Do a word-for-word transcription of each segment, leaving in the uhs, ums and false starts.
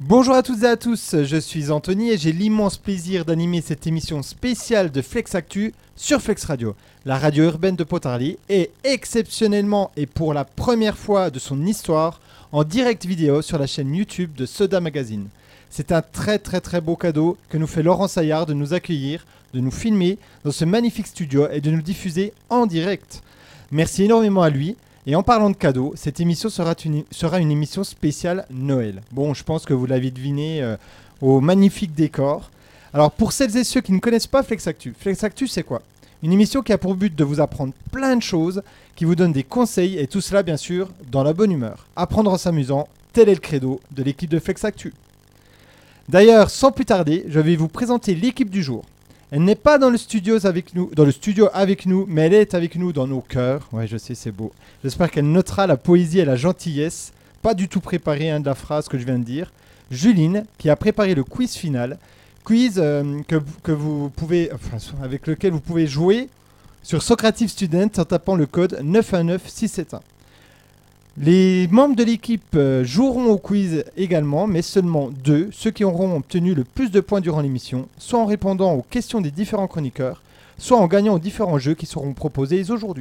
Bonjour à toutes et à tous, je suis Anthony et j'ai l'immense plaisir d'animer cette émission spéciale de Flex Actu sur Flex Radio, la radio urbaine de Pontarlier, et exceptionnellement et pour la première fois de son histoire, en direct vidéo sur la chaîne YouTube de Soda Magazine. C'est un très très très beau cadeau que nous fait Laurent Saillard de nous accueillir, de nous filmer dans ce magnifique studio et de nous diffuser en direct. Merci énormément à lui. Et en parlant de cadeaux, cette émission sera une, sera une émission spéciale Noël. Bon, je pense que vous l'avez deviné euh, au magnifique décor. Alors, pour celles et ceux qui ne connaissent pas Flex Actu, Flex Actu, c'est quoi ? Une émission qui a pour but de vous apprendre plein de choses, qui vous donne des conseils, et tout cela, bien sûr, dans la bonne humeur. Apprendre en s'amusant, tel est le credo de l'équipe de Flex Actu. D'ailleurs, sans plus tarder, je vais vous présenter l'équipe du jour. Elle n'est pas dans le, studio avec nous, dans le studio avec nous, mais elle est avec nous dans nos cœurs. Ouais, je sais, c'est beau. J'espère qu'elle notera la poésie et la gentillesse, pas du tout préparée hein, de la phrase que je viens de dire. Juline, qui a préparé le quiz final, quiz euh, que, que vous pouvez, enfin, avec lequel vous pouvez jouer sur Socrative Student en tapant le code neuf un neuf six sept un. Les membres de l'équipe euh, joueront au quiz également, mais seulement deux, ceux qui auront obtenu le plus de points durant l'émission, soit en répondant aux questions des différents chroniqueurs, soit en gagnant aux différents jeux qui seront proposés aujourd'hui.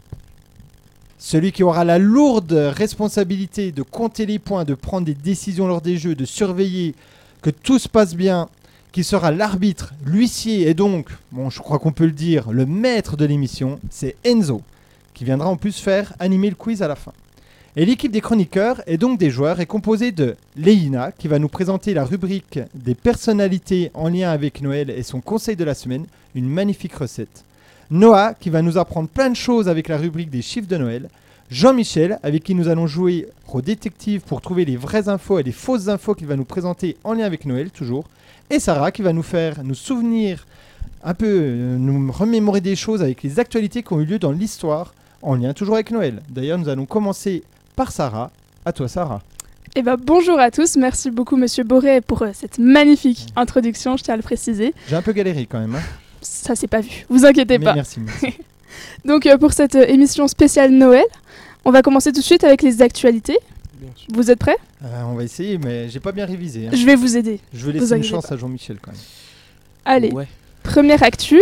Celui qui aura la lourde responsabilité de compter les points, de prendre des décisions lors des jeux, de surveiller que tout se passe bien, qui sera l'arbitre, l'huissier et donc, bon, je crois qu'on peut le dire, le maître de l'émission, c'est Enzo, qui viendra en plus faire animer le quiz à la fin. Et l'équipe des chroniqueurs et donc des joueurs est composée de Léina, qui va nous présenter la rubrique des personnalités en lien avec Noël et son conseil de la semaine, une magnifique recette. Noah, qui va nous apprendre plein de choses avec la rubrique des chiffres de Noël. Jean-Michel, avec qui nous allons jouer au détective pour trouver les vraies infos et les fausses infos qu'il va nous présenter en lien avec Noël, toujours. Et Sarah, qui va nous faire nous souvenir, un peu, euh, nous remémorer des choses avec les actualités qui ont eu lieu dans l'histoire, en lien toujours avec Noël. D'ailleurs, nous allons commencer par Sarah. À toi, Sarah. Eh ben, bonjour à tous, merci beaucoup Monsieur Boré pour euh, cette magnifique introduction, je tiens à le préciser. J'ai un peu galéré quand même. Hein. Ça s'est pas vu, vous inquiétez Mais pas. Merci, merci. Donc euh, pour cette euh, émission spéciale Noël, on va commencer tout de suite avec les actualités. Bien sûr. Vous êtes prêts ? euh, On va essayer, mais j'ai pas bien révisé. Hein. Je vais vous aider. Je vais laisser une chance pas. à Jean-Michel quand même. Allez, ouais. Première actu,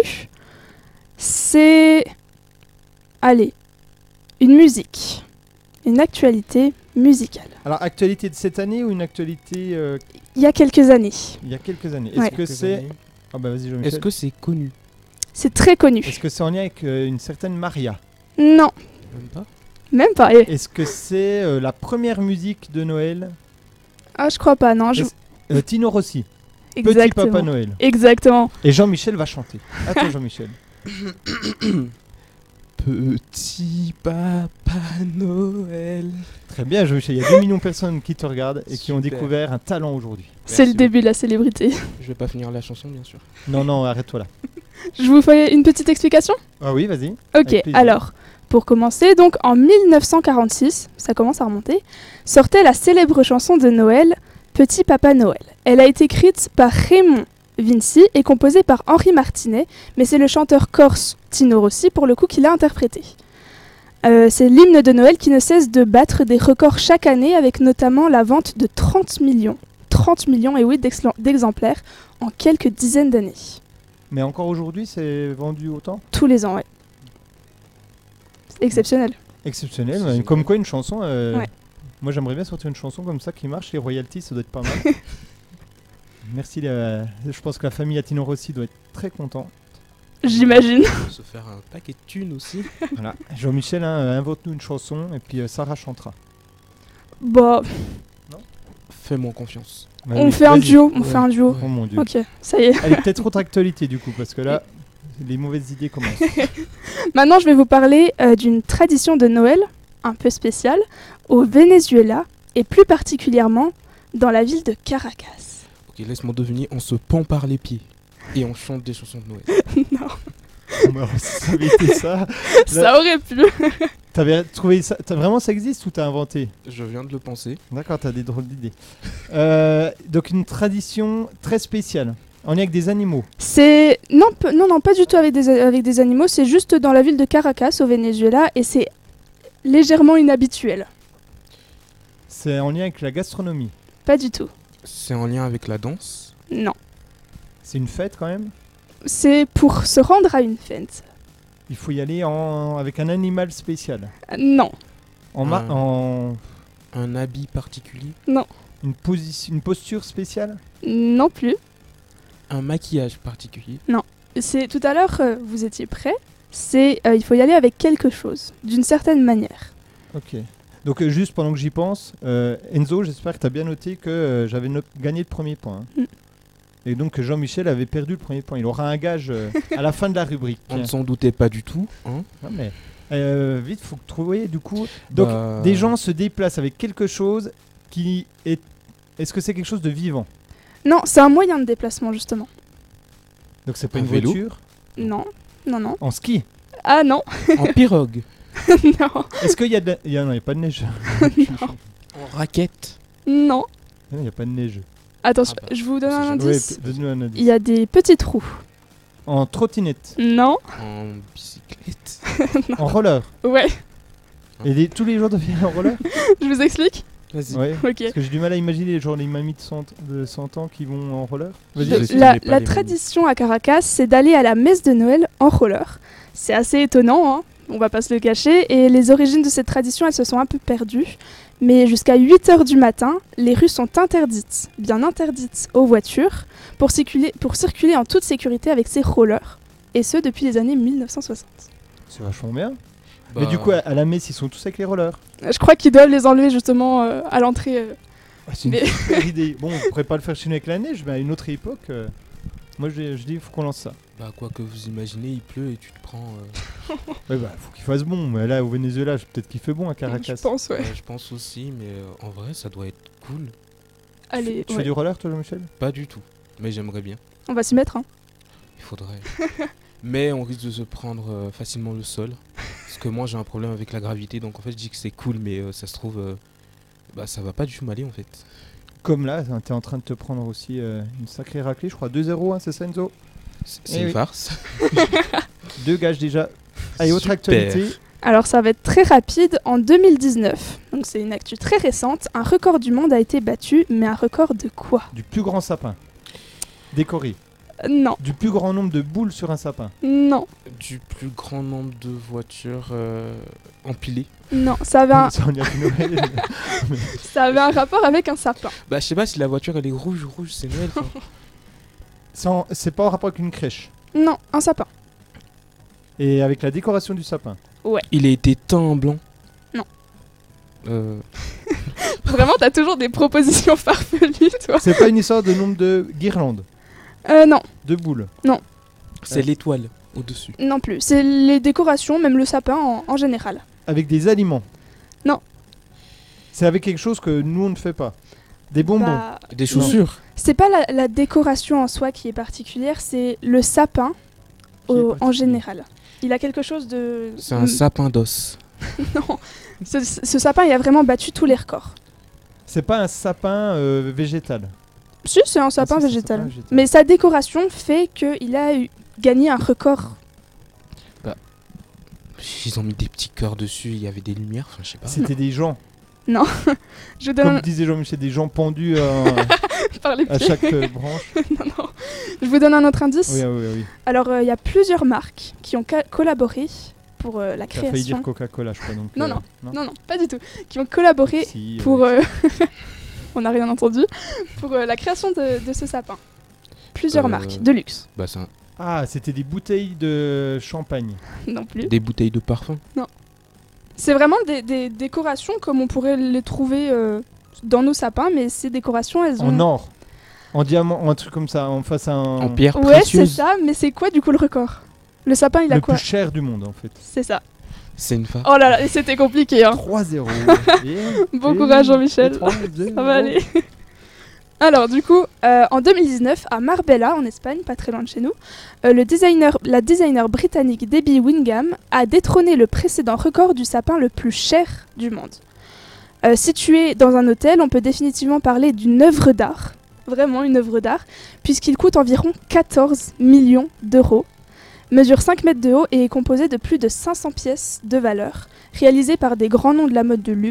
c'est... Allez, une musique. Une actualité musicale. Alors, actualité de cette année ou une actualité... Euh... Il y a quelques années. Il y a quelques années. Est-ce ouais. que c'est... Ah bah vas-y Jean-Michel. Est-ce que c'est connu ? C'est très connu. Est-ce que c'est en lien avec euh, une certaine Maria ? Non. Même pas ? Même pas. Eh. Est-ce que c'est euh, la première musique de Noël ? Ah, je crois pas, non. Je... Euh, Tino Rossi. Exactement. Petit Papa Noël. Exactement. Et Jean-Michel va chanter. Attends Jean-Michel. Petit Papa Noël. Très bien Jean-Michel, il y a deux millions de personnes qui te regardent et Super. qui ont découvert un talent aujourd'hui. C'est le début de la célébrité. Je vais pas finir la chanson bien sûr. Non, non, arrête-toi là. Je vous fais une petite explication ? Ah oui, vas-y. Ok, alors, pour commencer, donc en mille neuf cent quarante-six, ça commence à remonter, sortait la célèbre chanson de Noël, Petit Papa Noël. Elle a été écrite par Raymond Vinci et composée par Henri Martinet, mais c'est le chanteur corse Tino Rossi pour le coup qui l'a interprétée. Euh, c'est l'hymne de Noël qui ne cesse de battre des records chaque année avec notamment la vente de trente millions, trente millions et oui, d'exemplaires en quelques dizaines d'années. Mais encore aujourd'hui, c'est vendu autant ? Tous les ans, ouais. C'est exceptionnel. Exceptionnel, ouais. Comme quoi une chanson... Euh, ouais. Moi j'aimerais bien sortir une chanson comme ça qui marche, les royalties, ça doit être pas mal. Merci, la... je pense que la famille Tino Rossi doit être très content. J'imagine. On peut se faire un paquet de thunes aussi. Voilà. Jean-Michel, hein, invente-nous une chanson et puis euh, Sarah chantera. Bah... Non ? Fais-moi confiance. Bah, on oui, fait un duo, on ouais. fait un duo. Oh mon Dieu. Ok, ça y est. Elle est peut-être autre actualité du coup, parce que là, les mauvaises idées commencent. Maintenant, je vais vous parler euh, d'une tradition de Noël un peu spéciale au Venezuela et plus particulièrement dans la ville de Caracas. Ok, laisse-moi deviner, on se pend par les pieds et on chante des chansons de Noël. Non. Oh, bah, ça avait été ça. Ça là, aurait pu. T'avais trouvé ça, t'as, vraiment ça existe ou t'as inventé ? Je viens de le penser. D'accord, t'as des drôles d'idées. Euh, donc une tradition très spéciale. On est avec des animaux. C'est non, p- non, non, pas du tout avec des avec des animaux. C'est juste dans la ville de Caracas au Venezuela et c'est légèrement inhabituel. C'est en lien avec la gastronomie. Pas du tout. C'est en lien avec la danse. Non. C'est une fête quand même. C'est pour se rendre à une fête. Il faut y aller en... avec un animal spécial. Euh, Non. En, ma- Ah. en... Un habit particulier. Une, posi- une posture spéciale. Non plus. Un maquillage particulier. C'est tout à l'heure, euh, vous étiez prêts. C'est euh, il faut y aller avec quelque chose, d'une certaine manière. Ok. Donc euh, juste pendant que j'y pense, euh, Enzo, j'espère que tu as bien noté que euh, j'avais no- gagné le premier point. hein. Mm. Et donc que Jean-Michel avait perdu le premier point. Il aura un gage euh, à la fin de la rubrique. On ne s'en doutait pas du tout. Hein. Non, mais, euh, vite, faut que trouver du coup. Donc Bah, des gens se déplacent avec quelque chose qui est... Est-ce que c'est quelque chose de vivant? Non, c'est un moyen de déplacement justement. Donc c'est pas Un une vélo voiture? Non, non, non. En ski? Ah non, En pirogue. non, Est-ce qu'il y a de la... il y a... Non, il n'y a pas de neige. En raquette. non. Non, il n'y a pas de neige. Attention, Ah bah, je vous donne on un sait Ouais, indice. p- donne-nous un indice. Il y a des petits trous. En trottinette? Non, En bicyclette. En roller? ouais, Et des- tous les jours de vie en roller? je vous explique. Vas-y. Ouais. Ok. Parce que j'ai du mal à imaginer les gens, les mamies de cent, de cent ans qui vont en roller. Vas-y. Je De- sais, la j'ai pas la les tradition à Caracas, c'est d'aller à la messe de Noël en roller. C'est assez étonnant, hein, on va pas se le cacher. Et les origines de cette tradition, elles se sont un peu perdues. Mais jusqu'à huit heures du matin, les rues sont interdites, bien interdites aux voitures, pour circuler, pour circuler en toute sécurité avec ces rollers. Et ce, depuis les années mille neuf cent soixante. C'est vachement bien. Bah, Mais du coup, à, à la messe, ils sont tous avec les rollers. Je crois qu'ils doivent les enlever justement euh, à l'entrée. euh. Ah, c'est une Mais- super idée. Bon, on pourrait pas le faire chez nous avec la neige, mais à une autre époque, euh, moi je, je dis, il faut qu'on lance ça. bah, quoi que vous imaginez, il pleut et tu te prends. euh, Ouais, bah, faut qu'il fasse bon. Mais là, au Venezuela, je- peut-être qu'il fait bon à Caracas. Je pense, ouais. ouais, je pense aussi, mais euh, en vrai, ça doit être cool. Allez, Tu ouais. fais du roller, toi, Jean-Michel? Pas du tout. Mais j'aimerais bien. On va s'y mettre. Hein. Il faudrait. Mais on risque de se prendre euh, facilement le sol. Parce que moi, j'ai un problème avec la gravité. Donc en fait, je dis que c'est cool, mais euh, ça se trouve. euh, bah, ça va pas du tout m'aller en fait. Comme là, t'es en train de te prendre aussi euh, une sacrée raclée, je crois. deux zéro, hein, c'est ça, Enzo? C'est Eh c'est une oui. farce. Deux gages déjà. Allez, autre Super. actualité. Alors ça va être très rapide. En deux mille dix-neuf, donc c'est une actu très récente, un record du monde a été battu, mais un record de quoi? Du plus grand sapin. Décoré. Euh, Non, Du plus grand nombre de boules sur un sapin. non, Du plus grand nombre de voitures euh, empilées. non. Ça avait un, Ça, on y a fait Noël. ça avait un rapport avec un sapin. Bah, je sais pas si la voiture elle est rouge, rouge, c'est Noël. enfin. Sans- C'est pas en rapport avec une crèche. Non, un sapin. Et avec la décoration du sapin. Il a été teint en blanc. Non. Euh, Vraiment, t'as toujours des propositions farfelues, toi. C'est pas une histoire de nombre de guirlandes, Euh, non, de boules. c'est Ouais. l'étoile au-dessus. non plus. C'est les décorations, même le sapin en, en général. Avec des aliments. Non. C'est avec quelque chose que nous on ne fait pas. Des bonbons. Bah, Des chaussures. c'est pas la, la décoration en soi qui est particulière, c'est le sapin Qui est au- en particulier. général. Il a quelque chose de... C'est un sapin d'os. Non, ce, ce sapin, il a vraiment battu tous les records. C'est pas un sapin euh, végétal. Si, c'est un sapin Ah, si, c'est un végétal. sapin végétal. Mais sa décoration fait qu'il a eu- gagné un record. Ils ont mis des petits cœurs dessus, il y avait des lumières, enfin je sais pas. C'était des gens. Je vous donne Comme un- disait Jean-Michel, des gens pendus euh, par les à pieds. chaque euh, branche. Non, non. Je vous donne un autre indice. Oui, oui, oui. Alors, euh, il y a plusieurs marques qui ont ca- collaboré pour euh, la T'as failli dire création. Coca-Cola, je crois. Donc, Non, euh, non. Non, non, pas du tout. Qui ont collaboré Si, pour. euh, euh, On n'a rien entendu. Pour euh, la création de, de ce sapin. Plusieurs Euh, marques de luxe. Bah c'est un- Ah, c'était des bouteilles de champagne. Non plus. des bouteilles de parfum. C'est vraiment des, des décorations comme on pourrait les trouver euh, dans nos sapins, mais ces décorations, elles ont. En or. En diamant, un truc comme ça, en face à un. En pierre Ouais, c'est précieuse. ça, mais c'est quoi du coup le record? Le sapin, il a Le quoi? plus cher du monde, en fait. C'est ça. C'est une farce. Oh là là, et c'était compliqué, hein. trois zéro. Et- Bon et- courage, Jean-Michel. et trois zéro. Ça va aller. Alors, du coup, euh, en deux mille dix-neuf, à Marbella, en Espagne, pas très loin de chez nous, euh, le designer, la designer britannique Debbie Wingham a détrôné le précédent record du sapin le plus cher du monde. Euh, situé dans un hôtel, on peut définitivement parler d'une œuvre d'art, vraiment une œuvre d'art, puisqu'il coûte environ quatorze millions d'euros, mesure cinq mètres de haut et est composé de plus de cinq cents pièces de valeur, réalisées par des grands noms de la mode de luxe,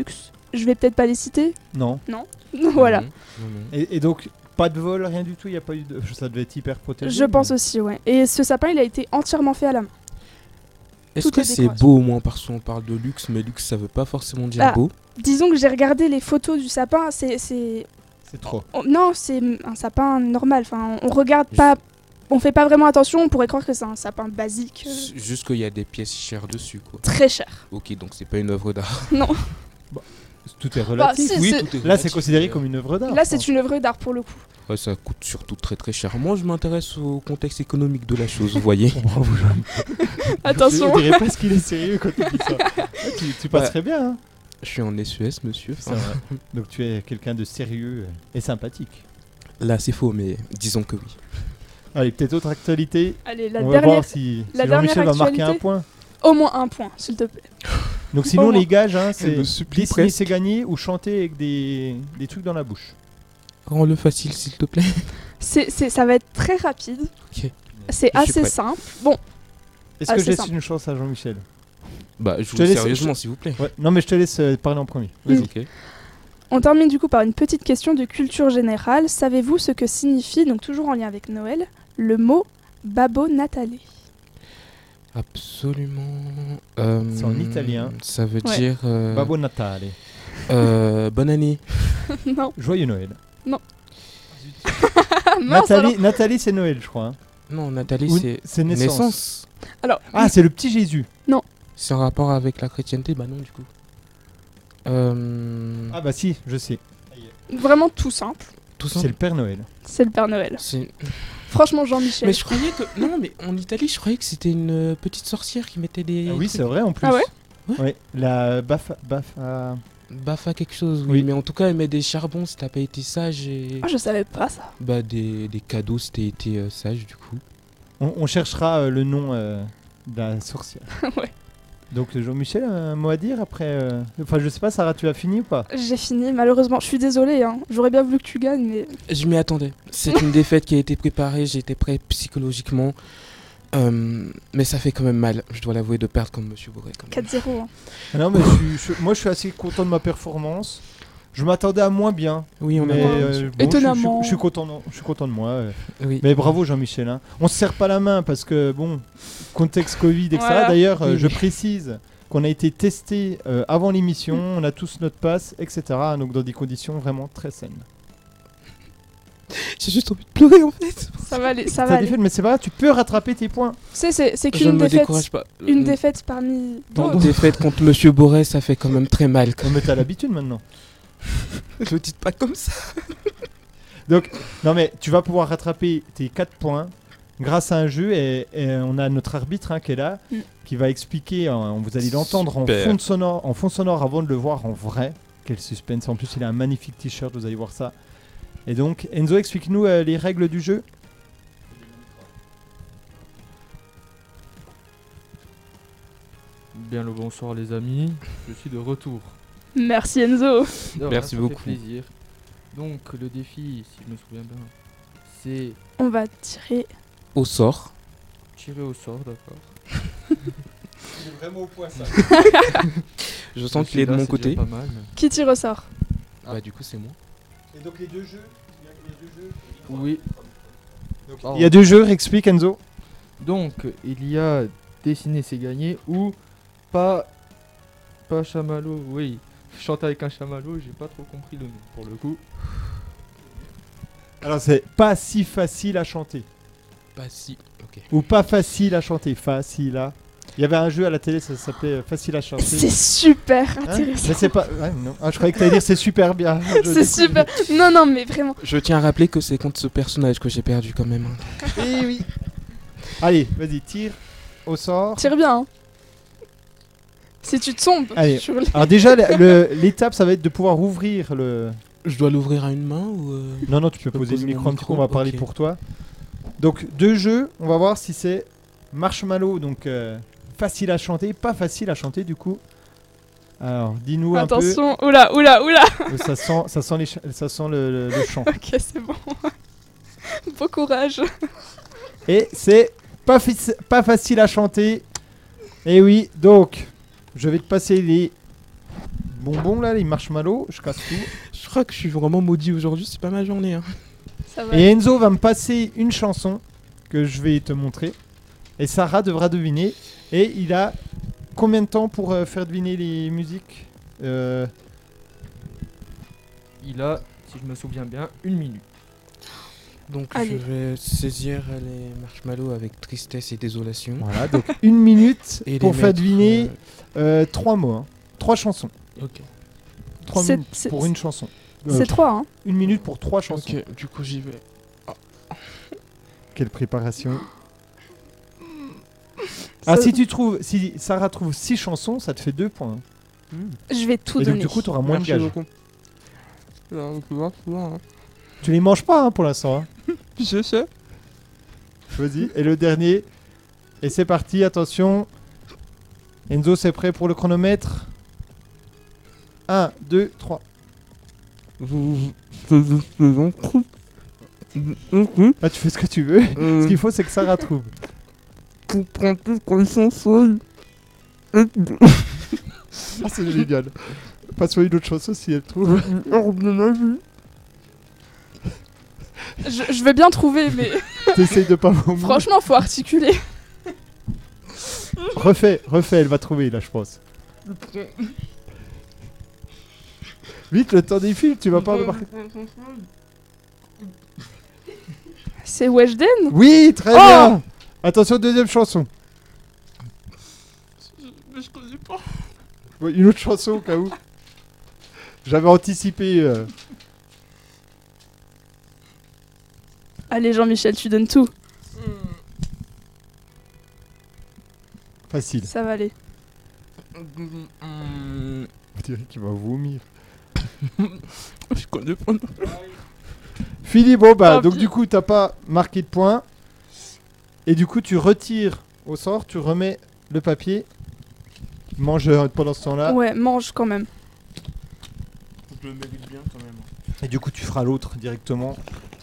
je vais peut-être pas les citer. Non. Voilà. Non, non, non. Et, et donc, pas de vol, rien du tout, il y a pas eu de... Ça devait être hyper protégé. Je pense mais- aussi, ouais. Et ce sapin, il a été entièrement fait à la main. Est-ce Toutes que les c'est décorations. beau au moins parce qu'on parle de luxe, mais luxe ça veut pas forcément dire Ah. beau. Disons que j'ai regardé les photos du sapin, c'est... c'est... C'est trop. on- Non, c'est un sapin normal. Enfin, on regarde pas... On fait pas vraiment attention, on pourrait croire que c'est un sapin basique. euh, C'est Juste qu'il y a des pièces chères dessus quoi. Très cher. Ok, donc c'est pas une œuvre d'art. Non. Tout est relatif. Bah, si, Oui, c'est- tout est Là, c'est relatif, considéré mais, euh, comme une œuvre d'art. Là, je c'est pense. une œuvre d'art pour le coup. ouais, ça coûte surtout très très cher. Moi je m'intéresse au contexte économique de la chose, vous voyez. Bravo, Jean. Attention. On dirait pas ce qu'il est sérieux quand tu dis ça. Ah, tu, tu passerais bien, hein. Je suis en S U S monsieur. C'est Enfin, vrai. Donc tu es quelqu'un de sérieux et sympathique. là c'est faux, mais disons que oui. Allez, peut-être autre actualité. Allez, la On va dernière... voir si, la si dernière Jean-Michel va marquer un actualité. point. Au moins un point, s'il te plaît. Donc sinon, Au moins. les gages, hein, c'est me supplie dessiner, presque. c'est gagner ou chanter avec des, des trucs dans la bouche. Rends-le facile s'il te plaît. C'est, c'est, ça va être très rapide. Ok. C'est Je suis assez prêt. simple. Bon, Est-ce Ah, que c'est je laisse simple. une chance à Jean-Michel? Bah je te vous laisse- sérieusement s'il vous plaît. Ouais. Non, mais je te laisse euh, parler en premier. Vas-y. Mm. Ok. on termine du coup par une petite question de culture générale. Savez-vous ce que signifie, donc toujours en lien avec Noël, le mot Babbo Natale? Absolument. Euh, C'est en italien. Ça veut Ouais. dire. euh, Babbo Natale. euh, bonne année. Non. Joyeux Noël. Ah, mince, alors. Nathalie, Nathalie, c'est Noël, je crois. hein. Non, Nathalie, Ou- c'est c'est naissance. naissance. Ah, c'est le petit Jésus. C'est en rapport avec la chrétienté. Bah non, du coup. Euh, Ah bah si, je sais. Vraiment tout simple. tout C'est ça. le Père Noël. C'est le Père Noël. C'est- Franchement, Jean-Michel. Mais je croyais que. Non, mais en Italie, je croyais que c'était une euh, petite sorcière qui mettait des. Ah oui, trucs- c'est vrai en plus. Ah ouais Ouais. La Bafa... Bafa... Bafa quelque chose, oui. Oui. Mais en tout cas, elle met des charbons si t'as pas été sage et. Ah, je savais pas ça. Bah, des, des cadeaux si t'as été euh, sage, du coup. On, on cherchera euh, le nom euh, de la sorcière. Ouais. Donc Jean-Michel, un mot à dire après euh, Enfin, je sais pas, Sarah, tu as fini ou pas? J'ai fini, malheureusement. Je suis désolée, hein. J'aurais bien voulu que tu gagnes, mais Je m'y attendais. C'est une défaite qui a été préparée, j'ai été prêt psychologiquement. Euh, mais ça fait quand même mal, je dois l'avouer, de perdre comme Monsieur Bourret. quand même. quatre zéro. hein. Ah non, mais je suis- je- moi, je suis assez content de ma performance. Je m'attendais à moins bien. Oui, on mais a euh, bon, je suis- je, Étonnamment. suis- je suis content, de- je suis content de moi. euh. Oui. Mais bravo Jean-Michel. Hein. On se serre pas la main parce que, bon, contexte Covid, et cetera. Voilà. D'ailleurs, euh, Oui, je oui. précise qu'on a été testé euh, avant l'émission, on a tous notre passe, et cetera. Donc dans des conditions vraiment très saines. J'ai juste envie de pleurer en fait. Ça va aller, ça Ça va aller. défaite, mais c'est pas grave, tu peux rattraper tes points. C'est, c'est, c'est Je qu'une ne me défaite. décourage pas. Une Euh, défaite parmi Une d'autres. défaite contre Monsieur Bourret, ça fait quand même très mal. On met à l'habitude maintenant. Je le dis pas comme ça. Donc, non mais tu vas pouvoir rattraper tes quatre points grâce à un jeu et, et on a notre arbitre hein, qui est là, Mm. qui va expliquer, hein, vous allez l'entendre en Super. fond, de sonore, en fond sonore avant de le voir en vrai. Quel suspense, en plus il a un magnifique t-shirt, vous allez voir ça. Et donc Enzo, explique-nous euh, les règles du jeu. Bien le bonsoir les amis, je suis de retour. Merci Enzo. De rien, Merci ça beaucoup. fait plaisir. Donc le défi, si je me souviens bien, c'est On va tirer. Au sort. tirer au sort, d'accord. Il est vraiment au point ça. Je sens qu'il Celui-là, est de mon c'est côté. déjà Pas mal. mais- Qui tire au sort? Bah du coup c'est moi. Et donc les deux jeux, il y a, il y a deux jeux. Oui. Donc, Pardon. il y a deux jeux, explique Enzo. Donc il y a dessiner c'est gagner ou pas pas chamallow, oui. Chanter avec un chamallow, j'ai pas trop compris le nom pour le coup. Alors c'est pas si facile à chanter. Pas si. Ok. Ou pas facile à chanter, facile à... Il y avait un jeu à la télé, ça s'appelait euh, Facile à chanter. C'est super Hein intéressant. Mais c'est pas... ouais, non. Ah, je croyais que t'allais dire c'est super bien. Je C'est super. Non, non, mais vraiment. Je tiens à rappeler que c'est contre ce personnage que j'ai perdu quand même. hein. Eh oui. Allez, vas-y, tire au sort. Tire bien. Hein. Si tu te tombes Allez. sur les... Alors déjà, le- le- l'étape, ça va être de pouvoir ouvrir le... Je dois l'ouvrir à une main ou. euh, Non, non, tu peux peux poser le poser micro mon un petit peu, micro, on va parler ok. pour toi. Donc, deux jeux, on va voir si c'est Marshmallow, donc euh, facile à chanter, pas facile à chanter du coup. Alors, dis-nous un Attention. Oula, oula, oula. peu. Ça sent, ça sent, les ch- ça sent le, le- le chant. Ok, c'est bon. Bon courage. Et c'est pas, fic- pas facile à chanter. Et oui, donc, je vais te passer les bonbons là, les marshmallows, je casse tout. Je crois que je suis vraiment maudit aujourd'hui, c'est pas ma journée. Hein. Ça va. Et Enzo va me passer une chanson que je vais te montrer. Et Sarah devra deviner. Et il a combien de temps pour euh, faire deviner les musiques euh... Il a, si je me souviens bien, une minute. Donc Allez. je vais saisir les marshmallows avec tristesse et désolation. Voilà, donc une minute Et pour les faire mettre, deviner euh, trois mots, hein. trois chansons. euh, Ok. Trois C'est- minutes c'est- pour une chanson. Euh, C'est trois, hein. Une minute pour trois chansons. Ok, du coup j'y vais. Quelle préparation. Ah, Ça- si tu trouves, si Sarah trouve six chansons, ça te fait deux points. Je vais tout Et donc donner. du coup, tu auras moins Merci de gages. beaucoup. Non, tu vois, tu vois, hein. Tu les manges pas hein, pour l'instant. Hein. Je sais. Vas-y. Et le dernier. Et c'est parti, attention. Enzo, c'est prêt pour le chronomètre. un, deux, trois. Ah, tu fais ce que tu veux. Ce qu'il faut, c'est que Sarah trouve. Pour prendre plus conscience. Ah, c'est génial. Passe-moi une autre chanson si elle trouve. Je, je vais bien trouver, mais T'essayes de pas vomir. franchement, faut articuler. Refais, refais, elle va trouver là, je pense. Vite, le temps défile, tu vas pas remarquer. C'est Weshden. Oui, très Oh bien. Attention, deuxième chanson. Mais je connais pas. Ouais, une autre chanson au cas où. J'avais anticipé. euh, Allez, Jean-Michel, tu donnes tout. Facile. Ça va aller. Hum, On dirait qu'il va vomir. Je connais pas. Fini, bon bah, Tant donc pis. du coup, t'as pas marqué de points. Et du coup, tu retires au sort, tu remets le papier. Mange euh, pendant ce temps-là. Ouais, mange quand même. Je le mérite bien quand même. Et du coup, tu feras l'autre directement.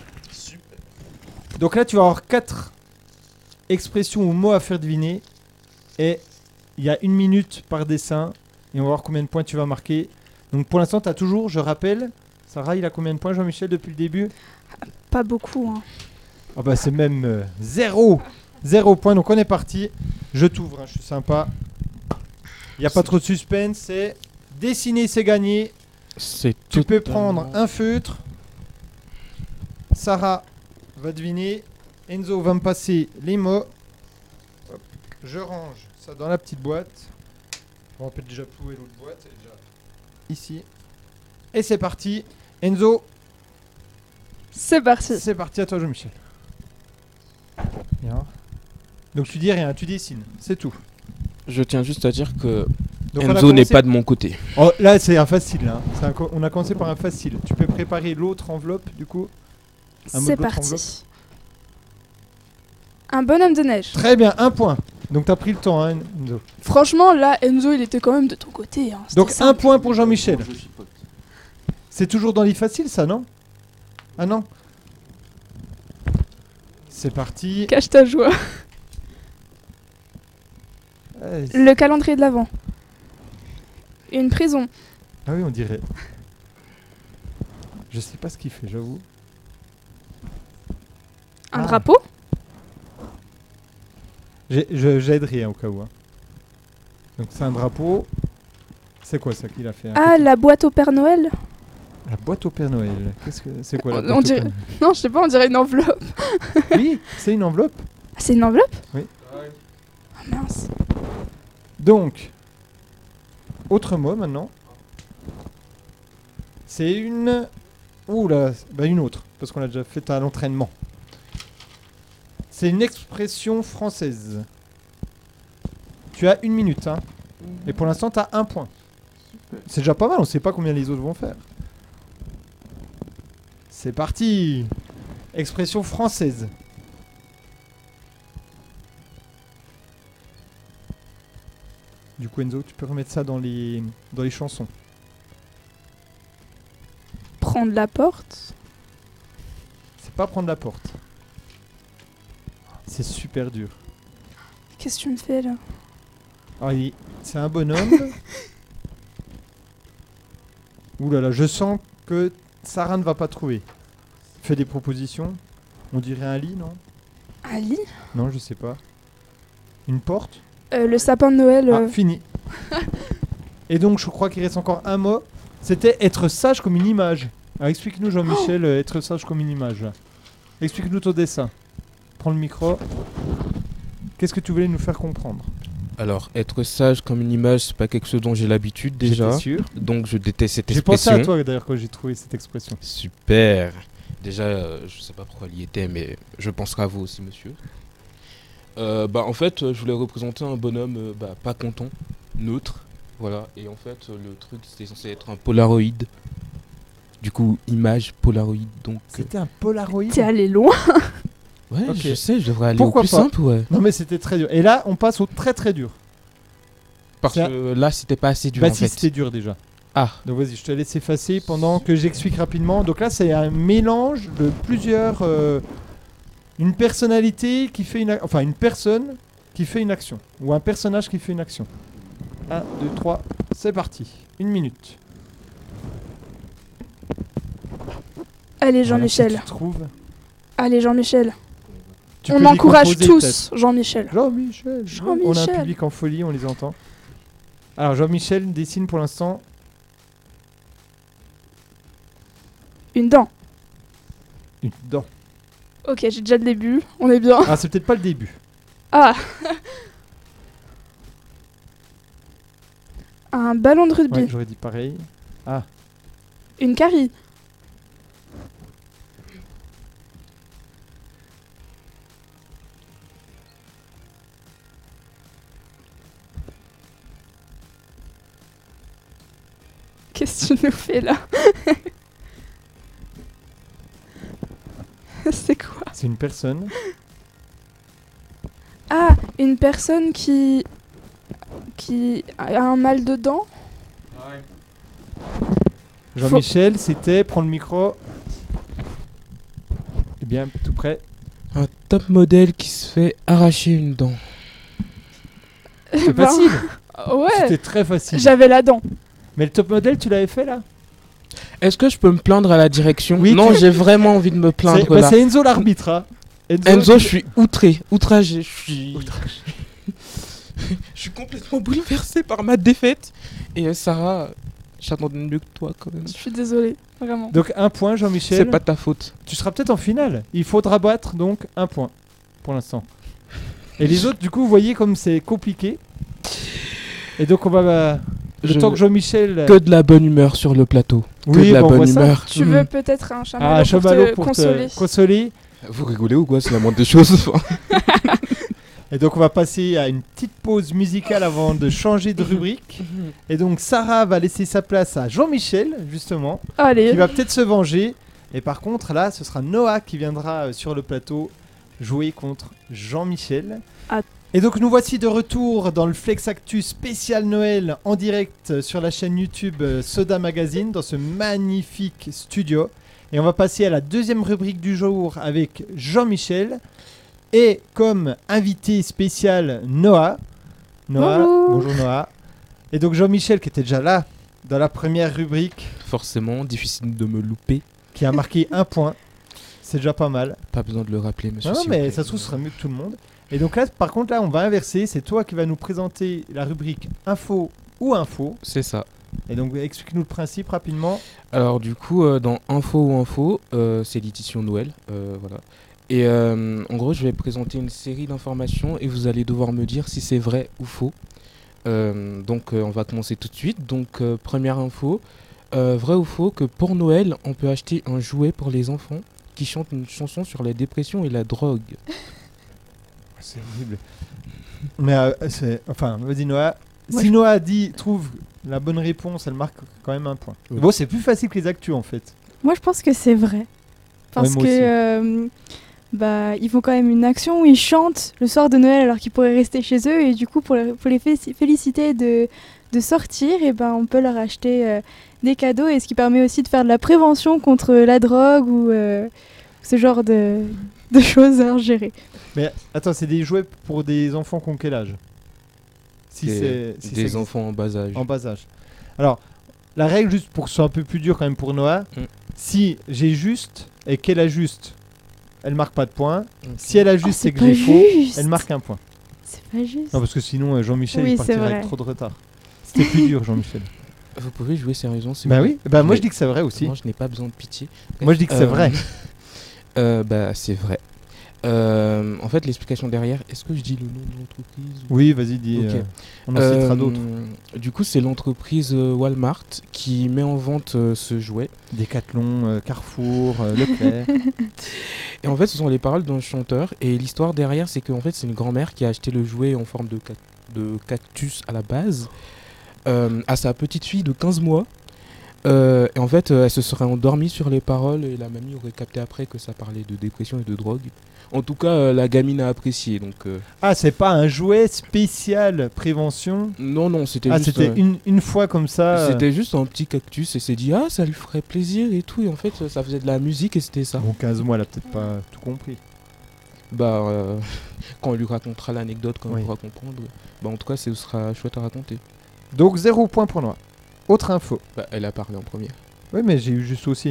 Donc là, tu vas avoir quatre expressions ou mots à faire deviner. Et il y a une minute par dessin. Et on va voir combien de points tu vas marquer. Donc pour l'instant, tu as toujours, je rappelle, Sarah, il a combien de points, Jean-Michel, depuis le début? Pas beaucoup, hein. Ah bah c'est même euh, zéro. Zéro point, donc on est parti. Je t'ouvre, hein, je suis sympa. Il n'y a pas trop de suspense, c'est dessiner, c'est gagné. C'est Tu peux totalement- prendre un feutre. Sarah va deviner. Enzo va me passer les mots. Hop. Je range ça dans la petite boîte. On va peut-être déjà plouer l'autre boîte. Elle est déjà ici. Et c'est parti. Enzo, C'est parti. c'est parti à toi, Jean-Michel. Bien. Donc tu dis rien, tu dessines. C'est tout. Je tiens juste à dire que Donc on a Enzo n'est commencé- pas de mon côté. Oh, là, c'est un facile. Là. C'est un co- On a commencé par un facile. Tu peux préparer l'autre enveloppe, du coup. Un mot C'est de l'autre enveloppe. parti. Un bonhomme de neige. Très bien, un point. Donc t'as pris le temps, hein, Enzo. Franchement, là, Enzo, il était quand même de ton côté. Hein. C'était Donc un simple. point pour Jean-Michel. C'est toujours dans les faciles, ça, non? Ah non. C'est parti. Cache ta joie. Allez. Le calendrier de l'Avent. Une prison. Ah oui, on dirait. Je sais pas ce qu'il fait, j'avoue. Un Ah. drapeau. J'ai- je- J'aiderai hein, au cas où. hein. Donc c'est un drapeau. C'est quoi ça qu'il a fait? un Ah, petit- la boîte au Père Noël. La boîte au Père Noël. Qu'est-ce que c'est quoi la On- boîte on au dirait- Père Non, je sais pas, on dirait une enveloppe. Noël Oui, c'est une enveloppe. Ah, c'est une enveloppe? Oui. Ah, mince. Donc, autre mot maintenant. C'est une. Ouh là, bah une autre, parce qu'on l'a déjà fait à l'entraînement. C'est une expression française. Tu as une minute, hein. Et pour l'instant, tu as un point. C'est déjà pas mal, on sait pas combien les autres vont faire. C'est parti. Expression française. Du coup, Enzo, tu peux remettre ça dans les, dans les chansons. Prendre la porte. C'est pas prendre la porte. C'est super dur. Qu'est-ce que tu me fais là? Ah, il- c'est un bonhomme. Ouh là là, je sens que Sarah ne va pas trouver. Fais des propositions. On dirait un lit, non? Un lit? Non, je sais pas. Une porte? Euh, Le sapin de Noël. Ah, euh, fini. Et donc, je crois qu'il reste encore un mot. C'était être sage comme une image. Alors, explique-nous, Jean-Michel, euh, être sage comme une image. là. Explique-nous ton dessin. Prends le micro. Qu'est-ce que tu voulais nous faire comprendre? Alors, être sage comme une image, c'est pas quelque chose dont j'ai l'habitude déjà. J'étais sûr. Donc je déteste cette J'ai pensé expression. à toi d'ailleurs quand j'ai trouvé cette expression. Super. Déjà, euh, je sais pas pourquoi elle y était, mais je penserai à vous aussi, monsieur. Euh, bah, en fait, euh, je voulais représenter un bonhomme euh, bah, pas content, neutre. Voilà. Et en fait, euh, le truc, c'était censé être un Polaroid. Du coup, image Polaroid. Donc, euh, C'était un Polaroid. T'es allé loin. ouais, Ok. je sais, je devrais aller Pourquoi au plus pas simple, ouais. Non mais c'était très dur. Et là, on passe au très très dur. Parce C'est un- que euh, là, c'était pas assez dur Bah en si, fait. c'était dur déjà. Ah, Donc vas-y, je te laisse effacer pendant que j'explique rapidement. Donc là, c'est un mélange de plusieurs... euh, une personnalité qui fait une... ac- Enfin, une personne qui fait une action. Ou un personnage qui fait une action. un, deux, trois, c'est parti. Une minute. Allez, Voilà, si Jean-Michel. tu trouves, Allez, Jean-Michel. tu On peux m'encourage décomposer tous, Jean-Michel. peut-être. Jean-Michel. Jean-Michel. On a un public en folie, on les entend. Alors, Jean-Michel dessine pour l'instant Une dent. une dent. Ok, j'ai déjà le début. On est bien. Ah, c'est peut-être pas le début. Ah. Un ballon de rugby. Ouais, j'aurais dit pareil. Une carie. Qu'est-ce que tu nous fais là? C'est quoi? C'est une personne. Ah, une personne qui qui a un mal de dents. Jean-Michel, c'était prends le micro. Eh bien, tout près. un top modèle qui se fait arracher une dent. C'est Ben, facile. Ouais, C'était très facile. j'avais la dent. Mais le top modèle, tu l'avais fait là? Est-ce que je peux me plaindre à la direction? Oui, Non, tu- j'ai vraiment envie de me C'est plaindre bah, là. c'est Enzo l'arbitre. Hein. Enzo, je suis outré, outragé, je suis... je suis complètement bouleversé par ma défaite. Et euh, Sarah, j'attendais mieux que toi quand même. Je suis désolée, vraiment. Donc un point, C'est Jean-Michel. pas ta faute. Tu seras peut-être en finale. Il faudra battre donc un point pour l'instant. Et les autres, du coup, vous voyez comme c'est compliqué. Et donc on va... bah, le Je- temps que Jean-Michel... Que de la bonne humeur sur le plateau. Que Oui, de la bon, on bonne voit ça. humeur. Tu Mhm. veux peut-être un chamallow Ah, pour chamallow te pour consoler. te consoler. Vous rigolez ou quoi? C'est la moindre des choses. Et donc on va passer à une petite pause musicale avant de changer de rubrique. Et donc Sarah va laisser sa place à Jean-Michel, justement, Allez. qui va peut-être se venger. Et par contre, là, ce sera Noah qui viendra euh, sur le plateau jouer contre Jean-Michel. Ah. Et donc nous voici de retour dans le Flex Actu spécial Noël en direct sur la chaîne YouTube euh, Soda Magazine dans ce magnifique studio. Et on va passer à la deuxième rubrique du jour avec Jean-Michel. Et comme invité spécial, Noah. Noah, Bonjour. bonjour Noah. Et donc Jean-Michel qui était déjà là dans la première rubrique, Forcément, difficile de me louper. qui a marqué un point. C'est déjà pas mal. Pas besoin de le rappeler, monsieur. Non, s'il vous mais plaît. ça se trouve, ce sera mieux que tout le monde. Et donc là, par contre, là, on va inverser. C'est toi qui vas nous présenter la rubrique info ou info. C'est ça. Et donc, explique-nous le principe rapidement. Alors du coup, euh, dans Info ou Info, euh, c'est l'édition Noël, euh, voilà. Et euh, en gros, je vais présenter une série d'informations et vous allez devoir me dire si c'est vrai ou faux. Euh, donc euh, on va commencer tout de suite. Donc euh, première info, euh, vrai ou faux que pour Noël, on peut acheter un jouet pour les enfants qui chante une chanson sur la dépression et la drogue. C'est horrible. Mais euh, c'est... Enfin, vas-y Noah. Moi, si je- Noah dit, trouve la bonne réponse, elle marque quand même un point. Oui. Bon, c'est plus facile que les actus en fait. Moi, je pense que c'est vrai. Parce moi que aussi. euh, bah, ils font quand même une action où ils chantent le soir de Noël alors qu'ils pourraient rester chez eux. Et du coup, pour, les- pour les félici- féliciter de, de sortir, et ben, on peut leur acheter euh, des cadeaux. Et ce qui permet aussi de faire de la prévention contre la drogue ou euh, ce genre de, de choses à gérer. Mais attends, c'est des jouets pour des enfants qui ont quel âge? Si Des- c'est si des c'est enfants en bas âge. en bas âge. Alors, la règle, juste pour que ce soit un peu plus dur quand même pour Noah, Mm. si j'ai juste et qu'elle a juste, elle marque pas de point. Ok. Si elle a Oh, juste c'est et que pas j'ai faux, juste. elle marque un point. C'est pas juste. Non, parce que sinon, euh, Jean-Michel, Oui, il c'est partirait vrai. avec trop de retard. C'était plus dur, Jean-Michel. Vous pouvez jouer sérieusement si Bah vous oui, bah moi Mais- je dis que c'est vrai aussi. Moi, je n'ai pas besoin de pitié. Moi je dis que c'est Euh, vrai. euh, bah, c'est vrai. Euh, en fait, l'explication derrière, est-ce que je dis le nom de l'entreprise ou- Oui, vas-y, dis. Ok. euh, on en citera Euh, d'autres. Du coup, c'est l'entreprise euh, Walmart qui met en vente euh, ce jouet. Decathlon, euh, Carrefour, euh, Leclerc. Et en fait, ce sont les paroles d'un chanteur. Et l'histoire derrière, c'est qu'en fait, c'est une grand-mère qui a acheté le jouet en forme de, cac- de cactus à la base euh, à sa petite fille de quinze mois. Euh, et en fait, euh, elle se serait endormie sur les paroles et la mamie aurait capté après que ça parlait de dépression et de drogue. En tout cas, euh, la gamine a apprécié. Donc, euh, Ah, c'est pas un jouet spécial prévention. non, non, c'était Ah, juste. c'était euh, une, une fois comme ça. euh, C'était juste un petit cactus et s'est dit ah ça lui ferait plaisir et tout et en fait ça faisait de la musique et c'était ça. Bon, quinze mois, elle a peut-être pas tout compris. Bah euh, quand on lui racontera l'anecdote quand Oui. on pourra comprendre, bah en tout cas ce sera chouette à raconter. Donc zéro point pour Noah. Autre info. Bah elle a parlé en première. Oui, mais j'ai eu juste aussi.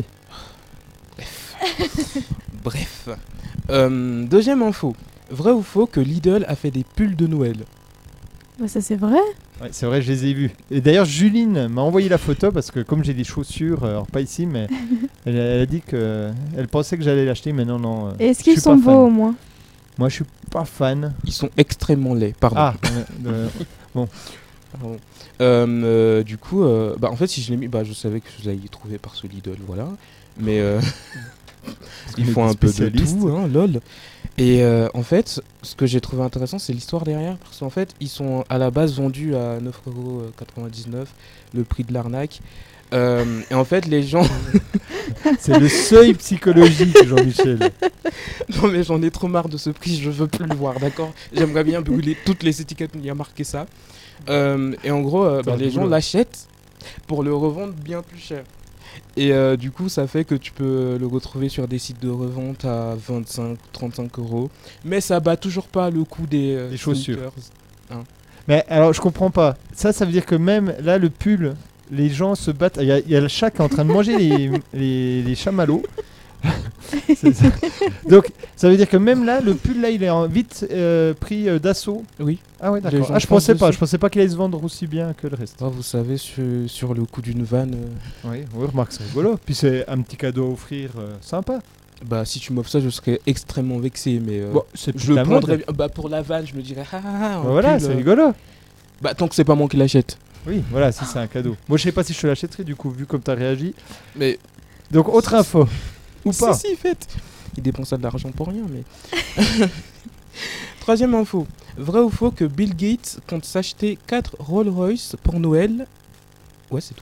Bref. Euh, deuxième info. Vrai ou faux que Lidl a fait des pulls de Noël? Bah, ça c'est vrai. Ouais, c'est vrai, je les ai vus. Et d'ailleurs, Juline m'a envoyé la photo parce que comme j'ai des chaussures, euh, alors pas ici, mais elle, elle a dit que elle pensait que j'allais l'acheter, mais non, non. euh, Et est-ce je qu'ils suis sont pas fan. beaux au moins? Moi, je suis pas fan. Ils sont extrêmement laids, pardon. Ah, euh, euh, Pardon. Euh, euh, du coup, euh, bah en fait si je l'ai mis, bah je savais que vous alliez trouver par ce Lidl, voilà. Mais euh, ils qu'on est font des un peu de spécialistes. tout, hein, lol. Et euh, en fait, ce que j'ai trouvé intéressant, c'est l'histoire derrière, parce qu'en fait, ils sont à la base vendus à neuf euros quatre-vingt-dix-neuf, le prix de l'arnaque. Euh, et en fait, les gens... c'est le seuil psychologique, Jean-Michel. non mais j'en ai trop marre de ce prix, je veux plus le voir, d'accord? J'aimerais bien brûler toutes les étiquettes où il y a marqué ça. Euh, et en gros, euh, C'est bah, un les gens boulot. l'achètent pour le revendre bien plus cher. Et euh, du coup, ça fait que tu peux le retrouver sur des sites de revente à vingt-cinq, trente-cinq euros. Mais ça bat toujours pas le coût des, euh, Des chaussures. sneakers. Mais alors, je comprends pas. Ça, ça veut dire que même là, le pull, les gens se battent. Il y, a- il y a le chat qui est en train de manger les, les, les chamallows. C'est ça. Donc, ça veut dire que même là, le pull, là, il est en vite euh, pris euh, d'assaut. Oui. Ah ouais, Les d'accord. gens Ah, je foncent pensais pas. dessus. Je pensais pas qu'il allait se vendre aussi bien que le reste. Ah, vous savez, sur, sur le coût d'une vanne, euh, Oui, oui, remarque, c'est rigolo. Puis c'est un petit cadeau à offrir euh, sympa. bah si tu m'offres ça, je serais extrêmement vexé. Mais euh, Bon, c'est je plus le la prendrais mode. bien. Bah pour la vanne, je me dirais ah ah ah. un Bah voilà, pull, c'est euh, rigolo. Bah tant que c'est pas moi qui l'achète. Oui, voilà, si c'est un cadeau. Moi, je sais pas si je te l'achèterais du coup, vu comme t'as réagi. Mais Donc, autre info. Ou si, pas. si, fait. Il dépense de l'argent pour rien, mais. Troisième info. Vrai ou faux que Bill Gates compte s'acheter quatre Rolls-Royce pour Noël? Ouais, c'est tout.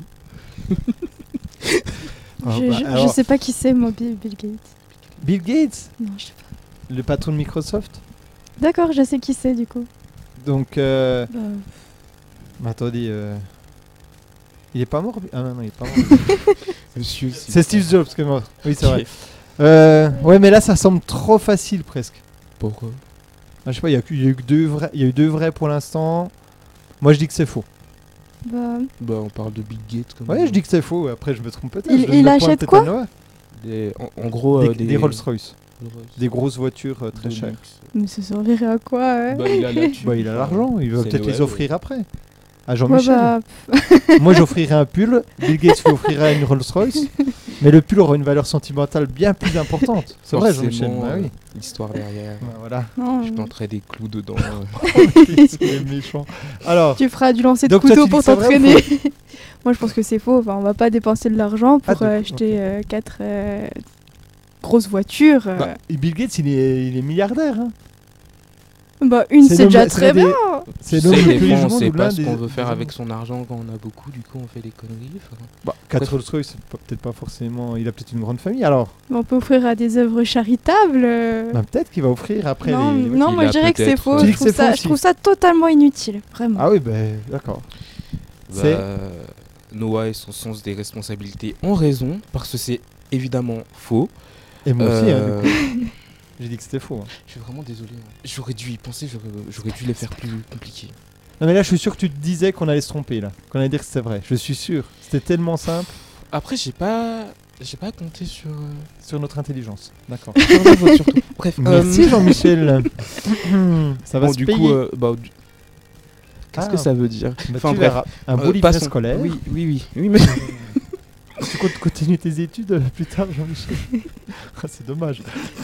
Ah, je, bah, je- je alors, sais pas qui c'est moi, Bill, Bill Gates. Bill Gates, Non, je sais pas. le patron de Microsoft. D'accord, je sais qui c'est du coup. Donc, euh... Bah, mais attendez, euh... il est pas mort lui Ah non, non, il est pas mort. Monsieur, C'est Steve Jobs qui est mort. Oui, c'est vrai. Euh... Ouais, mais là, ça semble trop facile presque. Pourquoi? Ah, je sais pas, il y a, que- il y a eu que deux vrais. Il y a eu deux vrais pour l'instant. Moi, je dis que c'est faux. bah, Bah, on parle de Bill Gates comme Ouais, je dis que c'est faux. Après, je me trompe peut-être. Il- Je donne il le point achète peut-être quoi à Noah. Des, en, en gros, Des, euh, des Rolls-Royce. Rolls-Royce. Des grosses voitures euh, très De chères. luxe. mais ça servirait à quoi hein? Bah, il a la thune. Bah, il a l'argent. Il va C'est peut-être les Noël, offrir après. À Ouais, Jean-Michel. bah, Moi, j'offrirais un pull. Bill Gates lui offrira une Rolls-Royce. Mais le pull aura une valeur sentimentale bien plus importante. C'est vrai, Jean-Michel. Forcément, Bah oui. euh, L'histoire derrière. Bah, voilà. non, Je euh, planterai des clous dedans. euh. C'est méchant. Alors, tu feras du lancer de Donc toi, tu couteau dis pour que c'est vrai ou t'entraîner. Moi, je pense que c'est faux. Enfin, on va pas dépenser de l'argent pour Ah, donc, euh, acheter euh, quatre euh, grosses voitures. euh. bah, et Bill Gates, il est, il est milliardaire. Hein. Bah, une, c'est c'est l'homme- déjà c'est très des- bien. C'est Tu l'homme sais, le des plus fois, riche on du monde sait ou l'un pas ce des- qu'on veut faire des avec hommes. son argent quand on a beaucoup, du coup on fait des conneries. enfin. Bah, quatre Bref. Rolls-Royce, c'est pas- peut-être pas forcément. Il a peut-être une grande famille. Alors, On peut offrir à des œuvres charitables. euh. bah, peut-être qu'il va offrir après non, les. non, Il moi a je dirais que c'est peut-être- faux. Tu dis Je que trouve, c'est faux ça, je aussi. trouve ça totalement inutile, vraiment. Ah oui, ben d'accord. Bah, C'est- Noah et son sens des responsabilités ont raison, parce que c'est évidemment faux. Et moi aussi, hein, Euh, du coup. J'ai dit que c'était faux. hein. Je suis vraiment désolé. hein. J'aurais dû y penser, j'aurais, j'aurais dû les faire plus compliqués. Non mais là je suis sûr que tu te disais qu'on allait se tromper là, qu'on allait dire que c'était vrai. Je suis sûr. C'était tellement simple Après, j'ai pas, j'ai pas compté sur. euh, sur notre intelligence. D'accord. sur la vôtre, surtout. Bref. Merci euh, Jean-Michel. Ça va bon, se du payer. coup, euh, bah, du- qu'est-ce Ah. que ça veut dire Bah, Enfin tu bref. verras. Un beau Euh, livret passons. scolaire. Oui, oui, oui, oui, mais Tu comptes continuer tes études euh, plus tard, Jean-Michel. Ah, c'est dommage.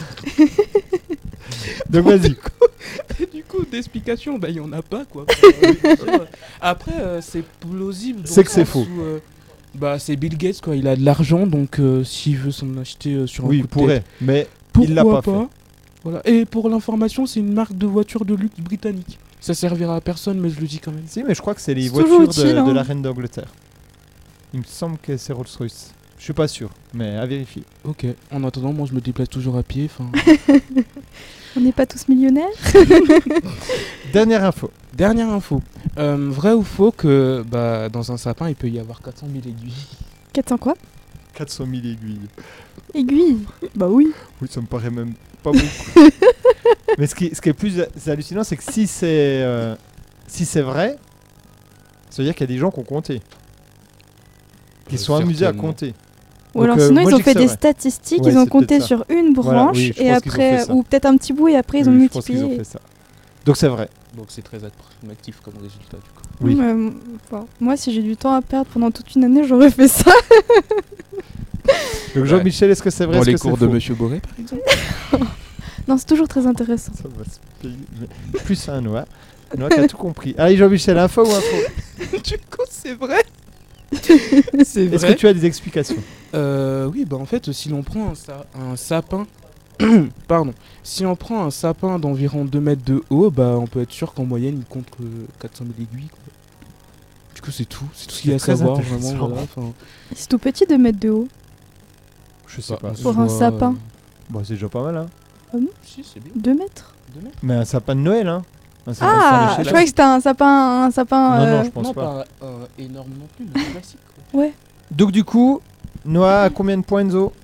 Donc vas-y. du coup, d'explication, bah, il y en a pas quoi. Après, euh, c'est plausible. dans C'est le que c'est sens faux. où, euh, bah, c'est Bill Gates quoi. Il a de l'argent, donc euh, s'il veut s'en acheter euh, sur un Oui, coup il de tête, pourrait, mais pourquoi il l'a pas fait. Voilà. Et pour l'information, c'est une marque de voiture de luxe britannique. Ça servira à personne, mais je le dis quand même. Si, mais je crois que c'est les C'est voitures toujours de, utile, hein. de la reine d'Angleterre. Il me semble que c'est Rolls-Royce. Je suis pas sûr, mais à vérifier. Ok. En attendant, moi, je me déplace toujours à pied. Enfin. On n'est pas tous millionnaires. Dernière info. Dernière info. Euh, vrai ou faux que bah, dans un sapin, il peut y avoir quatre cent mille aiguilles. quatre cents quoi quatre cent mille aiguilles. Aiguilles. Bah oui. Oui, ça me paraît même pas beaucoup. Mais ce qui, ce qui est plus hallucinant, c'est que si c'est euh, si c'est vrai, ça veut dire qu'il y a des gens qui ont compté. Qui Euh, se sont amusés à certainement. compter. Ou Donc, alors euh, sinon moi, ils je ont dis fait que des c'est vrai. statistiques, Ouais, ils ont c'est compté peut-être ça. sur une Voilà, branche oui, je et pense qu'ils ont après fait ça. ou peut-être un petit bout et après ils ont Oui, je pense qu'ils ont multiplié. fait ça. Donc c'est vrai. Donc c'est très approximatif comme résultat du coup. Oui. Mais, euh, enfin, moi si j'ai du temps à perdre pendant toute une année, j'aurais fait ça. Donc Jean-Michel, est-ce que c'est vrai Dans est-ce les que c'est cours de faux Monsieur Boré, par exemple. Non, c'est toujours très intéressant. Ça va se payer. Mais plus un Noah. Noah qui a tout compris. Allez Jean-Michel, info ou info du coup, c'est vrai. c'est Est-ce vrai. que tu as des explications Euh, oui, bah en fait, si l'on prend un, sa- un sapin, pardon, si on prend un sapin d'environ deux mètres de haut, bah on peut être sûr qu'en moyenne, il compte que quatre cent mille aiguilles. Quoi. Du coup, c'est tout, c'est tout ce qu'il y a à C'est très savoir, intéressant. vraiment. Voilà, enfin, C'est tout petit de mettre de haut. Je sais bah, pas. on se Pour un voit, sapin. Bon, c'est déjà pas mal, hein. Si, c'est bien. deux mètres. Deux mètres. Mais un sapin de Noël, hein. Un sapin de Ah, Saint-Michel. je croyais que c'était un sapin. Un sapin Non, euh, non, je pense Non, pas. pas euh, énorme non plus, mais classique. Quoi. Ouais. Donc du coup, Noah a combien de points, Enzo?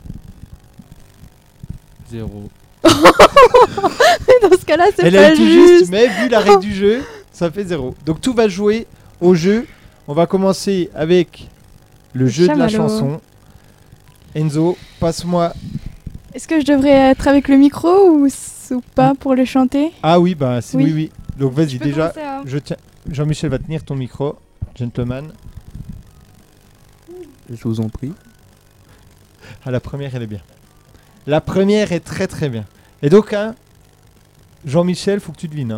Zéro. Dans ce cas-là, c'est Elle a pas été juste. juste, mais vu la règle du jeu, ça fait zéro. Donc tout va jouer au jeu. On va commencer avec le Le jeu de la chamallow. chanson. Enzo, passe-moi. Est-ce que je devrais être avec le micro ou, s- ou pas pour le chanter? Ah oui, bah c'est- oui, Oui. oui. Donc vas-y, Je peux déjà, commencer, hein. je tiens. Jean-Michel va tenir ton micro, gentleman. Je vous en prie. Ah, la première, elle est bien. La première est très très bien. Et donc, hein, Jean-Michel, faut que tu devines. Hein.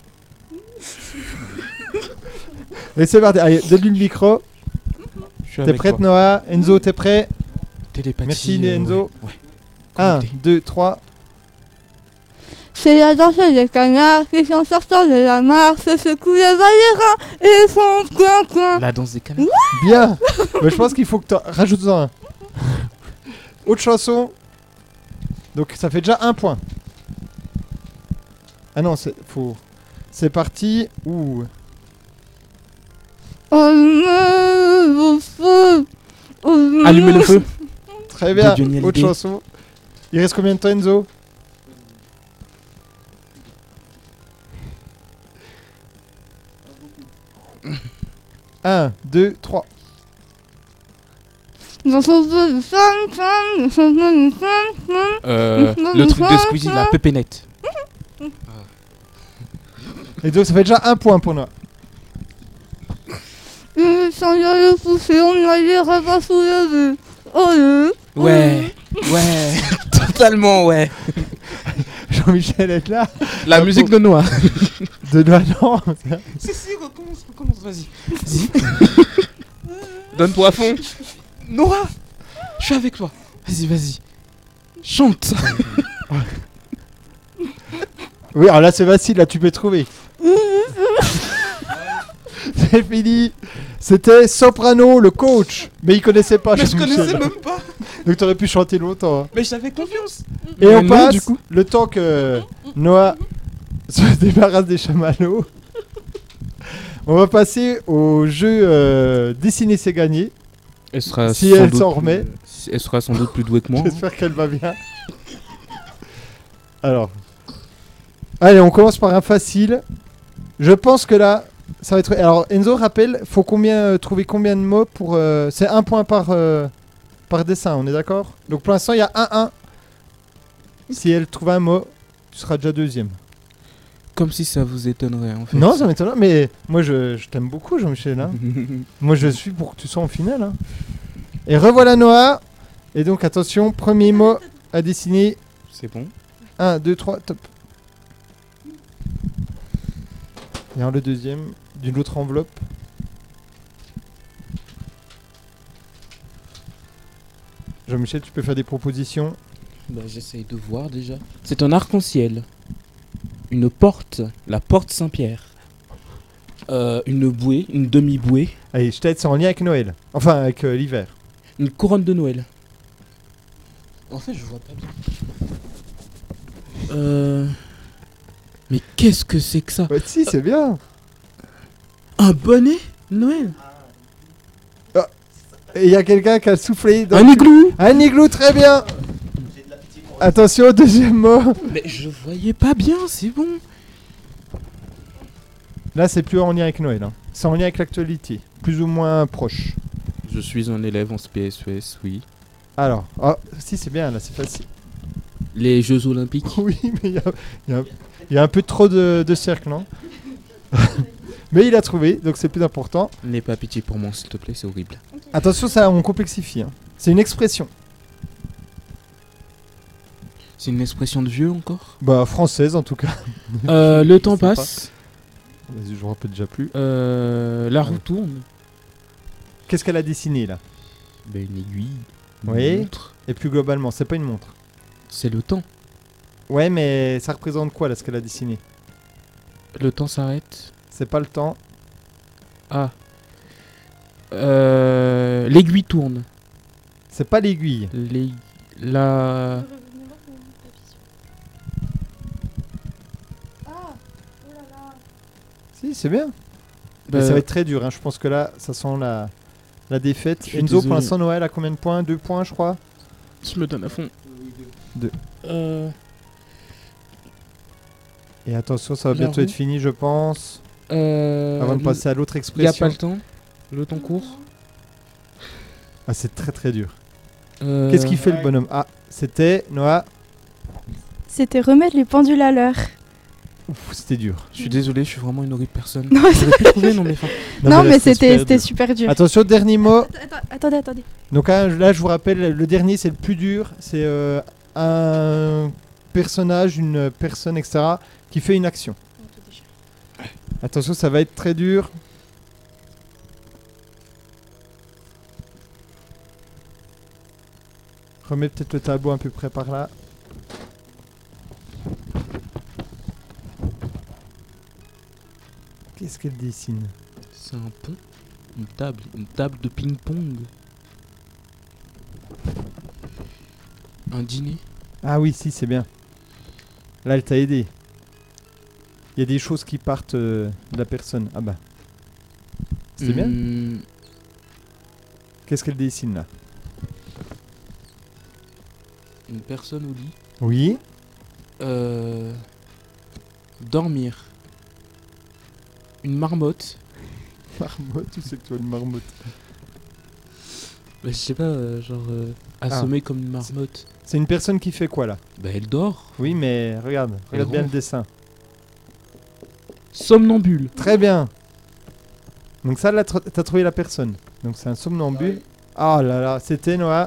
Et c'est parti. Allez, donne-lui le micro. Je suis T'es avec prête, toi. Noah? Enzo, t'es prêt? Télépathie. Merci, euh, Enzo. Ouais. ouais. un, Comptez. deux, trois. C'est la danse des canards qui sont sortis de la mare, se secouent les valérins et font coin coin. La danse des canards. Bien. Mais je pense qu'il faut que tu rajoutes-en un. Autre chanson. Donc ça fait déjà un point. Ah non, c'est faut. C'est parti. Ouh. Allumez le feu. Très bien. De Johnny Autre Hallyday. chanson. Il reste combien de temps, Enzo? Un, deux, trois. Euh, le truc de Squeezie, la pépénette. Et donc ça fait déjà un point pour nous. Ouais, ouais, totalement, ouais. Jean-Michel est là. La Ah, musique pour- de Noah. De Noël, non. Si, si, recommence, recommence, vas-y. Vas-y. Donne-toi à fond. Noah, je suis avec toi. Vas-y, vas-y. Chante. Oui, alors là c'est facile, là tu peux trouver. C'est fini. C'était Soprano, le coach. Mais il connaissait pas. Mais je Jean-Michel. connaissais même pas. Donc t'aurais pu chanter longtemps. hein. Mais j'avais confiance. Et Mais on non, passe, du coup. le temps que Noah se débarrasse des chamallows. On va passer au jeu euh, Dessiner c'est gagner. Elle sera Si sans elle doute s'en plus- remet. Elle sera sans doute plus douée que moi. J'espère qu'elle va bien. Alors. Allez, on commence par un facile. Je pense que là, Ça va être. Alors Enzo, rappelle, faut combien euh, trouver combien de mots pour. euh, C'est un point par euh, par dessin, on est d'accord? Donc pour l'instant, il y a un un. Si elle trouve un mot, tu seras déjà deuxième. Comme si ça vous étonnerait en fait. Non, ça m'étonne. Mais moi, je, je t'aime beaucoup, Jean-Michel. Hein. Moi, je suis pour que tu sois en finale. Hein. Et revoilà Noah. Et donc attention, premier mot à dessiner. C'est bon. un, deux, trois, top. Et alors le deuxième, d'une autre enveloppe. Jean-Michel, tu peux faire des propositions. Bah, j'essaye de voir déjà. C'est un arc-en-ciel. Une porte, la porte Saint-Pierre. Euh, une bouée, une demi-bouée. Allez, je t'aide, c'est en lien avec Noël. Enfin, avec euh, l'hiver. Une couronne de Noël. En fait, je vois pas bien. Euh... Mais qu'est-ce que c'est que ça? Ouais, si, c'est bien. Un bonnet Noël? Et il y a quelqu'un qui a soufflé. Dans Un igloo? Un igloo, très bien. Attention au deuxième mot. Mais je voyais pas bien, c'est bon. Là, c'est plus en lien avec Noël. Hein. C'est en lien avec l'actualité. Plus ou moins proche. Je suis un élève en P S E S, oui. Alors, ah, si, c'est bien, là, c'est facile. Les Jeux Olympiques. Oui, mais il y a, il y a- il y a un peu trop de, de cercles, non? Mais il a trouvé, donc c'est plus important. N'aie pas pitié pour moi, s'il te plaît, c'est horrible. Attention, ça, on complexifie. Hein. C'est une expression. C'est une expression de vieux encore? Bah, française, en tout cas. euh, Le temps sais pas. passe. Vas-y, je me rappelle déjà plus. Euh, la roue Ouais. tourne. Qu'est-ce qu'elle a dessiné, là? Ben, une aiguille. Une Oui. montre. Et plus globalement, c'est pas une montre. C'est le temps. Ouais, mais ça représente quoi, là, ce qu'elle a dessiné? Le temps s'arrête. C'est pas le temps. Ah. Euh, L'aiguille tourne. C'est pas l'aiguille. Les... La... Si, c'est bien. Bah, Mais ça va être très dur, hein. Je pense que là, ça sent la, la défaite. Je suis Enzo, pour désolé. l'instant, Noël a combien de points? Deux points, je crois. Je me donne à fond. Deux. Euh, Et attention, ça va La bientôt roue. être fini, je pense. euh, Avant de passer à l'autre Il n'y a expression. pas le temps. Le temps court. Ah, c'est très très dur. Euh, Qu'est-ce qu'il fait le bonhomme? Ah, c'était Noah. C'était remettre les pendules à l'heure. Ouf, c'était dur. Je suis désolé, je suis vraiment une horrible personne. Non, J'aurais pu trouver, non mais enfin. Non, là, mais c'était super c'était dur. super dur. Attention, dernier mot. Attends, attendez, attendez. Donc hein, là, je vous rappelle, le dernier, c'est le plus dur. C'est euh, un personnage, une personne, et cetera, qui fait une action. Attention, ça va être très dur. Remets peut-être le tableau un peu près par là. Qu'est-ce qu'elle dessine? C'est un pont. Une table. Une table de ping-pong. Un dîner. Ah oui, si, c'est bien. Là, elle t'a aidé. Il y a des choses qui partent euh, de la personne. Ah bah. C'était bien. Hmm, Qu'est-ce qu'elle dessine là? Une personne au lit. Oui. Euh, dormir. Une marmotte. Marmotte, où c'est que tu vois une marmotte? Bah, je sais pas, euh, genre euh, assommée comme une marmotte. C'est une personne qui fait quoi là? Bah elle dort. Oui, mais regarde, Elle regarde bien le ronfle. dessin. Somnambule. Très bien. Donc ça, là, tr- t'as trouvé la personne. Donc c'est un somnambule. Ah là là, c'était Noah.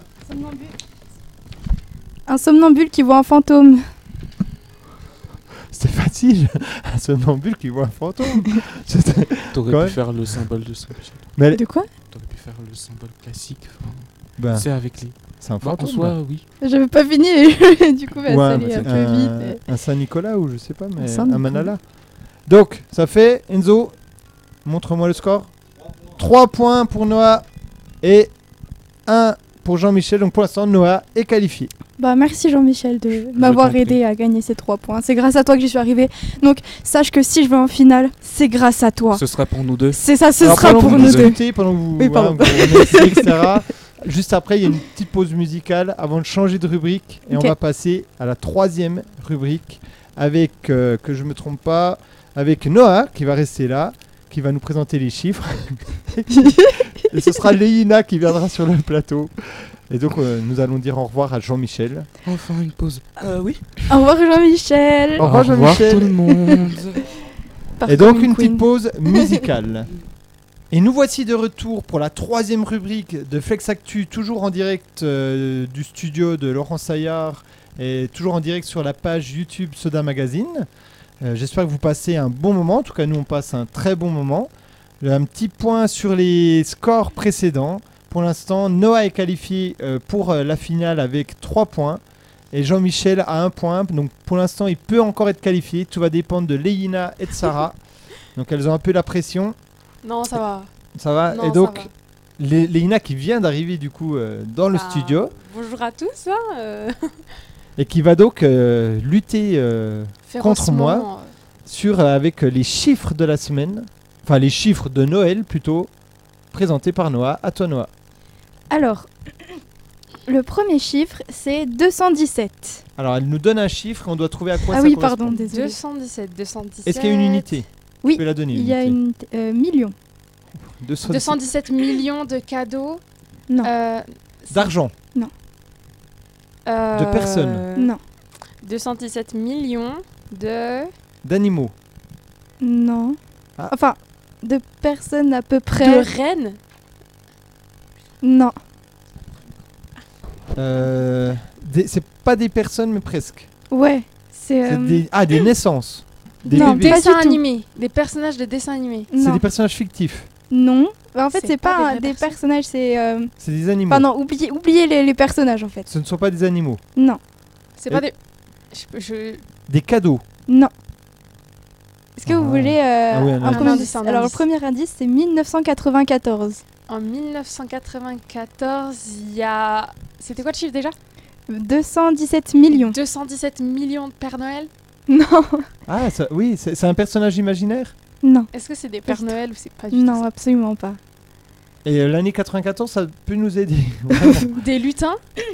Un somnambule qui voit un fantôme. C'était facile. Un somnambule qui voit un fantôme. C'était- T'aurais Quand pu même. faire le symbole de Saint-Michel. mais elle- De quoi? T'aurais pu faire le symbole classique. enfin, ben, C'est avec les. c'est un Bah, en fantôme. soi, oui. J'avais pas fini et du coup, bah, Ou ça un, allait un un- peu vite. et- un Saint-Nicolas ou je sais pas, mais un, Saint-Nicolas. Manala. Donc, ça fait, Enzo, montre-moi le score. trois points pour Noah et un pour Jean-Michel. Donc pour l'instant, Noah est qualifié. Bah merci Jean-Michel de m'avoir t'en prie. aidé à gagner ces trois points. C'est grâce à toi que j'y suis arrivée. Donc sache que si je vais en finale, c'est grâce à toi. Ce sera pour nous deux. C'est ça, ce Alors, sera pendant pour que vous nous deux. discutez, pendant que vous, Oui, pardon. hein, vous remerciez, et cetera. Juste après, il y a une petite pause musicale avant de changer de rubrique. Et Ok. on va passer à la troisième rubrique avec, euh, que je me trompe pas, avec Noah qui va rester là, qui qui va nous présenter les chiffres. Et ce sera Léina qui viendra sur le plateau. Et donc, euh, nous allons dire au revoir à Jean-Michel. Enfin une pause. Euh, oui. Au revoir Jean-Michel. Au revoir, Jean-Michel. tout le monde. Et donc, une petite pause musicale. Et nous voici de retour pour la troisième rubrique de Flex Actu, toujours en direct euh, du studio de Laurent Saillard et toujours en direct sur la page YouTube Soda Magazine. Euh, J'espère que vous passez un bon moment. En tout cas, nous, on passe un très bon moment. Un petit point sur les scores précédents. Pour l'instant, Noah est qualifié euh, pour euh, la finale avec trois points. Et Jean-Michel a un point. Donc, pour l'instant, il peut encore être qualifié. Tout va dépendre de Léina et de Sarah. Donc, elles ont un peu la pression. Non, ça va. Ça va. Non, et ça donc, va. Lé- Léina qui vient d'arriver du coup euh, dans le Bah, studio Bonjour à tous. Hein, euh, et qui va donc euh, lutter euh, contre moi férocement, euh, sur euh, avec euh, les chiffres de la semaine, enfin les chiffres de Noël plutôt, présentés par Noah. À toi Noah. Alors, le premier chiffre, c'est deux cent dix-sept. Alors elle nous donne un chiffre et on doit trouver à quoi Ah ça oui, correspond. pardon, désolé. deux cent dix-sept, deux cent dix-sept. Est-ce qu'il y a une unité? Oui, Tu peux la donner. Il y a unité. une euh, million. deux cent dix-sept deux cent dix-sept millions de cadeaux. Non, euh, d'argent. euh, De personnes. non, deux cent dix-sept millions de. D'animaux. non. Ah. Enfin, de personnes à peu de près. rennes. Non, Euh, des- c'est pas des personnes mais presque. ouais, c'est. C'est euh, des, ah des naissances. Des Non, bébés. pas Dessins du tout. animés. Des personnages de dessins animés. C'est Non, des personnages fictifs. non. Bah, en fait, C'est c'est pas pas, des un- vraies des personnes. personnages, c'est. euh, C'est des animaux. Enfin, non, oubliez, oubliez les, les personnages en fait. Ce ne sont pas des animaux. Non, C'est Et- pas des. Je, je- Des cadeaux. non. Est-ce que Ah. vous voulez euh, Ah oui, un un indice. premier Un indice indice, un Alors, le indice. premier indice, c'est mille neuf cent quatre-vingt-quatorze. En mille neuf cent quatre-vingt-quatorze, il y a. C'était quoi le chiffre déjà deux cent dix-sept millions. deux cent dix-sept millions de Père Noël. Non, Ah ça, oui, c'est c'est un personnage imaginaire. non, Est-ce que c'est des Pères du tout. Noël ou c'est pas du non, tout absolument pas. Et euh, l'année quatre-vingt-quatorze, ça peut nous aider. Vraiment. ça Des lutins.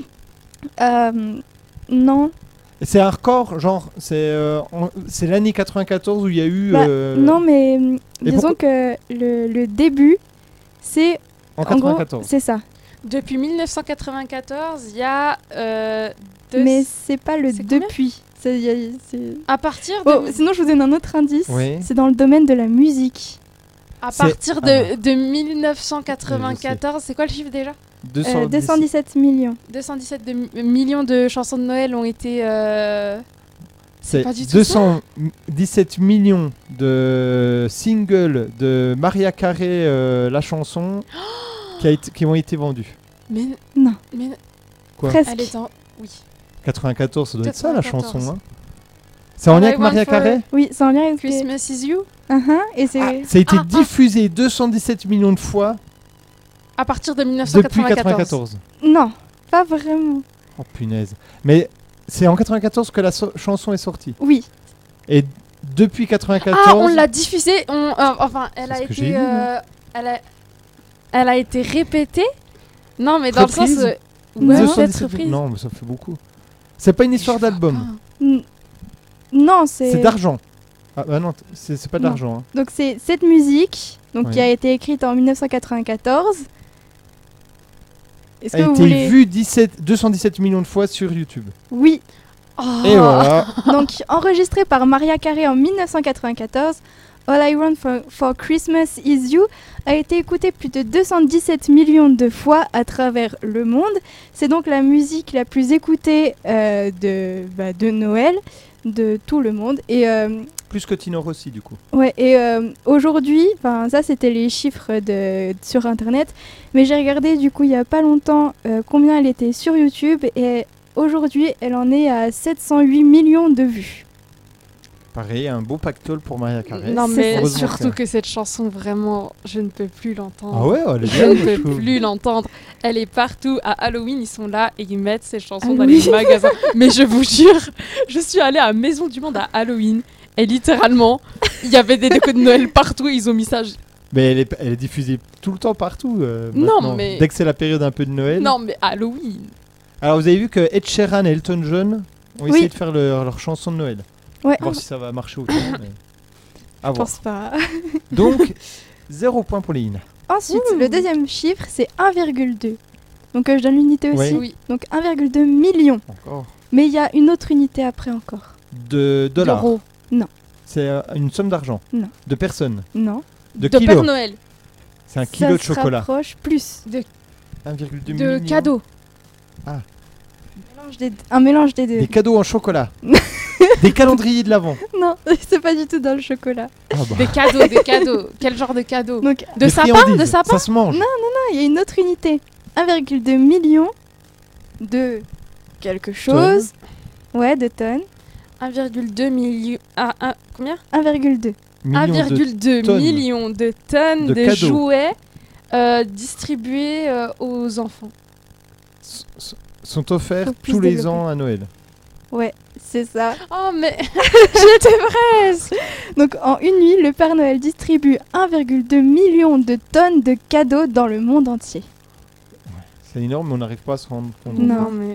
Euh, non, Et c'est un record, genre, c'est euh, en- c'est l'année quatre-vingt-quatorze où il y a eu. Bah, euh, non, mais hum, Et disons pourquoi- que le, le début, c'est. En En gros, quatre-vingt-quatorze. c'est ça. Depuis mille neuf cent quatre-vingt-quatorze, il y a. euh, deux- Mais c'est pas le c'est combien depuis. C'est- y a- c'est- À partir de. Oh, sinon, je vous donne un autre indice. Oui. C'est dans le domaine de la musique. À C'est- partir Ah de, de mille neuf cent quatre-vingt-quatorze, c'est quoi le chiffre déjà deux Euh, deux cent dix-sept millions. deux cent dix-sept de mi- millions de chansons de Noël ont été. euh, C'est pas du tout deux cent dix-sept millions de singles de Maria Carey, euh, la chanson, qui, a été- qui ont été vendus. Mais. Non, mais Quoi presque. elle est en. Oui. quatre-vingt-quatorze, ça doit être ça la quatre-vingt-quatorze. chanson. Hein. C'est en All lien I avec Want Maria for Carey. Oui, c'est en lien avec. Christmas is you. Uh-huh, et c'est. Ah, ça a été Ah, ah. diffusé deux cent dix-sept millions de fois À partir de mille neuf cent depuis quatre-vingt-quatorze. quatre-vingt-quatorze. Non, pas vraiment. Oh punaise. Mais c'est en quatre-vingt-quatorze que la so- chanson est sortie. Oui. Et depuis quatre-vingt-quatorze. Ah, on l'a diffusée. On, euh, enfin, elle C'est a ce que j'ai été. lu, euh, elle, a, elle a été répétée. Non, mais dans Reprise le sens. euh, Non. ouais, deux cent peut-être dix-sept reprise. Non, mais ça fait beaucoup. C'est pas une histoire Je vois d'album. pas. N- Non, c'est. C'est d'argent. Ah bah non, t- c'est c'est pas Non. d'argent. Hein. Donc c'est cette musique, donc qui Ouais. a été écrite en mille neuf cent quatre-vingt-quatorze. Est-ce A que vous été voulez vue dix-sept deux cent dix-sept millions de fois sur YouTube. Oui. Oh. Et voilà. Donc enregistré par Maria Carey en mille neuf cent quatre-vingt-quatorze, All I Want for, for Christmas Is You a été écouté plus de deux cent dix-sept millions de fois à travers le monde. C'est donc la musique la plus écoutée euh, de, bah, de Noël de tout le monde. Et euh, Plus que Tino Rossi, du coup. Ouais, et euh, aujourd'hui, enfin ça c'était les chiffres de, sur internet, mais j'ai regardé du coup il y a pas longtemps euh, combien elle était sur YouTube et aujourd'hui elle en est à sept cent huit millions de vues. Pareil, un beau pactole pour Maria Carey. Non, C'est mais ça. Heureusement surtout que- que cette chanson, vraiment, je ne peux plus l'entendre. Ah ouais, elle est Je bien. ne moi, je peux trouve. plus l'entendre. Elle est partout. À Halloween, ils sont là et ils mettent ces chansons Ah dans oui. les magasins. Mais je vous jure, je suis allée à Maison du Monde à Halloween et littéralement, il y avait des décos de Noël partout. Ils ont mis ça. je- Mais elle est, elle est diffusée tout le temps partout. euh, Non, maintenant. mais- Dès que c'est la période un peu de Noël. Non, mais Halloween. Alors vous avez vu que Ed Sheeran et Elton John ont Oui. essayé de faire leur, leur chanson de Noël. Ouais. Voir si ça va marcher autant. mais- À Je voir. pense pas. Donc, zéro point pour les Ina. Ensuite, Ouh. le deuxième chiffre, c'est un virgule deux. Donc euh, je donne l'unité aussi. Ouais. Oui. Donc un virgule deux million. Encore. Mais il y a une autre unité après encore. De dollars. D'euros. C'est euh, une somme d'argent. Non. De personnes. Non. De, De kilos. Père Noël. C'est un Ça kilo de se chocolat. rapproche plus. un virgule deux De million. cadeaux. Un mélange des, un mélange des deux. Des cadeaux en chocolat. Des calendriers de l'avant. Non, c'est pas du tout dans le chocolat. Ah bah. Des cadeaux, des cadeaux. Quel genre de cadeaux? Donc De Des sapin? friandises. De sapin? Ça se mange. Non. il y a une autre unité. un virgule deux million de quelque chose. Ouais, de tonnes. un virgule deux million. Ah, un- combien? un virgule deux. Millions de- un virgule deux tonnes. millions de tonnes De de, cadeaux. jouets euh, distribués euh, aux enfants. s- s- sont offerts Faut plus tous les développer. ans à Noël. Ouais, c'est ça. Oh, mais j'étais presque. Donc en une nuit, le Père Noël distribue un virgule deux million de tonnes de cadeaux dans le monde entier. C'est énorme, mais on n'arrive pas à se rendre compte. Non. mais.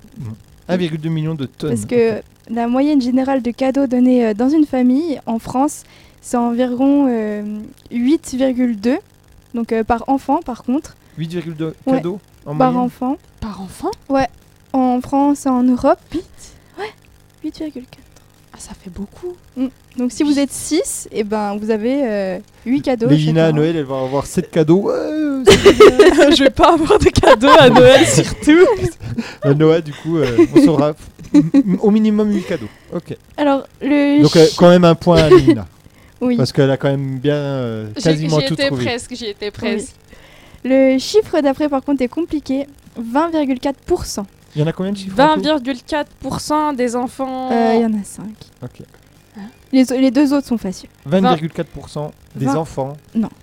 un virgule deux million de tonnes. Parce que la moyenne générale de cadeaux donnés euh, dans une famille en France, c'est environ euh, huit virgule deux. Donc euh, par enfant par contre. huit virgule deux Ouais. cadeaux en Par moyenne. enfant. Par enfant? En France et en Europe. Ouais, huit virgule quatre. Ah, ça fait beaucoup. Donc si vous êtes six, et ben vous avez euh, huit cadeaux. Lévina à chacun. Noël, elle va avoir sept cadeaux. Ouais, Je vais pas avoir de cadeaux à Noël surtout. Euh, Noah, du coup, euh, on saura m- m- au minimum huit cadeaux. Ok. Alors le Donc, euh, chi- quand même un point à Lévina. oui. Parce qu'elle a quand même bien euh, J'y quasiment j'y tout étais trouvé. presque, j'y étais presque. Le chiffre d'après par contre est compliqué. vingt virgule quatre pour cent. Il y en a combien de chiffres en vingt tout virgule quatre pour cent des enfants. Euh, Il y en a cinq. Ok. Les, les deux autres sont faciles. vingt virgule quatre pour cent des vingt. enfants.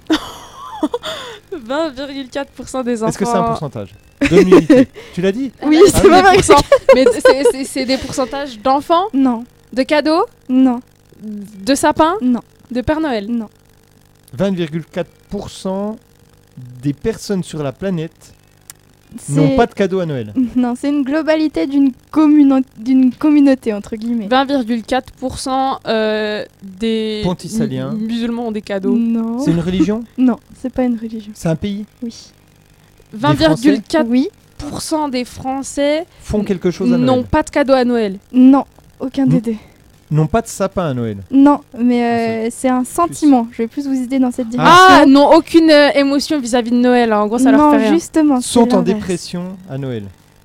vingt virgule quatre pour cent des enfants. Est-ce que c'est un pourcentage de l'unité? Tu l'as dit? Oui, Ah, c'est des pas pourcents. Mais c'est- c'est c'est des pourcentages d'enfants, Non, de cadeaux, non, de sapins, non, de Père Noël. non. vingt virgule quatre pour cent des personnes sur la planète C'est- n'ont pas de cadeau à Noël. Non, c'est une globalité d'une communo- d'une communauté, entre guillemets. vingt virgule quatre pour cent euh, des Pontisaliens. mu- musulmans ont des cadeaux. Non, C'est une religion? non, c'est pas une religion. C'est un pays? Oui. vingt virgule quatre pour cent Oui, des Français Font quelque chose à n'ont Noël? pas de cadeau à Noël. non, aucun Hmm. des deux. N'ont pas de sapin à Noël. Non, mais euh, c'est un sentiment. Je vais plus vous aider dans cette direction. Ah, n'ont aucune euh, émotion vis-à-vis de Noël. En gros, ça non, leur fait rien. justement. c'est Sont en l'inverse. dépression à Noël.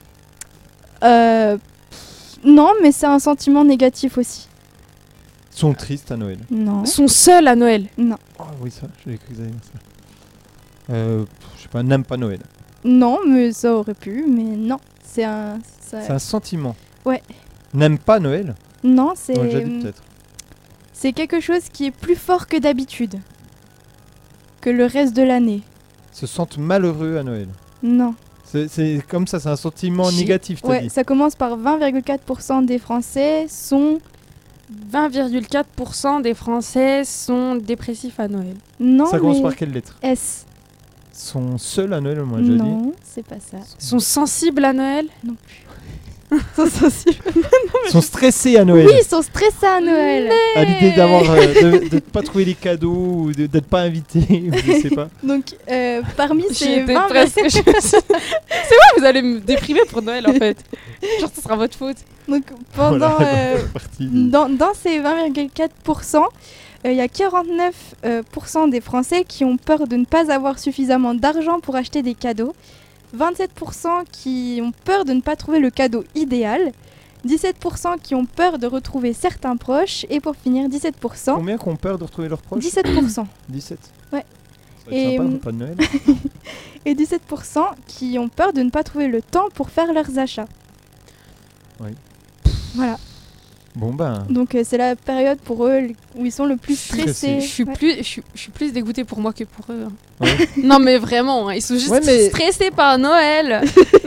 Euh, pff, non, mais c'est un sentiment négatif aussi. Sont tristes à Noël. Non. Sont seuls à Noël. Oh oui, ça, j'ai cru que vous alliez dire ça. Euh, pff, je sais pas, n'aime pas Noël. Non, mais ça aurait pu, mais non. C'est un. ça- C'est un sentiment. Ouais. N'aime pas Noël? Non, c'est. On l'a déjà dit peut-être. C'est quelque chose qui est plus fort que d'habitude. Que le reste de l'année. Se sentent malheureux à Noël. Non. C'est c'est comme ça, c'est un sentiment J'ai- négatif, t'as Ouais, dit. ça commence par vingt virgule quatre pour cent des Français sont. vingt virgule quatre pour cent des Français sont dépressifs à Noël. Non, Ça commence mais par quelle lettre? S. Sont seuls à Noël, on m'a déjà dit. Non, c'est pas ça. Sont sensibles à Noël. Non plus. Sont sensibles. Sont stressés à Noël. Oui, ils sont stressés à Noël. À l'idée d'avoir euh, de, de pas trouver les cadeaux ou de- d'être pas invité, ou je sais pas. Donc, euh, parmi J'y ces étais vingt presque. Je me suis- C'est vrai, vous allez me déprimer pour Noël en fait. Genre, ce sera votre faute. Donc, pendant, Voilà, euh, c'est parti du- dans, dans ces vingt virgule quatre pour cent, il y a quarante-neuf euh, pour cent des Français qui ont peur de ne pas avoir suffisamment d'argent pour acheter des cadeaux, vingt-sept pour cent qui ont peur de ne pas trouver le cadeau idéal, dix-sept pour cent qui ont peur de retrouver certains proches, et pour finir, dix-sept pour cent. Combien qui ont peur de retrouver leurs proches? dix-sept pour cent. dix-sept. Ouais. Ça va être Et, sympa, hum, le repas de Noël. Et dix-sept pour cent qui ont peur de ne pas trouver le temps pour faire leurs achats. Oui. Voilà. Bon ben, Donc euh, c'est la période pour eux où ils sont le plus Stressés. stressés. Je suis Ouais. plus, je suis, je suis plus dégoûtée pour moi que pour eux. hein. Ouais. Non mais vraiment, hein, ils sont juste Ouais, mais- stressés par Noël.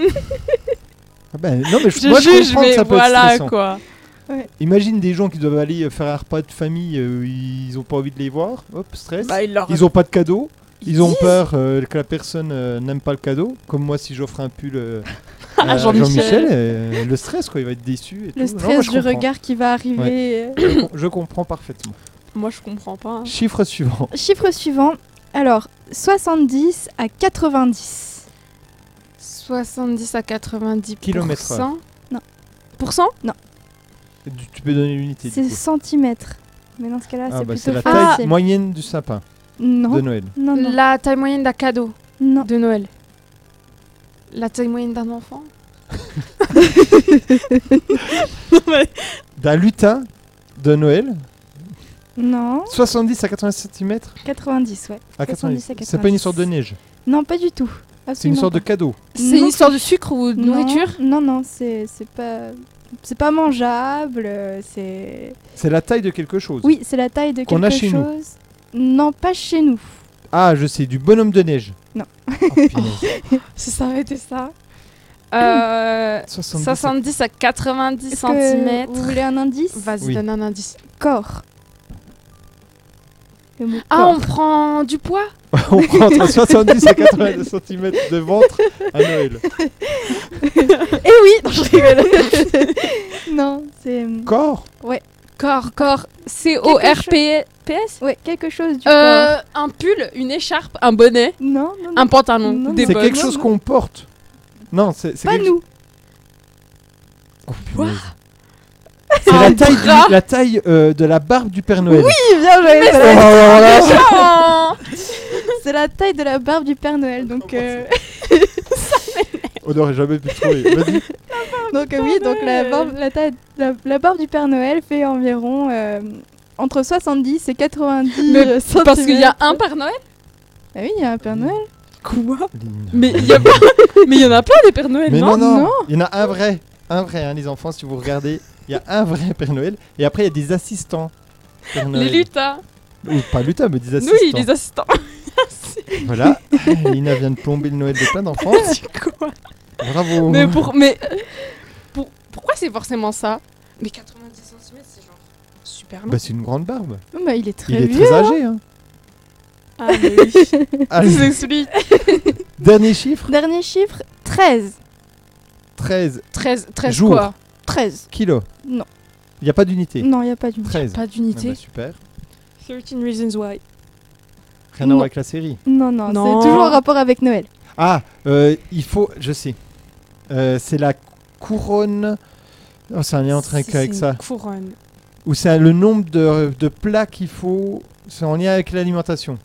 ah ben, non mais je, Je moi je juge, comprends que mais ça peut être voilà stressant. quoi. Imagine des gens qui doivent aller euh, faire un repas de famille, euh, ils ont pas envie de les voir, hop, stress. Bah, ils leur- Ils ont pas de cadeau. Ils ont disent. peur euh, que la personne euh, n'aime pas le cadeau. Comme moi, si j'offre un pull euh, À Jean-Michel. euh, le stress, quoi, il va être déçu. Et Le tout. Non, stress moi, je du comprends. regard qui va arriver. Je, com- je comprends parfaitement. Moi, je comprends pas. hein. Chiffre suivant. Chiffre suivant. Alors, soixante-dix à quatre-vingt-dix. soixante-dix à quatre-vingt-dix Kilomètres heure. Non. Pourcent Tu tu peux donner l'unité. C'est du coup. centimètres. Mais dans ce cas-là, Ah, c'est bah, plutôt c'est la facile. taille moyenne du sapin Non, de Noël. non, non. La taille moyenne d'un cadeau non. de Noël. La taille moyenne d'un enfant. D'un lutin de Noël. Non, soixante-dix à quatre-vingts centimètres quatre-vingt-dix, ouais. à soixante-dix quatre-vingt-dix. à C'est pas une histoire de quatre-vingt-dix. neige. Non, pas du tout. C'est une sorte de cadeau. C'est une histoire de sucre ou de Non, nourriture. Non, non, c'est c'est pas... C'est pas mangeable, euh, c'est... C'est la taille de quelque chose. Oui, c'est la taille de Qu'on quelque a chez nous. chose. Non, pas chez nous. Ah, je sais, du bonhomme de neige. Non. Oh, punaise. Si ça avait été ça. Euh, soixante-dix. soixante-dix à quatre-vingt-dix Est-ce que centimètres. vous voulez un indice? Vas-y, Oui. donne un indice. Corps. Le mot Ah, corps. on prend du poids. On prend entre soixante-dix et quatre-vingts centimètres de ventre à Noël. Eh oui Non, je rigole. Non, c'est... euh, Corps Corps, corps. C O R P S. Ouais, quelque chose du Euh, un pull, une écharpe, un bonnet, corps. Non, non, non. un pantalon, Non, des C'est bottes. quelque chose qu'on porte. Non, c'est c'est Pas quelque- nous. Oh, punaise. Un C'est la taille, du- drap. la taille euh, de la barbe du Père Noël. Oui, bien joué. Oh, c'est la- alors là, Oh C'est la taille de la barbe du Père Noël, donc... euh, on n'aurait jamais pu le trouver. Vas-y. Donc euh, oui, donc la Noël. barbe, la, taille- la, la barbe du Père Noël fait environ euh, entre soixante-dix et quatre-vingt-dix Mais centimètres. Parce qu'il y a un Père Noël. Ah oui, il y a un Père Noël. Quoi Lynn. Mais il y a pas... Mais il y en a plein des Pères Noël, Mais non, non, non, non. il y en a un vrai. Un vrai, hein, les enfants, si vous regardez. Il y a un vrai Père Noël. Et après, il y a des assistants. Père Les Noël. lutins. Ou pas lutins, mais des assistants. Oui, les assistants. Voilà. Lina vient de plomber le Noël de plein d'enfants. C'est quoi Bravo. Mais pour... Mais... Pour... Pourquoi c'est forcément ça? Mais quatre-vingt-dix centimètres, c'est genre... Super long. Bah, c'est une grande barbe. Oh, bah, il est très Il est vieux. très âgé. Hein. Ah, mais oui. Allez, C'est celui... dernier chiffre Dernier chiffre, treize. treize treize, treize Jour. quoi? treize. kilos. Non. Il n'y a pas d'unité. Non, il n'y a pas d'une. treize. Pas Ah d'unité. bah, super. treize reasons why. Rien à Non. voir avec la série. Non, non, Non. c'est toujours en rapport avec Noël. Ah, euh, il faut. Je sais. Euh, c'est la couronne. Oh, c'est un lien entre avec, C'est avec une ça. couronne. Ou c'est un- le nombre de, de plats qu'il faut. C'est en lien avec l'alimentation.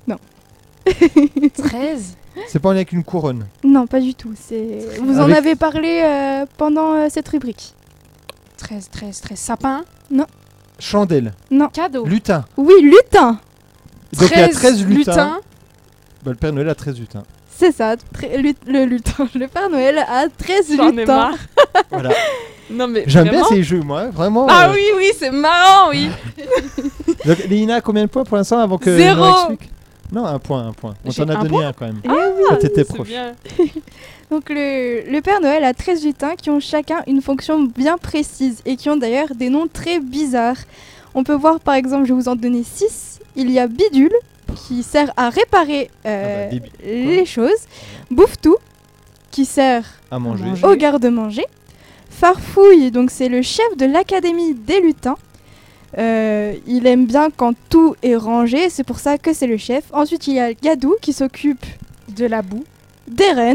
treize. C'est pas en lien avec une couronne. Non, pas du tout. C'est... Vous en Avec- avez parlé euh, pendant euh, cette rubrique. treize, treize, treize. Sapin. Chandelle. Cadeau. Lutin. Oui, lutin. Donc il y a treize lutins. lutins. Bah, le Père Noël a treize lutins. C'est ça, très- lu- le lutin. Le Père Noël a treize J'en ai lutins. marre. Voilà. Non mais J'aime bien vraiment ces jeux, moi. hein, Vraiment. Ah euh. oui, oui, c'est marrant, oui. Donc, Lina a combien de points pour l'instant avant que. Zéro. Noah explique Non, un point, un point. On J'ai t'en a un donné point un quand même. Eh oui. Ah, t'étais C'est proche. bien. Donc le, le Père Noël a treize lutins qui ont chacun une fonction bien précise et qui ont d'ailleurs des noms très bizarres. On peut voir par exemple, je vais vous en donner six. Il y a Bidule qui sert à réparer euh, Ah bah, Bibi, les choses. Bouffe-tout qui sert À manger. manger. au garde-manger. Farfouille, donc c'est le chef de l'académie des lutins. Euh, il aime bien quand tout est rangé, c'est pour ça que c'est le chef. Ensuite, il y a Gadou qui s'occupe De la boue. des rennes.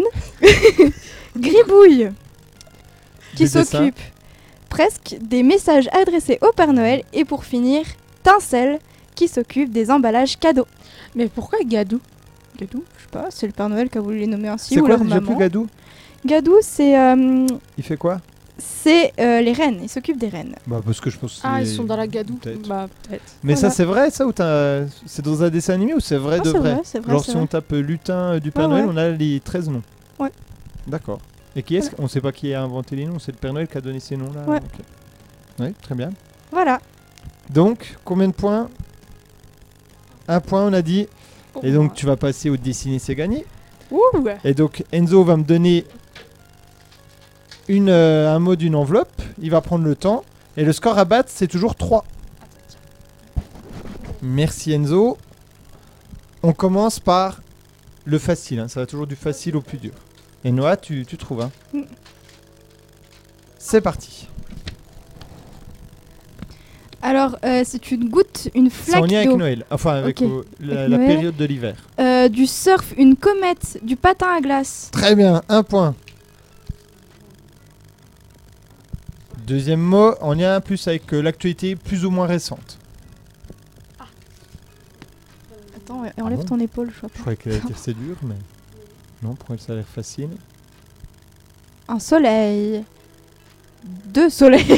Gribouille qui Des dessins. s'occupe presque des messages adressés au Père Noël. Et pour finir, Tincelle qui s'occupe des emballages cadeaux. Mais pourquoi Gadou? Gadou, je sais pas, c'est le Père Noël qui a voulu les nommer ainsi C'est ou quoi leur déjà plus maman. Gadou Gadou, c'est euh, Il fait quoi c'est euh, les rennes, il s'occupe des rennes. Bah parce que je pense que Ah, c'est- ils sont dans la Gadou. peut-être. Bah, peut-être. Mais Voilà. ça c'est vrai ça ou t'as- c'est dans un dessin animé ou c'est vrai Ah, de c'est vrai, vrai, c'est vrai, Genre c'est si on vrai. tape euh, lutin euh, du Père Ouais, Noël, ouais. on a les treize noms. Ouais. D'accord. Et qui est-ce On sait pas qui a inventé les noms, c'est le Père Noël qui a donné ces noms là. Ouais. Oui, très bien. Voilà. Donc, combien de points Un point on a dit. Et donc tu vas passer au dessiner c'est gagné. Ouh. Et donc Enzo va me donner une, euh, un mot d'une enveloppe, il va prendre le temps, et le score à battre c'est toujours trois. Merci Enzo. On commence par le facile, hein, ça va toujours du facile au plus dur. Et Noah, tu, tu trouves. Hein. Mm. C'est parti. Alors, euh, c'est une goutte, une C'est flaque en lien avec d'eau. Noël. Enfin, avec Ok. euh, la, Avec la Noël. période de l'hiver. Euh, du surf, une comète, du patin à glace. Très bien, un point. Deuxième mot, en lien plus avec euh, l'actualité plus ou moins récente. Attends, ouais, enlève bon ton épaule, je vois Je pas. croyais qu'elle était assez dure, mais non, pour elle ça a l'air facile. Un soleil. Deux soleils.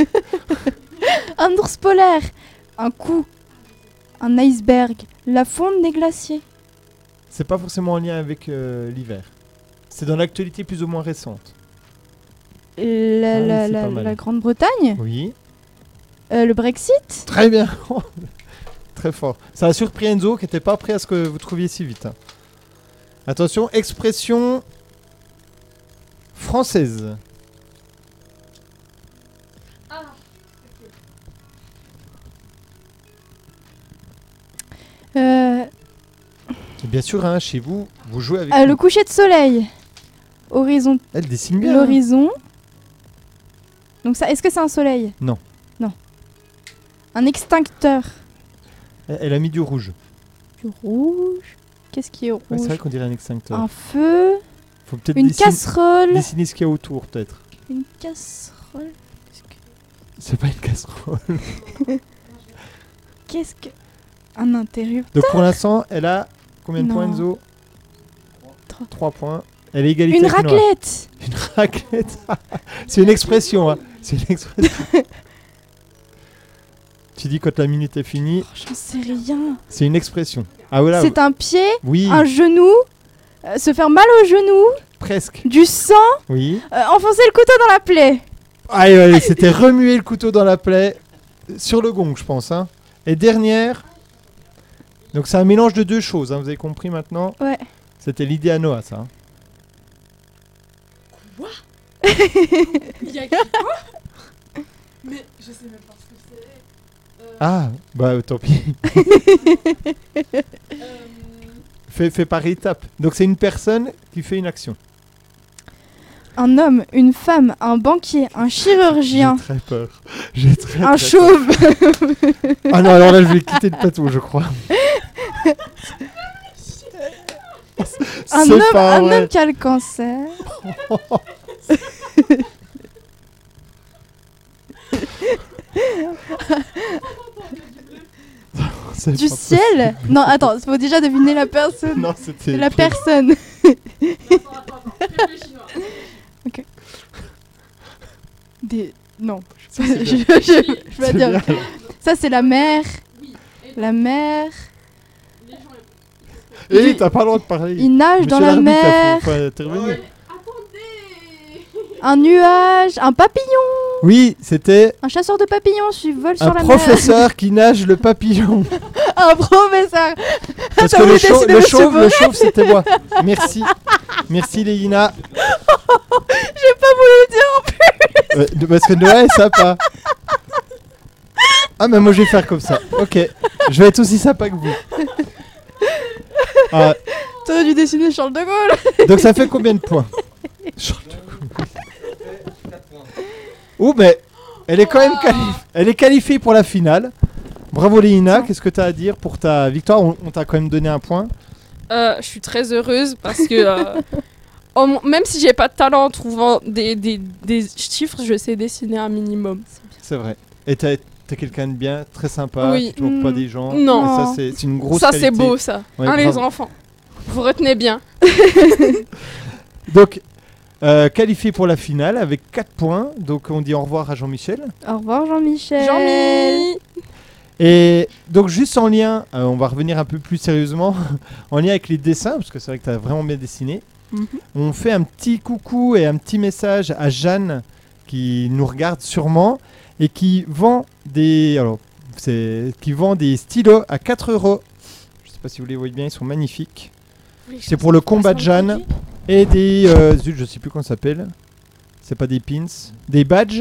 Un ours polaire. Un coup. Un iceberg. La fonte des glaciers. C'est pas forcément en lien avec euh, l'hiver. C'est dans l'actualité plus ou moins récente. La, Ah oui, la, c'est la- pas mal. la Grande-Bretagne. Oui. Euh, le Brexit. Très bien. Très fort. Ça a surpris Enzo qui n'était pas prêt à ce que vous trouviez si vite. hein. Attention, expression française. Euh, Et bien sûr, hein, chez vous, vous jouez avec euh, nous. le coucher de soleil. Horizon. Elle dessine bien. hein. L'horizon. Donc ça, est-ce que c'est un soleil? Non. Non. Un extincteur. Elle, elle a mis du rouge. Du rouge. Qu'est-ce qui est rouge? Ouais, c'est vrai qu'on dirait un extincteur. Un feu. Faut peut-être Une dessiner, casserole. dessiner ce qu'il y a autour, peut-être. Une casserole. Qu'est-ce que- C'est pas une casserole. Qu'est-ce que... Un intérieur. Donc pour l'instant, elle a combien de Non. points, Enzo? Trois. Trois points. Elle est égalité Une avec Noah. raclette. Une raclette. C'est une expression, hein. C'est une expression. Tu dis quand la minute est finie, Oh, j'en sais rien. c'est une expression. Ah voilà. C'est un pied, Oui, un genou, euh, se faire mal au genou, presque. du sang, Oui. euh, enfoncer le couteau dans la plaie. Allez, allez, c'était remuer le couteau dans la plaie sur le gong, je pense. Hein. Et dernière. Donc c'est un mélange de deux choses, hein, vous avez compris maintenant? Ouais. C'était l'idée à Noah, ça. hein. Il y a qui quoi? Mais je sais même pas ce que c'est. Euh, Ah, bah tant pis. euh, Fais, fais par étapes. Donc c'est une personne qui fait une action. Un homme, une femme, un banquier, un chirurgien, J'ai très peur. J'ai très, un très chauve. peur. Ah non, alors là, je vais quitter le plateau, je crois. Un C'est homme, pas un vrai. homme qui a le cancer. C'est Du pas ciel. Non, attends, il faut déjà deviner la personne. possible. Non, c'était. La prévu. personne. Ok. Des... Non. Ça, je, c'est je, bien. je- je vais C'est dire. bien, alors. Ça, c'est la mer. La mer. Eh, Du- t'as pas le droit de parler. Il nage Monsieur dans la l'arbitre, là, mer. faut, faut intervenir. Un nuage. Un papillon. Oui, c'était Un chasseur de papillons qui vole un sur la mer. professeur qui nage le papillon. Un professeur. Parce T'as que le, voulu chau- décider, le monsieur chauve, Beau. le chauve, c'était moi. Merci. Merci Léina. J'ai pas voulu le dire. Euh, de- parce que Noah est sympa. Ah, mais moi je vais faire comme ça. Ok. Je vais être aussi sympa que vous. Ah, T'aurais dû dessiner Charles de Gaulle. donc ça fait combien de points? Charles de Gaulle. Oh, mais elle est quand même qualifiée. Elle est qualifiée pour la finale. Bravo Léina. Qu'est-ce que tu as à dire pour ta victoire? On, on t'a quand même donné un point. Euh, je suis très heureuse parce que euh, en- même si j'ai pas de talent en trouvant des, des, des chiffres, je sais dessiner un minimum. C'est vrai. Et t'as- t'es quelqu'un de bien, très sympa. Oui. Tu moques pas Mm. des gens. Non. Et ça, c'est c'est une grosse Ça c'est qualité. beau ça. Ouais, hein les bravo. enfants, vous retenez bien. Donc, euh, qualifié pour la finale avec quatre points. Donc, on dit au revoir à Jean-Michel. Au revoir Jean-Michel. Jean-Mi. Et donc, juste en lien, euh, on va revenir un peu plus sérieusement, en lien avec les dessins, parce que c'est vrai que tu as vraiment bien dessiné. Mhm. On fait un petit coucou et un petit message à Jeanne, qui nous regarde sûrement, et qui vend des, alors, c'est, qui vend des stylos à quatre euros. Je sais pas si vous les voyez bien, ils sont magnifiques. C'est pour le combat de Jeanne. Et des, euh, zut, je sais plus comment ça s'appelle. C'est pas des pins, des badges.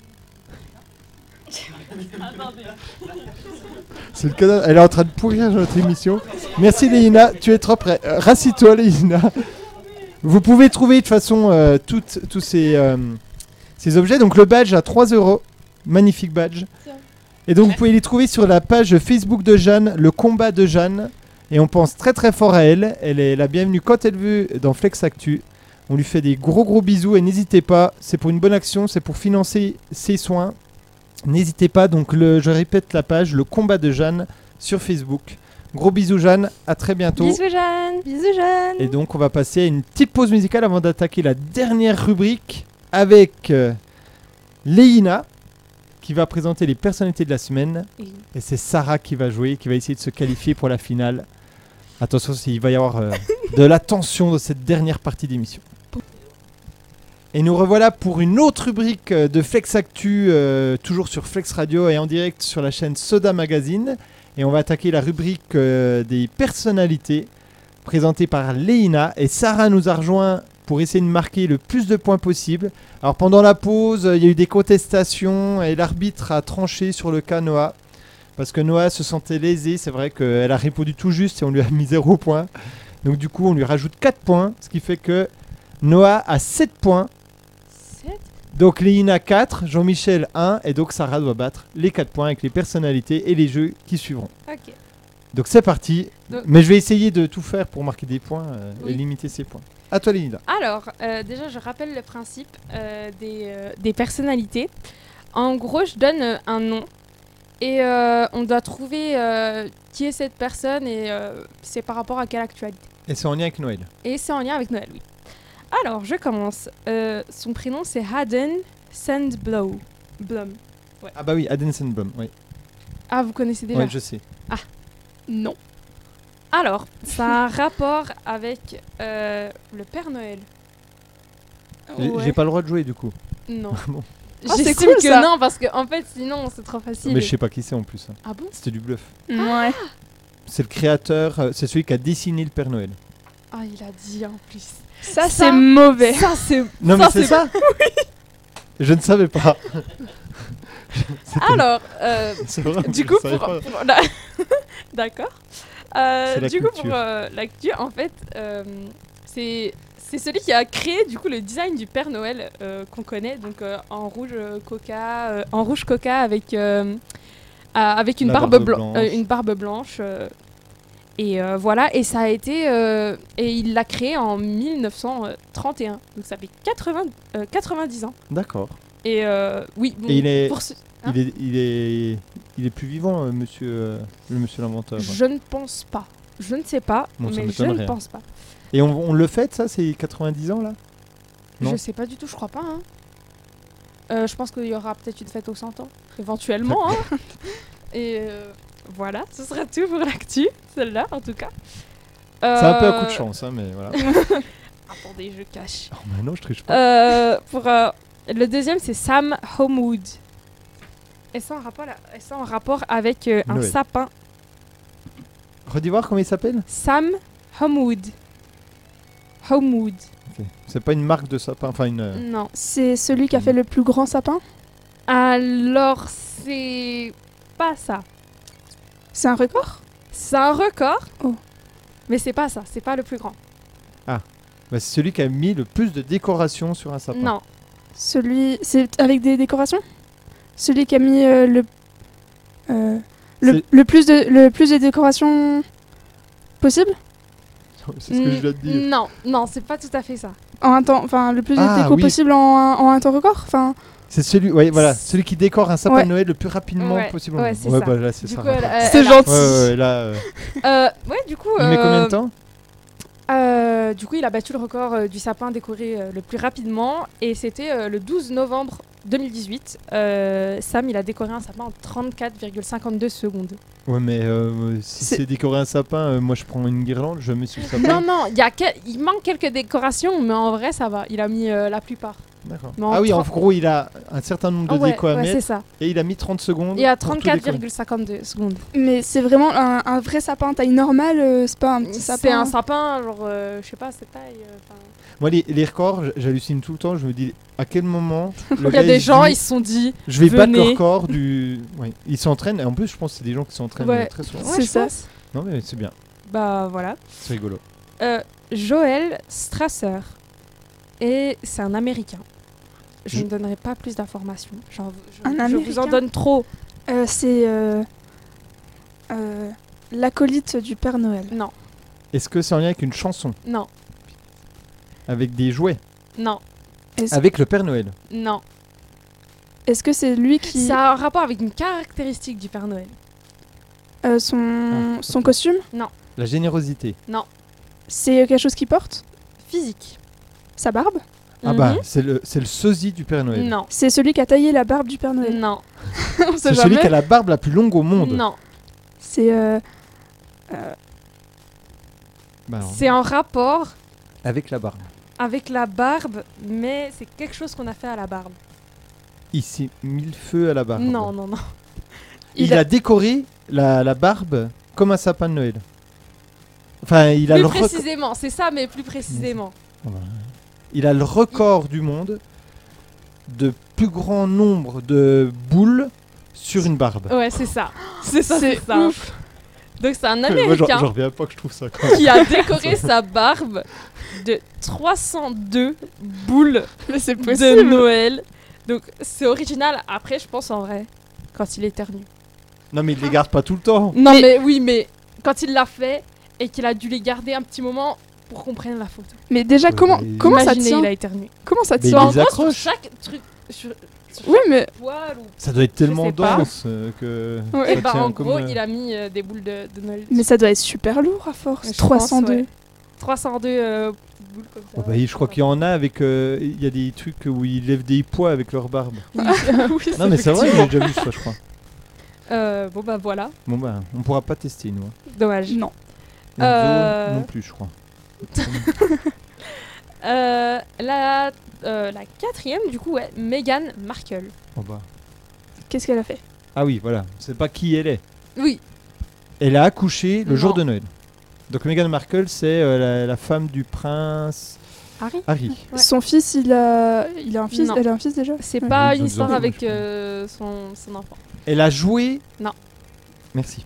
C'est le canard. Elle est en train de pourrir notre émission. Merci Léina, tu es trop près. Euh, Rassis-toi Léina. Vous pouvez trouver de toute façon euh, toutes- tous ces, euh, ces objets. Donc le badge à trois euros. Magnifique badge. Et donc, vous pouvez les trouver sur la page Facebook de Jeanne, le combat de Jeanne. Et on pense très très fort à elle. Elle est la bienvenue quand elle veut dans Flex Actu. On lui fait des gros gros bisous et n'hésitez pas, c'est pour une bonne action, c'est pour financer ses soins. N'hésitez pas, donc le, je répète la page, le combat de Jeanne sur Facebook. Gros bisous Jeanne, à très bientôt. Bisous Jeanne. Bisous Jeanne. Et donc on va passer à une petite pause musicale avant d'attaquer la dernière rubrique avec euh, Léina qui va présenter les personnalités de la semaine. Oui. Et c'est Sarah qui va jouer, qui va essayer de se qualifier pour la finale. Attention, il va y avoir euh, de la tension dans cette dernière partie d'émission. Et nous revoilà pour une autre rubrique euh, de Flex Actu, euh, toujours sur Flex Radio et en direct sur la chaîne Soda Magazine. Et on va attaquer la rubrique euh, des personnalités présentée par Léina. Et Sarah nous a rejoint pour essayer de marquer le plus de points possible. Alors pendant la pause, il y a eu des contestations et l'arbitre a tranché sur le cas Noah. Parce que Noah se sentait lésé, c'est vrai qu'elle a répondu tout juste et on lui a mis zéro point. Donc du coup, on lui rajoute quatre points, ce qui fait que Noah a sept points. sept Donc Léina quatre, Jean-Michel un et donc Sarah doit battre les quatre points avec les personnalités et les jeux qui suivront. Ok. Donc c'est parti. Donc- Mais je vais essayer de tout faire pour marquer des points euh, Oui. et limiter ces points. À toi Léina. Alors, euh, déjà, je rappelle le principe euh, des, euh, des personnalités. En gros, je donne euh, un nom et euh, on doit trouver euh, qui est cette personne et euh, c'est par rapport à quelle actualité. Et c'est en lien avec Noël. Et c'est en lien avec Noël, oui. Alors, je commence. Euh, son prénom, c'est Haden Sandblow. Blum. Ah bah oui, Aden Sandblom, oui. Ah, vous connaissez déjà Ouais, je sais. Non. Alors, ça a un rapport avec euh, le Père Noël. J'ai- Ouais. J'ai pas le droit de jouer du coup. Non. Bon. Ah, c'est J'estime cool, que ça. non, parce que en fait, sinon, c'est trop facile. Mais je sais pas qui c'est en plus. hein. Ah bon? C'était du bluff. Ouais. C'est le créateur, euh, c'est celui qui a dessiné le Père Noël. Ah, il a dit en plus. Ça, Ça- c'est mauvais. Ça, c'est. Non Ça, mais c'est c'est- ça. Je ne savais pas. C'était- Alors, euh, c'est vrai, du je coup, savais pour. pas. pour la- D'accord. Euh, C'est la du coup, culture. pour euh, l'actu, en fait, euh, c'est. C'est celui qui a créé du coup le design du Père Noël euh, qu'on connaît, donc euh, en rouge euh, coca, euh, en rouge coca avec euh, à- avec une La barbe, barbe blan- blanche. euh, une barbe blanche. euh, et euh, voilà, et ça a été euh, et il l'a créé en mille neuf cent trente et un, donc ça fait quatre-vingts, euh, quatre-vingt-dix ans. D'accord. Et euh, oui, bon, Et il est, pour ce- Hein il est, il est, il est plus vivant, euh, monsieur, euh, le monsieur l'inventeur. je ne pense pas, je ne sais pas, Bon, ça mais je m'étonnerait, ne hein. pense pas. Et on, on le fête ça, c'est quatre-vingt-dix ans là. Non. Je sais pas du tout, je crois pas. Hein. Euh, je pense qu'il y aura peut-être une fête aux cent ans, éventuellement. hein. Et euh, voilà, ce sera tout pour l'actu, celle-là en tout cas. C'est un peu un coup de Euh, chance, hein, mais voilà. Attendez, je cache. Oh, mais non, je triche pas. Euh, pour euh, le deuxième, c'est Sam Homewood. Et ça en rapport, et ça en rapport avec euh, un Noël. sapin. Redis voir comment il s'appelle. Sam Homewood. Homewood. Ok. C'est pas une marque de sapin, enfin une. euh, Non. C'est celui qui a fait le plus grand sapin. Alors, c'est pas ça. C'est un record. C'est un record. Oh. Mais c'est pas ça, c'est pas le plus grand. bah, c'est celui qui a mis le plus de décorations sur un sapin. Non. Celui, c'est avec des décorations. Celui qui a mis euh, le, euh, le, C'est- le plus de le plus de décorations possible C'est ce que je viens de dire. Non, non, c'est pas tout à fait ça. en un temps, enfin le plus de Ah, déco oui. possible en, un- en un temps record. Enfin, C'est celui, ouais, voilà, celui qui décore un sapin Ouais. de Noël le plus rapidement Ouais, possible. ouais, c'est ouais, ça. bah là, c'est Du ça. coup, elle- elle- c'est elle a- gentil. Ouais, ouais, ouais, là, euh, Euh, ouais, du coup. il met combien euh, de temps euh, Du coup, il a battu le record euh, du sapin décoré euh, le plus rapidement. Et c'était euh, le douze novembre deux mille dix-huit. Euh, Sam, il a décoré un sapin en trente-quatre virgule cinquante-deux secondes. Ouais, mais euh, si C'est- c'est décorer un sapin, euh, moi je prends une guirlande, je mets sur le sapin. Non, non, il y a que- il manque quelques décorations, mais en vrai, ça va. Il a mis euh, la plupart. D'accord. Mais en Ah oui, en trente- gros, il a un certain nombre de Ah ouais, décos à ouais, c'est mettre ça. et il a mis trente secondes. Il y a pour tout trente-quatre décorer. virgule cinquante-deux secondes. mais c'est vraiment un, un vrai sapin taille normale. euh, c'est pas un petit sapin. C'est un sapin, genre, euh, je sais pas, cette taille. euh, 'fin. Moi, les, les records, j- j'hallucine tout le temps. Je me dis à quel moment le Il y a gars, des il se gens, dit, ils se sont dit. je vais battre le venez. record du. Ouais. Ils s'entraînent. Et en plus, je pense que c'est des gens qui s'entraînent Ouais. euh, très souvent. C'est je ça. pense. Non, mais c'est bien. Bah voilà. C'est rigolo. Euh, Joel Strasser. Et c'est un Américain. Je Je- ne donnerai pas plus d'informations. Genre, je, Un je vous en Américain donne trop. Euh, c'est euh, euh, l'acolyte du Père Noël. Non, Est-ce que c'est en lien avec une chanson? non, Avec des jouets? non, Est-ce Avec le Père Noël? non. est-ce que c'est lui qui... Ça a un rapport avec une caractéristique du Père Noël. euh, son, son costume? La générosité. C'est quelque chose qu'il porte? Physique. Sa barbe? Ah bah, Mhm. c'est le, c'est le sosie du Père Noël. Non, C'est celui qui a taillé la barbe du Père Noël? non, On sait C'est celui jamais. qui a la barbe la plus longue au monde. non. C'est... euh, Bah, alors, C'est en rapport avec la barbe. avec la barbe, mais c'est quelque chose qu'on a fait à la barbe. Il s'est mis le feu à la barbe. Non, non, non. Il, Il a... a- décoré la, la barbe comme un sapin de Noël. Enfin, il a, Plus le rec- précisément, c'est ça, mais plus précisément. il a le record du monde de plus grand nombre de boules sur une barbe. Ouais, c'est ça. C'est ça, c'est C'est ça. ouf. Donc c'est un Moi, j'en- Américain j'en reviens pas que je trouve ça quand même. qui a décoré sa barbe de trois cent deux boules Mais c'est de possible. Noël. Donc c'est original. Après, je pense en vrai, quand il éternue. Non, mais il les garde pas tout le temps. Non, mais... oui, mais quand il l'a fait et qu'il a dû les garder un petit moment pour qu'on prenne la photo. Mais déjà, Ouais, comment, mais- comment ça Imaginez, tient il a éternué. Comment ça Mais tient il En les gros, sur accroche. chaque truc, sur, sur Oui, mais... chaque poil ou... Ça doit être tellement sais pas. dense euh, que. Ouais. Et ça bah tient en comme, gros, euh, il a mis euh, des boules de, de Noël. mais ça doit être super lourd à force. Je trois cent deux. pense, ouais. trois cent deux euh, petites boules comme ça. Oh bah, je crois qu'il y en a avec. euh, Il y a des trucs où ils lèvent des poids avec leur barbe. Oui. Oui, Non, mais c'est vrai, j'ai déjà vu ça, je crois. Euh, bon bah voilà, Bon, bah, on pourra pas tester, nous. hein. dommage. Non. Enzo Euh. non plus, je crois. Euh, la, euh, la quatrième, du coup, ouais, Meghan Markle. Oh bah. Qu'est-ce qu'elle a fait? Ah oui, voilà. C'est pas qui elle est. Oui, Elle a accouché le Non. jour de Noël. Donc Meghan Markle, c'est euh, la, la femme du prince Harry. Harry. Ouais. Son fils, il a, il a un fils. Non. Elle a un fils déjà. C'est Ouais. pas Ils une ont histoire des enfants, avec je crois. euh, son, son enfant. Elle a joué. Non. Merci.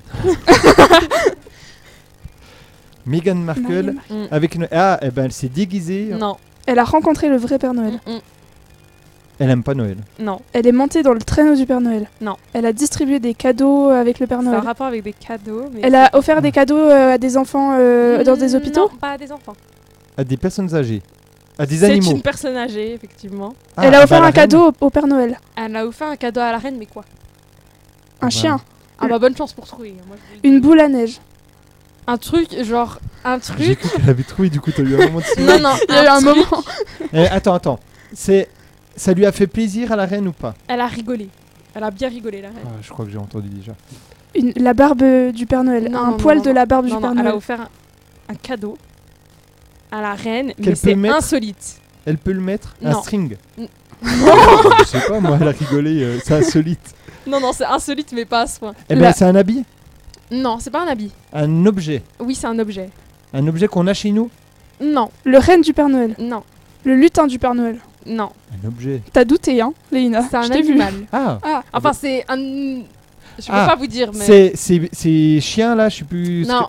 Meghan Markle Meghan Mm. avec une. Ah, eh ben elle s'est déguisée. Non. Elle a rencontré le vrai Père Noël. Mm, mm. Elle aime pas Noël. Non. Elle est montée dans le traîneau du Père Noël. Non. Elle a distribué des cadeaux avec le Père C'est un Noël. rapport avec des cadeaux. Mais Elle a offert des cadeaux euh, à des enfants euh, dans des Mm, hôpitaux. Non, pas à des enfants. À des personnes âgées. À des C'est animaux. une personne âgée, effectivement. Ah, Elle a bah, offert la un reine. cadeau au, au Père Noël. Elle a offert un cadeau à la reine, mais quoi? Un bah. chien. Ah bah bonne chance pour trouver. Moi, je vous le Une dis. boule à neige. Un truc, genre, un J'ai truc. cru qu'elle avait trouvé, du coup, t'as eu un moment de silence. Non, non, Il y a eu un truc. moment. Eh, attends, attends. C'est. Ça lui a fait plaisir à la reine ou pas? Elle a rigolé. Elle a bien rigolé, la reine. Ah, je crois que j'ai entendu déjà. Une- la barbe euh, du Père Noël. Non, un non, poil non, de non. la barbe Non, du non, Père elle a Noël. offert un, un cadeau à la reine, Qu'elle mais peut c'est mettre insolite. Elle peut le mettre? Un Non. string? Mm. Je sais pas, moi, elle a rigolé. euh, c'est insolite. Non, non, c'est insolite, mais pas à ce point. Eh ben, La- c'est un habit? Non, c'est pas un habit. Un objet? Oui, c'est un objet. Un objet qu'on a chez nous? Non, Le renne du Père Noël. non, Le lutin du Père Noël. non. Un objet. T'as douté, hein, Léina? C'est un Je t'ai vu. animal. Ah! Ah, Enfin, c'est un. Je peux Ah, pas vous dire, mais. C'est, c'est, c'est chien là, je sais plus. ce Non,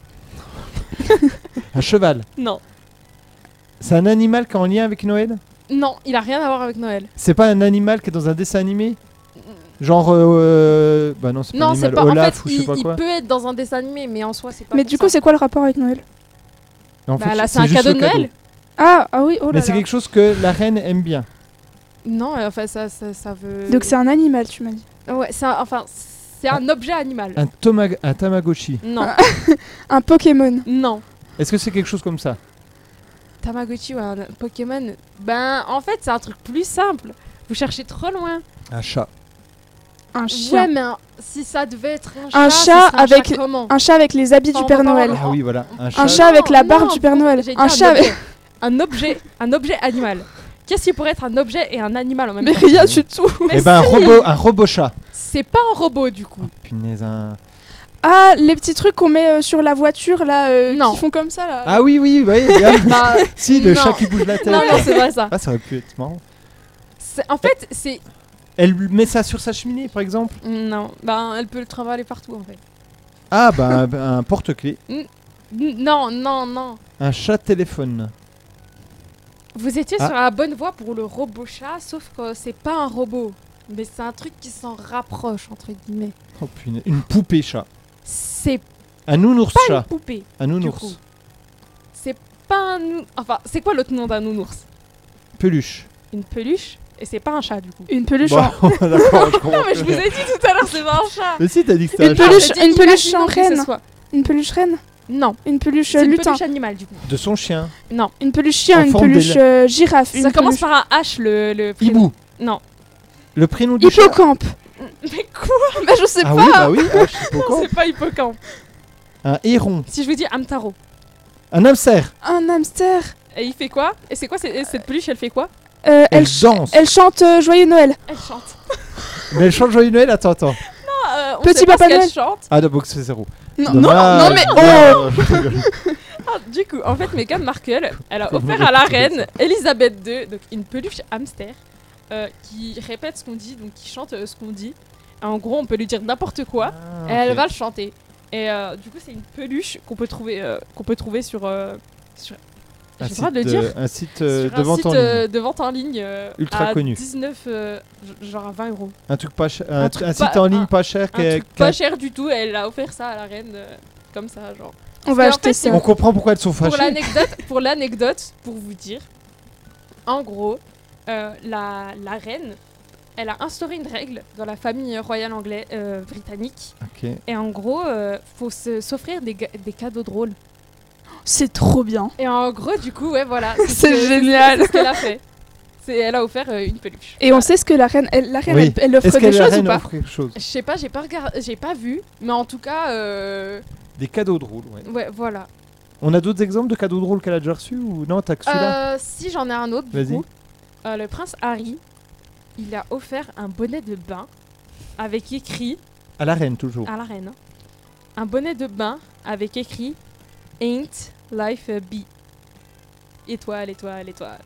que- Un cheval. non, C'est un animal qui est en lien avec Noël? non, il a rien à voir avec Noël. C'est pas un animal qui est dans un dessin animé? Genre. Euh, bah non, c'est pas un Non, c'est animal pas. En Olaf fait, ou je sais il, pas il quoi. peut être dans un dessin animé, mais en soi, c'est pas. mais pour du ça. coup, c'est quoi le rapport avec Noël? En Bah fait, là, c'est un juste cadeau le de Noël. Ah, ah oui, oh là Mais c'est là. quelque chose que la reine aime bien. Non, euh, enfin, ça, ça, ça veut. Donc c'est un animal, tu m'as dit. Ouais, c'est un- enfin, c'est un objet animal. Un, toma- un Tamagotchi. Non, Un Pokémon. non. Est-ce que c'est quelque chose comme ça? Tamagotchi ou un Pokémon. Ben, en fait, c'est un truc plus simple. Vous cherchez trop loin. Un chat. Un Ouais, chien. mais un- si ça devait être un, Un chat, ce chat serait un avec- chat comment Un chat avec les habits Enfin, du on Père va pas Noël. avoir- Ah oui, voilà. Un chat. Un chat avec la Non, barbe non, du Père Noël. j'ai dit Un chat avec... objet. Un objet, un objet animal. Qu'est-ce qui pourrait être un objet et un animal en même Mais temps rien du tout. Mais Eh ben, un si, robot, un robot chat. C'est pas un robot du coup. Punaise, un. Ah, les petits trucs qu'on met euh, sur la voiture, là, euh, Non. qui font comme ça, là. Ah oui, oui, oui. regarde. Bah, Si, le non. chat qui bouge la tête. non, non, c'est pas ça. Ah, ça aurait pu être marrant. C'est- En fait, c'est. Elle met ça sur sa cheminée, par exemple. Non, ben, elle peut le travailler partout en fait. Ah, bah, un, un porte-clés. N- Non, non, non. Un chat téléphone. Vous étiez Ah. sur la bonne voie pour le robot chat, sauf que c'est pas un robot. mais c'est un truc qui s'en rapproche, entre guillemets. Oh punaise. Une poupée chat. C'est Un nounours pas une chat. poupée. Un Du coup. nounours. C'est pas un nou- Enfin, c'est quoi l'autre nom d'un nounours? Peluche. Une peluche. Et c'est pas un chat, du coup. Une peluche Bon, en... d'accord, je comprends. Non, mais je vous ai dit tout à l'heure, c'est pas un chat. Mais si, t'as dit que c'était Une un chat. peluche- J'ai dit, une peluche imaginons en que ce reine. soit. Une peluche reine. Non, Une peluche c'est euh, une lutin. peluche animale, du coup. De son chien. Non. Une peluche chien, En une forme peluche d'aile. euh, girafe. Ça une commence peluche... par un H, le, le prénom. Hibou. Non. Le prénom du chat. Hippocampe. Mais quoi? Bah je sais Ah pas. oui, bah oui. Ah, je sais pas Non, encore. c'est pas hippocampe. Un héron. Si je vous dis Amtaro. Un hamster. Un hamster. Et il fait quoi? Et c'est quoi c'est- cette peluche? Elle fait quoi? Euh, Elle elle, ch- danse. elle chante euh, Joyeux Noël. Elle chante. Mais elle chante Joyeux Noël. Attends, attends. Euh, on Petit sait pas Papa ce qu'elle Noël. chante. Ah, d'abord c'est zéro. Non, non, Dommage. non, mais oh. Non, je rigole. Ah, du coup, en fait, Meghan Markle, elle a Comment offert à la répéter reine Elisabeth deux donc une peluche hamster euh, qui répète ce qu'on dit, donc qui chante euh, ce qu'on dit. Et en gros, on peut lui dire n'importe quoi Ah, et elle ok. va le chanter. Et euh, du coup, c'est une peluche qu'on peut trouver, euh, qu'on peut trouver sur. euh, sur Un J'ai le droit de le site dire. de- Un site euh, sur de un vente site en ligne. euh, de vente en ligne euh, Ultra à connu. dix-neuf, euh, g- genre à vingt euros. Un truc pas cher. Un, un tr- truc un pas- site en ligne un- pas cher. Un qui est- truc qui a- pas cher du tout, et elle a offert ça à la reine euh, comme ça, genre. On va en acheter fait, ça. On comprend pourquoi elles sont Pour fâchées. l'anecdote, pour l'anecdote, pour vous dire, en gros, euh, la, la reine, elle a instauré une règle dans la famille royale anglaise euh, britannique. Ok. Et en gros, euh, faut se- s'offrir des, ga- des cadeaux drôles. C'est trop bien. Et en gros, du coup, ouais, voilà. C'est ce que- génial. C'est ce qu'elle a fait. C'est, elle a offert euh, une peluche. Et on sait ce que la reine, elle, la reine, Oui. elle, elle offre Est-ce des que la choses ou reine pas offre quelque chose? Je sais pas, j'ai pas regardé, j'ai pas vu, mais en tout cas, euh, Des cadeaux drôles, ouais. ouais, voilà. On a d'autres exemples de cadeaux drôles qu'elle a déjà reçus ou non? T'as que celui-là? Euh, si j'en ai un autre, du Vas-y. coup, Euh, le prince Harry, il a offert un bonnet de bain avec écrit À la reine, toujours. à la reine, hein, un bonnet de bain avec écrit Ain't life a bee. Étoile, étoile, étoile.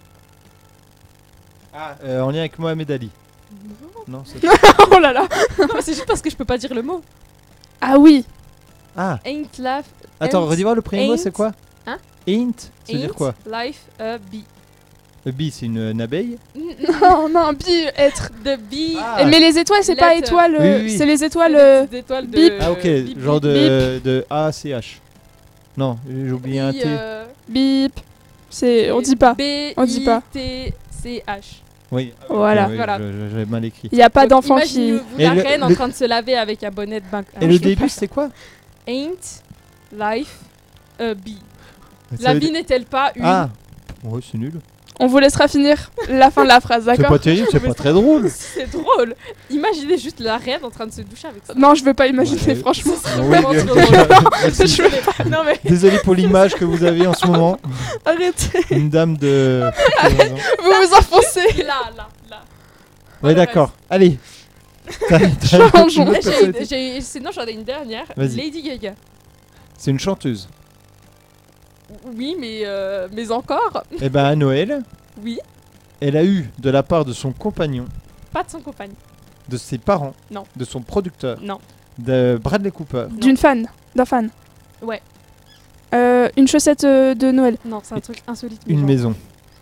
Euh, en lien avec Mohamed Ali. Non, c'est... Oh là là. Non, mais c'est juste parce que je peux pas dire le mot. Ah oui. Ah, Ain't life. attends, Ain't- redis-moi le premier mot, ain't- c'est quoi? Hein? Ain't, ça veut dire Ain't quoi? life a bee. Le bee, c'est une, une abeille? Non, non, bi, être. The bee. Ah. Mais les étoiles, c'est pas Lettre. étoiles. euh, Oui, oui. C'est les C'est étoiles. des euh, petites étoiles de. bip. Ah, ok, bip, genre bip, de, de A C H. Non, j'ai oublié un bip, T. euh, Bip. C'est. On dit pas. B On dit pas. I T C H. Oui, ah oui, Voilà. oui, Voilà. je- je- j'avais mal écrit. Il n'y a pas Donc, d'enfant qui. imaginez-vous Et la le- reine en le- train de se laver avec un bonnet de bain. Et Ah, le je veux début, pas. c'est quoi? Ain't life a bee. Ça La veut vie dire- n'est-elle pas une. Ah, ouais, c'est nul. On vous laissera finir la fin de la phrase, C'est d'accord? pas terrible, c'est pas très drôle. C'est drôle. Imaginez juste la reine en train de se doucher avec ça. Non, je veux pas imaginer, Ouais. franchement. Non, oui, vraiment bien- trop déjà, drôle. merci. Je veux pas. Non mais. Désolé pour l'image que vous avez en ce moment. Arrêtez. Une dame de. Vous vous enfoncez. Là, là, là. Ouais, d'accord. Allez. T'as- t'as Changeons. une autre J'ai- personnalité j'ai- Sinon, j'en ai une dernière. Vas-y. Lady Gaga. C'est une chanteuse. Oui, mais, euh, mais encore. Eh ben, à Noël, Oui. elle a eu de la part de son compagnon, Pas de son compagnon. de ses parents, Non. de son producteur, Non. de Bradley Cooper, Non. D'une fan. D'un fan. Ouais. Euh, une chaussette euh, de Noël. Non, c'est un truc insolite. mais une genre, maison.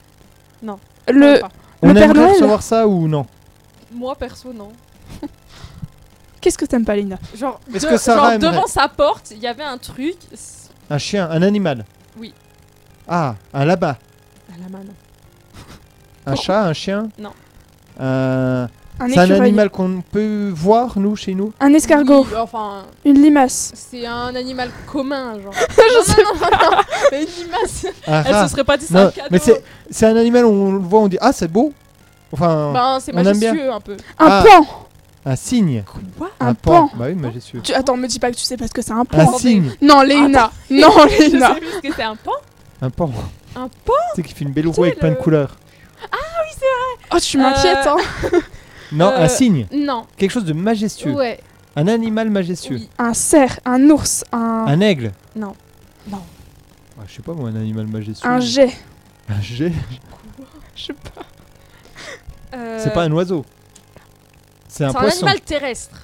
Le. pas. On Le Père aimerait Noël recevoir ça ou non? Moi, perso, non. Qu'est-ce que t'aimes pas, Lina? Genre, Est-ce de- que Sarah genre aimerait- devant sa porte, il y avait un truc. c'est- Un chien, un animal? Oui. Ah, un lapin. À la main, non. Un chat, un chien? Non. Un... Un C'est un écureuil. animal qu'on peut voir, nous, chez nous? Un escargot. Oui, enfin, Une limace. c'est un animal commun, genre. non, non, non, non, non. Mais une limace. Un Elle rat? se serait pas dit c'est Non, un cadeau. mais c'est c'est un animal, on le voit, on dit « Ah, c'est beau !» Enfin, Ben, c'est on aime bien. majestueux un peu. Un Ah. pan. un cygne. Quoi? Un pan. Bah oui, majestueux. Tu... Attends, me dis pas que tu sais pas ce que c'est un pan. Un cygne. Non, Léna. Non, Je Léna. sais plus ce que c'est un pan. Un pan. Un pan? Tu sais qui fait une belle roue avec plein de le- couleurs. Oh, tu m'inquiètes, hein. Non, Euh, un cygne. Non. Quelque chose de majestueux. Ouais. Un animal majestueux. Oui. Un cerf, un ours, un. Un aigle. Non. Non. Ah, je sais pas moi, un animal majestueux. Un jet. Un jet. Je sais pas. Euh, C'est pas un oiseau. C'est un C'est un poisson. animal terrestre.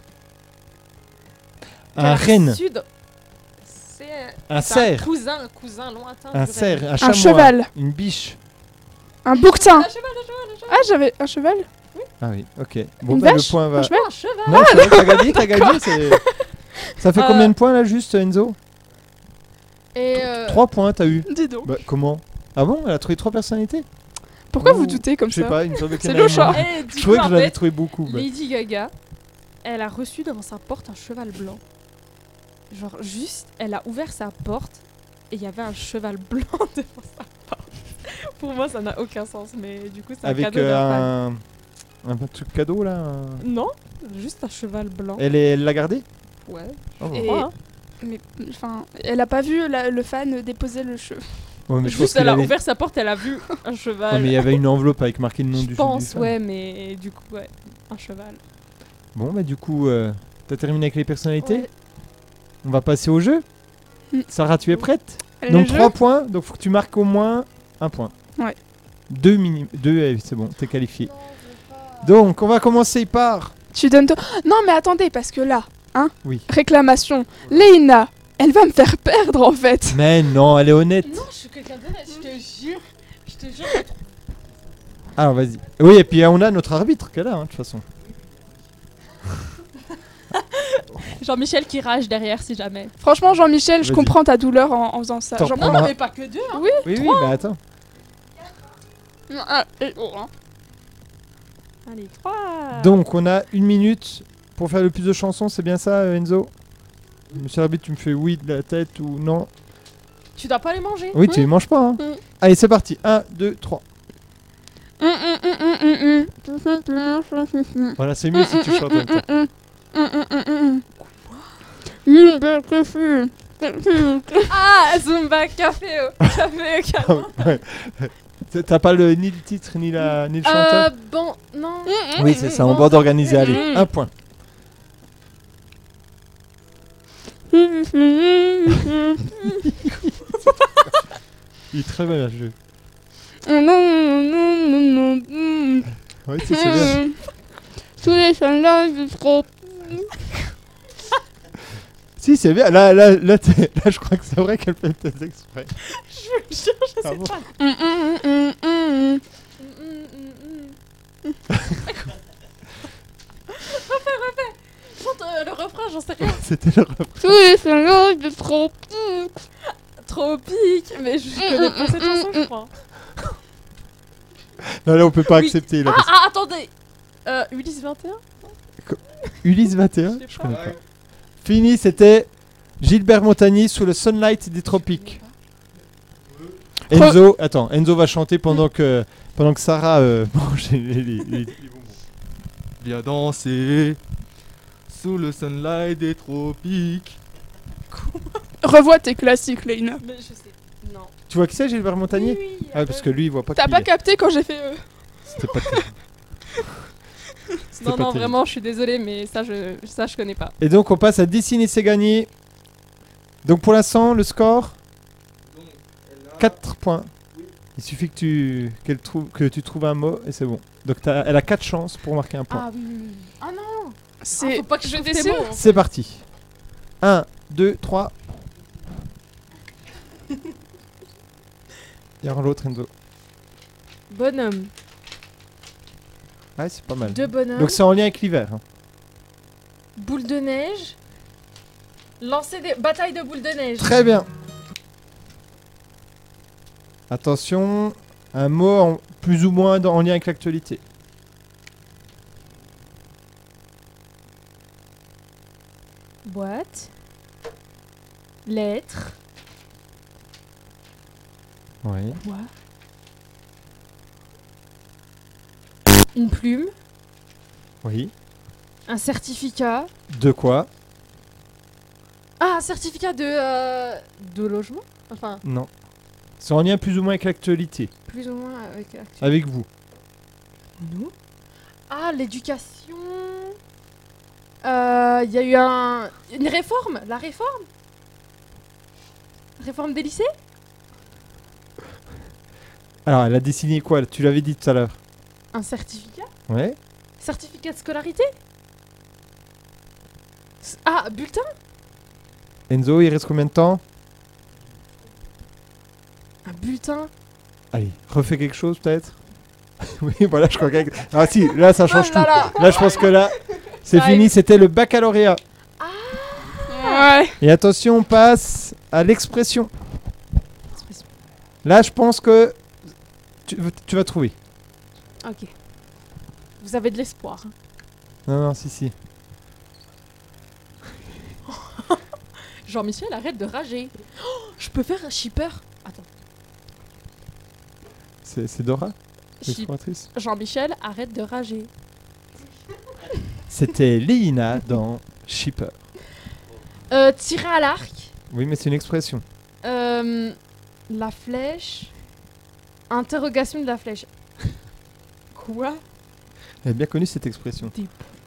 Un Vers renne. Sud. C'est Un c'est un cerf. cousin, un cousin lointain. Un du renne. cerf. Un Un chamois. cheval. Une biche. Un bouquetin. Un cheval, un cheval, un cheval. Ah, j'avais un cheval. Ah oui, ok. Bon, Une bah, le vache point va. Un cheval Un cheval. Non, c'est vrai, t'as gagné, t'as gagné. c'est- Ça fait Euh, combien de points là, juste, Enzo Et euh, Trois points, t'as eu. Dis donc. Bah, comment Ah bon, elle a trouvé trois personnalités. Pourquoi Ouh, vous doutez comme Je sais ça pas, il me semblait qu'il y C'est en avait louche, hein. moins. et du Je coup, trouvais que en j'en avais fait, trouvé beaucoup. bah. Lady Gaga, elle a reçu devant sa porte un cheval blanc. Genre, juste, elle a ouvert sa porte et il y avait un cheval blanc devant sa porte. Pour moi, ça n'a aucun sens, mais du coup, c'est un Avec cadeau euh, d'un fan. un... un truc cadeau là. un- Non, juste un cheval blanc. Elle est- elle l'a gardé Ouais. Oh, Et Et- Mais enfin, elle a pas vu la- le fan déposer le cheveu. Ouais, mais je pense juste, qu'elle elle a avait- ouvert sa porte, elle a vu un Ouais, cheval. mais il y avait une enveloppe avec marqué le nom Je du pense, du fan. ouais, mais du coup, ouais, un cheval. Bon, bah du coup, euh, t'as terminé avec les personnalités. Ouais. On va passer au jeu. Mm. Sarah, tu es prête? Le Donc jeu trois points, donc faut que tu marques au moins un point. Ouais. Deux mini, deux, eh, c'est bon, t'es qualifié. Donc on va commencer par. Tu donnes ton... Non mais attendez, parce que là, hein Oui. Réclamation. Léina, elle va me faire perdre en fait. Mais non, elle est honnête. Non, je suis quelqu'un d'honnête, je te jure. Je te jure. Alors vas-y. Oui, et puis on a notre arbitre qu'elle a, hein, de toute façon. Jean-Michel qui rage derrière si jamais. Franchement, Jean-Michel, je Vas-y. comprends ta douleur en, en faisant ça. T'en Jean- reprends. Non, Prendra- mais pas que deux. Hein. Oui. Oui, oui, mais attends. Ah, et- oh, hein. Allez, trois. Donc on a une minute pour faire le plus de chansons, c'est bien ça, euh, Enzo? Monsieur l'arbitre, tu me fais oui de la tête ou non? Tu dois pas les manger. Oui, tu les manges pas. Hein. Mm. Allez, c'est parti. un, deux, trois. Hum, hum, hum, hum, hum, hum. Voilà, c'est mieux si tu chantes en même temps. Hum, hum, hum, hum, hum. Hum, bah, que fut. Ah, Zumba Café au café au canon. Ouais. T'as pas le, ni le titre ni, la, ni le chanteur? Euh, bon, non. Oui, c'est ça, on va d'organiser. Allez, Mm. un point. Il est très bien, ce jeu. Oui, c'est c'est bien. Tous les soldats du trop. Si, c'est bien. Là, là, là, t'es- là, je crois que c'est vrai qu'elle fait peut-être exprès. Je vous le jure, je Ah sais bon pas. Hum, hum, hum, hum. Mm, mm, mm, mm. refais, refais. Chante euh, le refrain, j'en sais rien. C'était le refrain. Tous les soldats du trop. Tropique, mais je connais pas cette chanson, je crois. Non, là, on peut pas Oui. accepter. Là, Ah, parce que- ah, attendez. Euh, Ulysse vingt et un Ulysse vingt et un, Je sais je pas. connais pas. Fini, c'était Gilbert Montagny sous le Sunlight des tropiques. Enzo, attends, Enzo va chanter pendant que, pendant que Sarah euh, mange les, les- les- les bonbons. Viens danser sous le sunlight des tropiques. Revois tes classiques, Léina. Mais je sais. Non. Tu vois qui c'est, Gilbert Montagny? Oui, oui, Ah, parce que lui, il voit pas T'as qui pas il est. capté quand j'ai fait. euh, C'était pas terrible. C'était Non, pas non, terrible. vraiment, je suis désolée, mais ça, je, ça, je connais pas. Et donc, on passe à dessiner, c'est gagné. Donc, pour l'instant, le score quatre points. Il suffit que tu, qu'elle trouve, que tu trouves un mot et c'est bon. Donc, t'as- elle a quatre chances pour marquer un point. Ah oui, oui, oui. Ah non. Ah, C'est. faut pas que je je trouve tes dessine. mots, hein. C'est parti. un, deux, trois. Et alors l'autre, Enzo. Bonhomme. Ouais, c'est pas mal. Deux bonhommes. Donc, c'est en lien avec l'hiver. hein. Boule de neige. Lancer des batailles de boules de neige. Très bien. Attention, un mot en- plus ou moins dans- en lien avec l'actualité. Boîte. Lettre. Oui. Quoi? Une plume. Oui. Un certificat. De quoi? Ah, un certificat de euh, de logement. Enfin, Non. C'est en lien plus ou moins avec l'actualité. plus ou moins avec. Avec vous. Nous. Ah, l'éducation. Euh, Il y a eu un une réforme. La réforme. Réforme des lycées. Alors, elle a dessiné quoi? Tu l'avais dit tout à l'heure. Un certificat. Ouais. Certificat de scolarité. S- Ah, bulletin. Enzo, il reste combien de temps? Un bulletin. Allez, refais quelque chose peut-être. Oui, voilà, je crois que... Ah si, là, ça change Oh tout. là là. Là, je pense que là, c'est Ça fini. arrive. C'était le baccalauréat. Ouais. Et attention, on passe à l'expression. Expression. Là, je pense que tu, tu vas trouver. Ok. Vous avez de l'espoir. hein. Non, non, si, si. Jean-Michel, arrête de rager. Oh, je peux faire un shipper. Attends. C'est c'est Dora, Ship- l'exploratrice. Jean-Michel, arrête de rager. C'était Léina dans Shipper. Euh, tirer à l'arc. Oui, mais c'est une expression. Euh, la flèche. Interrogation de la flèche. Quoi? Elle a bien connu cette expression. Des-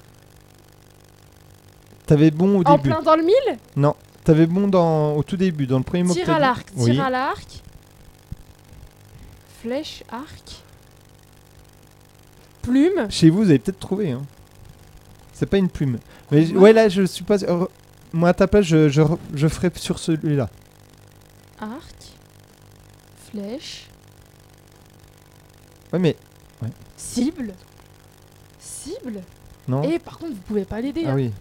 T'avais bon au En début. plein dans le mille? Non, t'avais bon dans, au tout début, dans le premier mot que Tir t'as à dit. l'arc. Oui. Tir à l'arc. Flèche, arc. Plume. Chez vous, vous avez peut-être trouvé. Hein. C'est pas une plume. Mais j- Ouais. ouais, là, je suis pas. euh, Moi, à ta place, je, je, re- je ferai sur celui-là. Arc. Flèche. Ouais, mais. Cible. Cible. Non. Et par contre, vous pouvez pas l'aider. Ah hein. oui.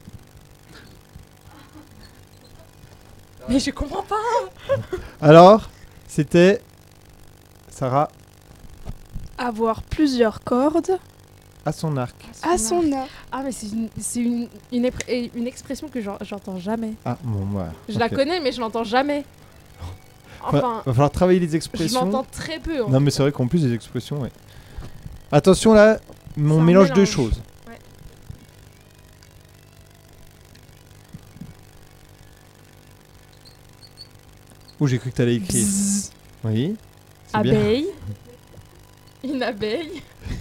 Mais je comprends pas. Alors, c'était. Sarah Avoir plusieurs cordes à son arc. à son arc. Ah, mais c'est une, c'est une, une, épr- et une expression que j'en- j'entends jamais. Ah, bon, voilà. Je la Ok. connais, mais je l'entends jamais. Va, Enfin, va falloir travailler les je expressions. l'entends très peu. en Non, mais c'est vrai qu'en plus, les expressions, ouais. Attention là, on un mélange deux mélange. choses. Ouais. Ouh, j'ai cru que t'allais écrire. Bzzz. Oui. C'est bien. Abeille. Une abeille.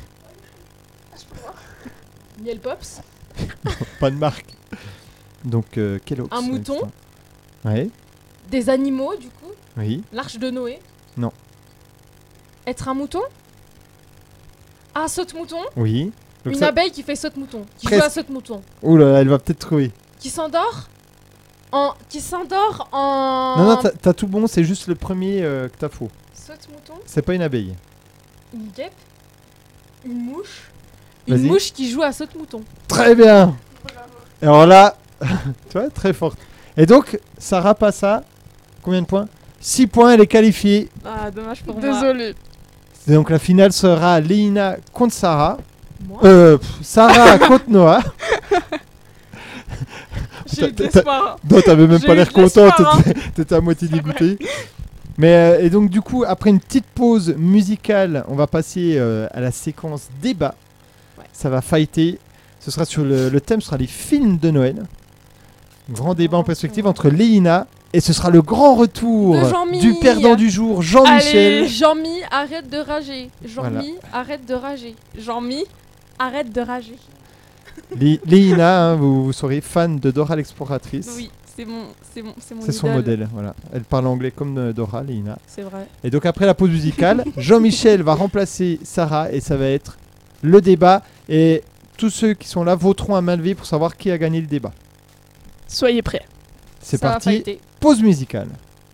Miel Pops. Pas de marque. Donc, euh, quel autre Un mouton. Oui. Des animaux, du coup. Oui. L'arche de Noé. Non. Être un mouton. Ah, saute-mouton. Oui. Donc Une ça- abeille qui fait saute-mouton. Qui Presque. joue à saute-mouton. Ouh là là, elle va peut-être trouver. Qui s'endort en... Qui s'endort en... Non, non, t'as- t'as tout bon, c'est juste le premier euh, que t'as faux. Saute-mouton. C'est pas une abeille. Une guêpe. Une mouche. Une Vas-y. mouche qui joue à saute-mouton. Très bien. Alors là, tu vois, très forte. Et donc, Sarah passe à combien de points six points, elle est qualifiée. Ah, dommage pour moi. Désolée. Et donc la finale sera Léina contre Sarah. Moi Euh, pff, Sarah contre Noah. J'ai eu de t'as- l'espoir. Non, t'avais même J'ai pas eu l'air de content, l'espoir, hein. t'étais- t'étais à moitié dégoûté. Mais euh, et donc du coup, après une petite pause musicale, on va passer euh, à la séquence débat. Ouais. Ça va fighter. Ce sera sur le, le thème sera les films de Noël. Grand débat en perspective entre Léina et ce sera le grand retour De Jean-Mi. du perdant du jour, Jean-Michel. Allez, Jean-Mi, arrête de rager. Jean-Mi, arrête de rager. Jean-Mi, arrête de rager. Lé- Léina, hein, vous, vous serez fan de Dora l'exploratrice. Oui, c'est mon, c'est mon, c'est mon C'est son idole. modèle, voilà. Elle parle anglais comme euh, Dora, Léina. C'est vrai. Et donc après la pause musicale, Jean-Michel va remplacer Sarah et ça va être le débat. Et tous ceux qui sont là voteront à main levée pour savoir qui a gagné le débat. Soyez prêts. C'est Ça va parti, fighter. pause musicale.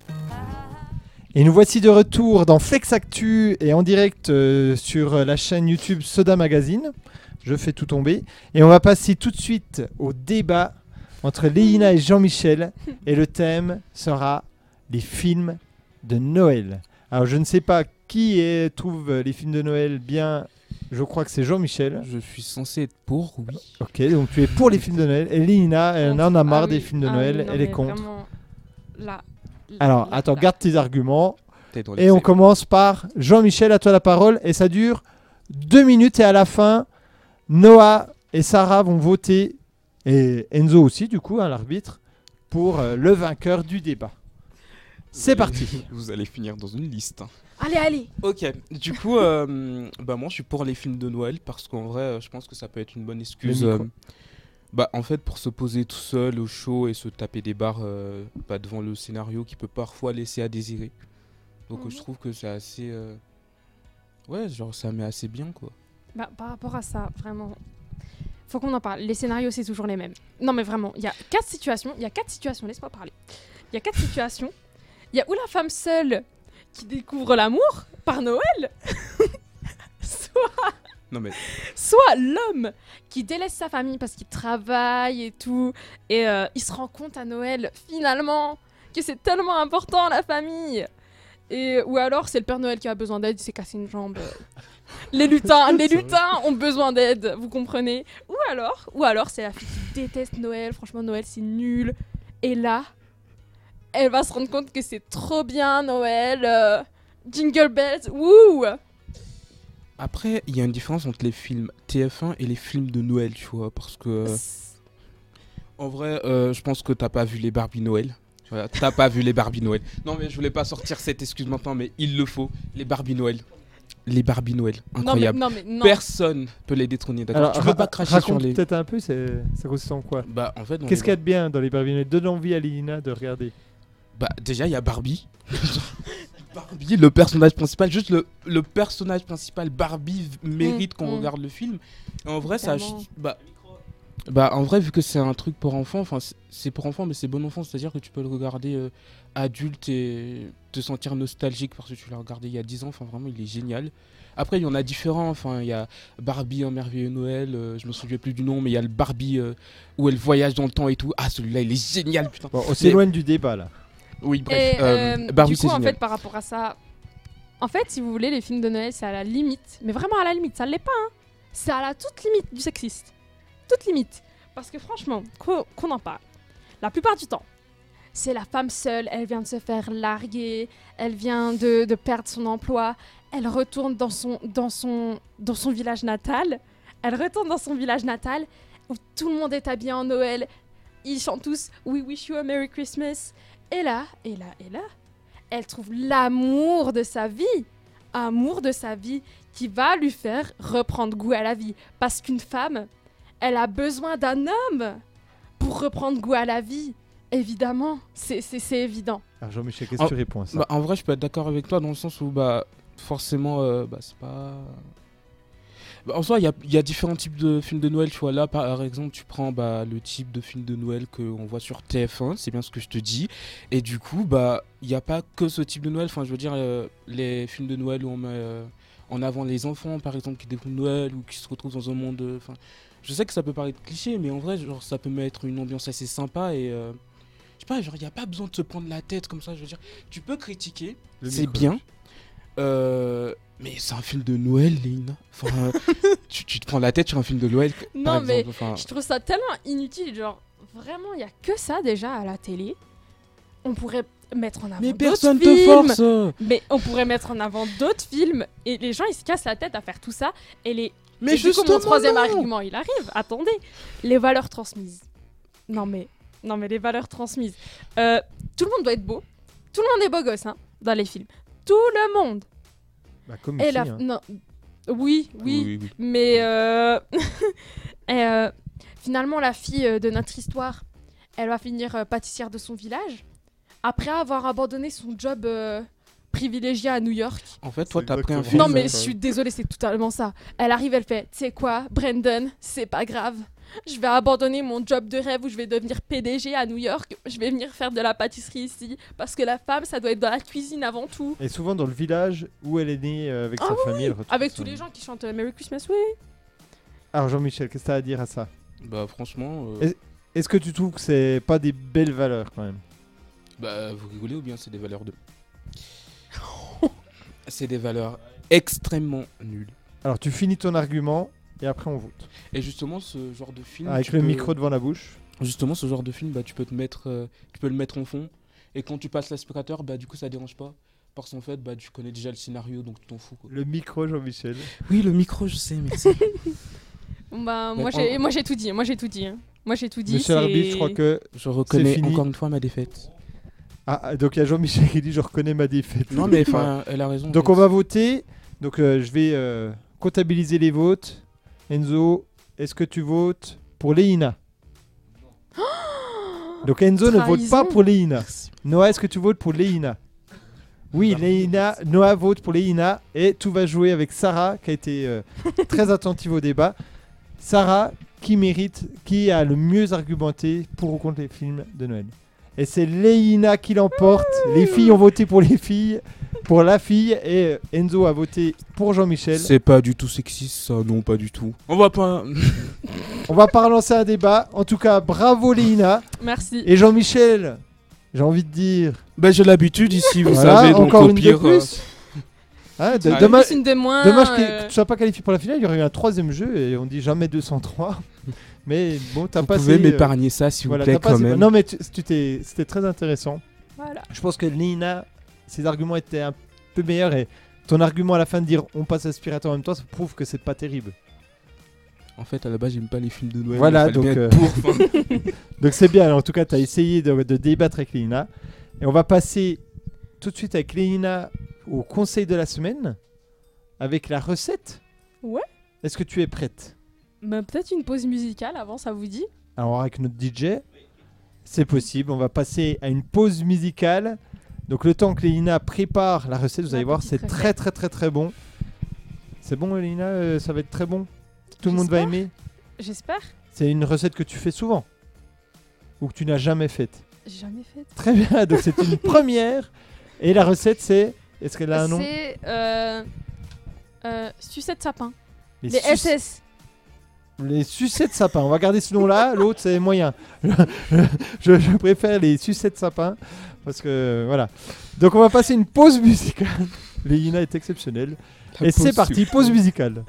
Et nous voici de retour dans Flex Actu et en direct euh, sur euh, la chaîne YouTube Soda Magazine. Je fais tout tomber. Et on va passer tout de suite au débat entre Léina et Jean-Michel. Et le thème sera les films de Noël. Alors je ne sais pas qui est- trouve les films de Noël bien. Je crois que c'est Jean-Michel. Je suis censé être pour, oui. Ok, donc tu es pour les films de Noël. Et Léina, elle en a marre Ah des oui, films de ah Noël. oui, non, elle est mais contre. vraiment, là, là, Alors, là, attends, là. garde tes arguments. T'es dans Et on l'excès. commence par Jean-Michel, à toi la parole. Et ça dure deux minutes. Et à la fin, Noah et Sarah vont voter. Et Enzo aussi, du coup, hein, l'arbitre, pour euh, le vainqueur du débat. C'est Vous parti. allez- Vous allez finir dans une liste. Allez, allez. Ok, du coup, euh, bah moi je suis pour les films de Noël parce qu'en vrai, euh, je pense que ça peut être une bonne excuse. Le micro. euh, bah en fait, pour se poser tout seul au chaud et se taper des barres euh, bah, devant le scénario qui peut parfois laisser à désirer. Donc euh, Mhm. je trouve que c'est assez, euh, ouais, genre ça met assez bien quoi. Bah, par rapport à ça, vraiment, faut qu'on en parle. Les scénarios, c'est toujours les mêmes. Non, mais vraiment, il y a quatre situations. Il y a quatre situations, laisse-moi parler. Il y a quatre situations. Il y a ou la femme seule qui découvre l'amour par Noël, soit Non mais soit l'homme qui délaisse sa famille parce qu'il travaille et tout, et euh, il se rend compte à Noël, finalement, que c'est tellement important la famille. Et, ou alors c'est le Père Noël qui a besoin d'aide, il s'est cassé une jambe. Les lutins, les lutins ont besoin d'aide, vous comprenez. Ou alors, ou alors c'est la fille qui déteste Noël, franchement Noël c'est nul. Et là, elle va se rendre compte que c'est trop bien Noël, euh, Jingle Bells, wouh. après, il y a une différence entre les films T F un et les films de Noël, tu vois, parce que euh, en vrai, euh, je pense que t'as pas vu les Barbie Noël. Voilà, t'as pas vu les Barbie Noël. Non mais je voulais pas sortir cette excuse maintenant, mais il le faut. Les Barbie Noël. Les Barbie Noël, incroyable. Non mais, non, mais non. Personne peut les détrôner, d'accord. Alors, Tu peux ra- pas cracher sur raconte les... peut-être un peu, c'est... ça consiste en quoi? Bah en fait... dans Qu'est-ce les- qu'il y a de bien dans les Barbie Noël? Donne envie à Lina de regarder. Bah déjà il y a Barbie. Barbie, le personnage principal, juste le, le personnage principal Barbie v- mérite Mm, qu'on mm. regarde le film. Et en vrai ça, Clairement. bah, bah en vrai vu que c'est un truc pour enfants, enfin c'est- c'est pour enfants mais c'est bon enfant, c'est-à-dire que tu peux le regarder euh, adulte et te sentir nostalgique parce que tu l'as regardé il y a dix ans. Enfin vraiment il est génial. Après il y en a différents, enfin il y a Barbie un merveilleux Noël, euh, je me souviens plus du nom mais il y a le Barbie euh, où elle voyage dans le temps et tout. Ah celui-là il est génial putain. Bon, on s'éloigne du débat là. Oui bref, Et euh, euh, Barbie du c'est coup, en génial. fait, par rapport à ça, en fait, si vous voulez, les films de Noël, c'est à la limite, mais vraiment à la limite, ça l'est pas, hein. C'est à la toute limite du sexiste. Toute limite. Parce que franchement, qu'on qu'on en parle, la plupart du temps, c'est la femme seule, elle vient de se faire larguer, elle vient de, de perdre son emploi, elle retourne dans son, dans, son, dans son village natal, elle retourne dans son village natal, où tout le monde est habillé en Noël, ils chantent tous « We wish you a Merry Christmas ». Et là, et là, et là, elle trouve l'amour de sa vie, amour de sa vie, qui va lui faire reprendre goût à la vie. Parce qu'une femme, elle a besoin d'un homme pour reprendre goût à la vie. Évidemment, c'est, c'est, c'est évident. Alors Jean-Michel, qu'est-ce Oh, que tu réponds à ça? Bah, en vrai, je peux être d'accord avec toi dans le sens où, bah, forcément, euh, bah, c'est pas. Bah, en soi, il y a, il y a différents types de films de Noël. Tu vois, là, par exemple, tu prends bah, le type de film de Noël qu'on voit sur T F un, c'est bien ce que je te dis. Et du coup, bah, il n'y a pas que ce type de Noël. Enfin, je veux dire, euh, les films de Noël où on met euh, en avant les enfants, par exemple, qui découvrent Noël ou qui se retrouvent dans un monde. euh, Enfin, je sais que ça peut paraître cliché, mais en vrai, genre, ça peut mettre une ambiance assez sympa et. euh, je sais pas, genre, il n'y a pas besoin de se prendre la tête comme ça. Je veux dire, tu peux critiquer, Le c'est micro. bien. Euh, mais c'est un film de Noël, Lina. Enfin, euh, tu, tu te prends la tête sur un film de Noël. Non, par mais exemple. Enfin, je trouve ça tellement inutile. Genre, vraiment, il n'y a que ça déjà à la télé. On pourrait mettre en avant mais d'autres personne te films. force. Mais on pourrait mettre en avant d'autres films. Et les gens, ils se cassent la tête à faire tout ça. Et les... Mais et du coup, justement, mon troisième non. argument, il arrive. Attendez. Les valeurs transmises. Non, mais... Non, mais les valeurs transmises. Euh, tout le monde doit être beau. Tout le monde est beau gosse, hein, dans les films. Tout le monde. Bah, comme Et ici, la... hein. Non. Oui, oui. Oui, oui. Mais euh... et, euh, finalement, la fille euh, de notre histoire, elle va finir euh, pâtissière de son village après avoir abandonné son job euh, privilégié à New York. En fait, toi, C'est t'as pris un exactement film. Non, ça, mais quoi. je suis désolée, c'est totalement ça. Elle arrive, elle fait, tu sais quoi, Brandon, c'est pas grave. Je vais abandonner mon job de rêve où je vais devenir P D G à New York. Je vais venir faire de la pâtisserie ici. Parce que la femme, ça doit être dans la cuisine avant tout. Et souvent dans le village où elle est née euh, avec Ah sa oui, famille. elle retrouve Avec son- tous les gens qui chantent euh, Merry Christmas, oui. Alors Jean-Michel, qu'est-ce que tu as à dire à ça? Bah, franchement. euh, Et- Est-ce que tu trouves que c'est pas des belles valeurs quand même? Bah, vous rigolez ou bien c'est des valeurs de. C'est des valeurs extrêmement nulles. Alors tu finis ton argument et après on vote. Et justement, ce genre de film. Avec tu le peux- micro devant la bouche. Justement, ce genre de film, bah, tu peux te mettre, euh, tu peux le mettre en fond. Et quand tu passes l'aspirateur, bah, du coup, ça dérange pas. Parce qu'en fait, bah, tu connais déjà le scénario, donc tu t'en fous. Quoi. Le micro Jean-Michel. Oui, le micro, je sais, merci. Bon, bah, Mais moi, en- j'ai, moi j'ai tout dit. Moi j'ai tout dit. hein. Moi j'ai tout dit. Monsieur c'est- l'arbitre, je crois que... Je reconnais fini. encore une fois ma défaite. Ah, ah, donc il y a Jean-Michel qui dit je reconnais ma défaite. Non, mais enfin, elle a raison. Donc on va voter. Donc euh, je vais euh, comptabiliser les votes. Enzo, est-ce que tu votes pour Léina? Donc Enzo ne vote pas Trahison. pour Léina. Noah, est-ce que tu votes pour Léina? Oui, Léina, Noah vote pour Léina et tout va jouer avec Sarah qui a été euh, très attentive au débat. Sarah, qui mérite, qui a le mieux argumenté pour ou contre les films de Noël? Et c'est Léina qui l'emporte. Les filles ont voté pour les filles, pour la fille, et Enzo a voté pour Jean-Michel. C'est pas du tout sexiste, ça, non, pas du tout. On va pas. On va pas relancer un débat. En tout cas, bravo Léina. Merci. Et Jean-Michel, j'ai envie de dire. Ben, j'ai l'habitude ici, vous Voilà, savez, donc encore au une pire. de plus. Hein, de- Allez. dommage Plus une de moins. dommage que, euh, que tu sois pas qualifié pour la finale. Il y aurait eu un troisième jeu et on dit jamais deux cent trois. Mais bon, t'as Vous passé. pouvez euh, m'épargner ça, s'il voilà, vous plaît, t'as quand passé- même. Non, mais tu, tu t'es- c'était très intéressant. Voilà. Je pense que Léina, ses arguments étaient un peu meilleurs et ton argument à la fin de dire on passe aspirateur en même temps, ça prouve que c'est pas terrible. En fait, à la base, j'aime pas les films de Noël. Voilà, il fallait donc, bien euh, être pour. enfin. Donc c'est bien, en tout cas, tu as essayé de, de débattre avec Léina. Et on va passer tout de suite avec Léina au conseil de la semaine, avec la recette. Ouais. Est-ce que tu es prête? Bah, peut-être une pause musicale avant, ça vous dit? Alors avec notre D J, c'est possible, on va passer à une pause musicale. Donc le temps que Léina prépare la recette, vous La allez voir, petite c'est recette. très très très très bon. C'est bon Léina, euh, ça va être très bon. Tout le monde va J'espère. aimer. J'espère. C'est une recette que tu fais souvent ou que tu n'as jamais faite. J'ai jamais fait. Très bien, donc c'est une première. Et la recette c'est... Est-ce qu'elle a un nom? C'est euh, euh, sucette sapin. Les suc- S S. Les sucettes sapin. On va garder ce nom-là. L'autre c'est moyen. je, je préfère les sucettes sapin parce que voilà. Donc on va passer une pause musicale. Léina est exceptionnelle. La Et c'est pause parti, sucre. pause musicale.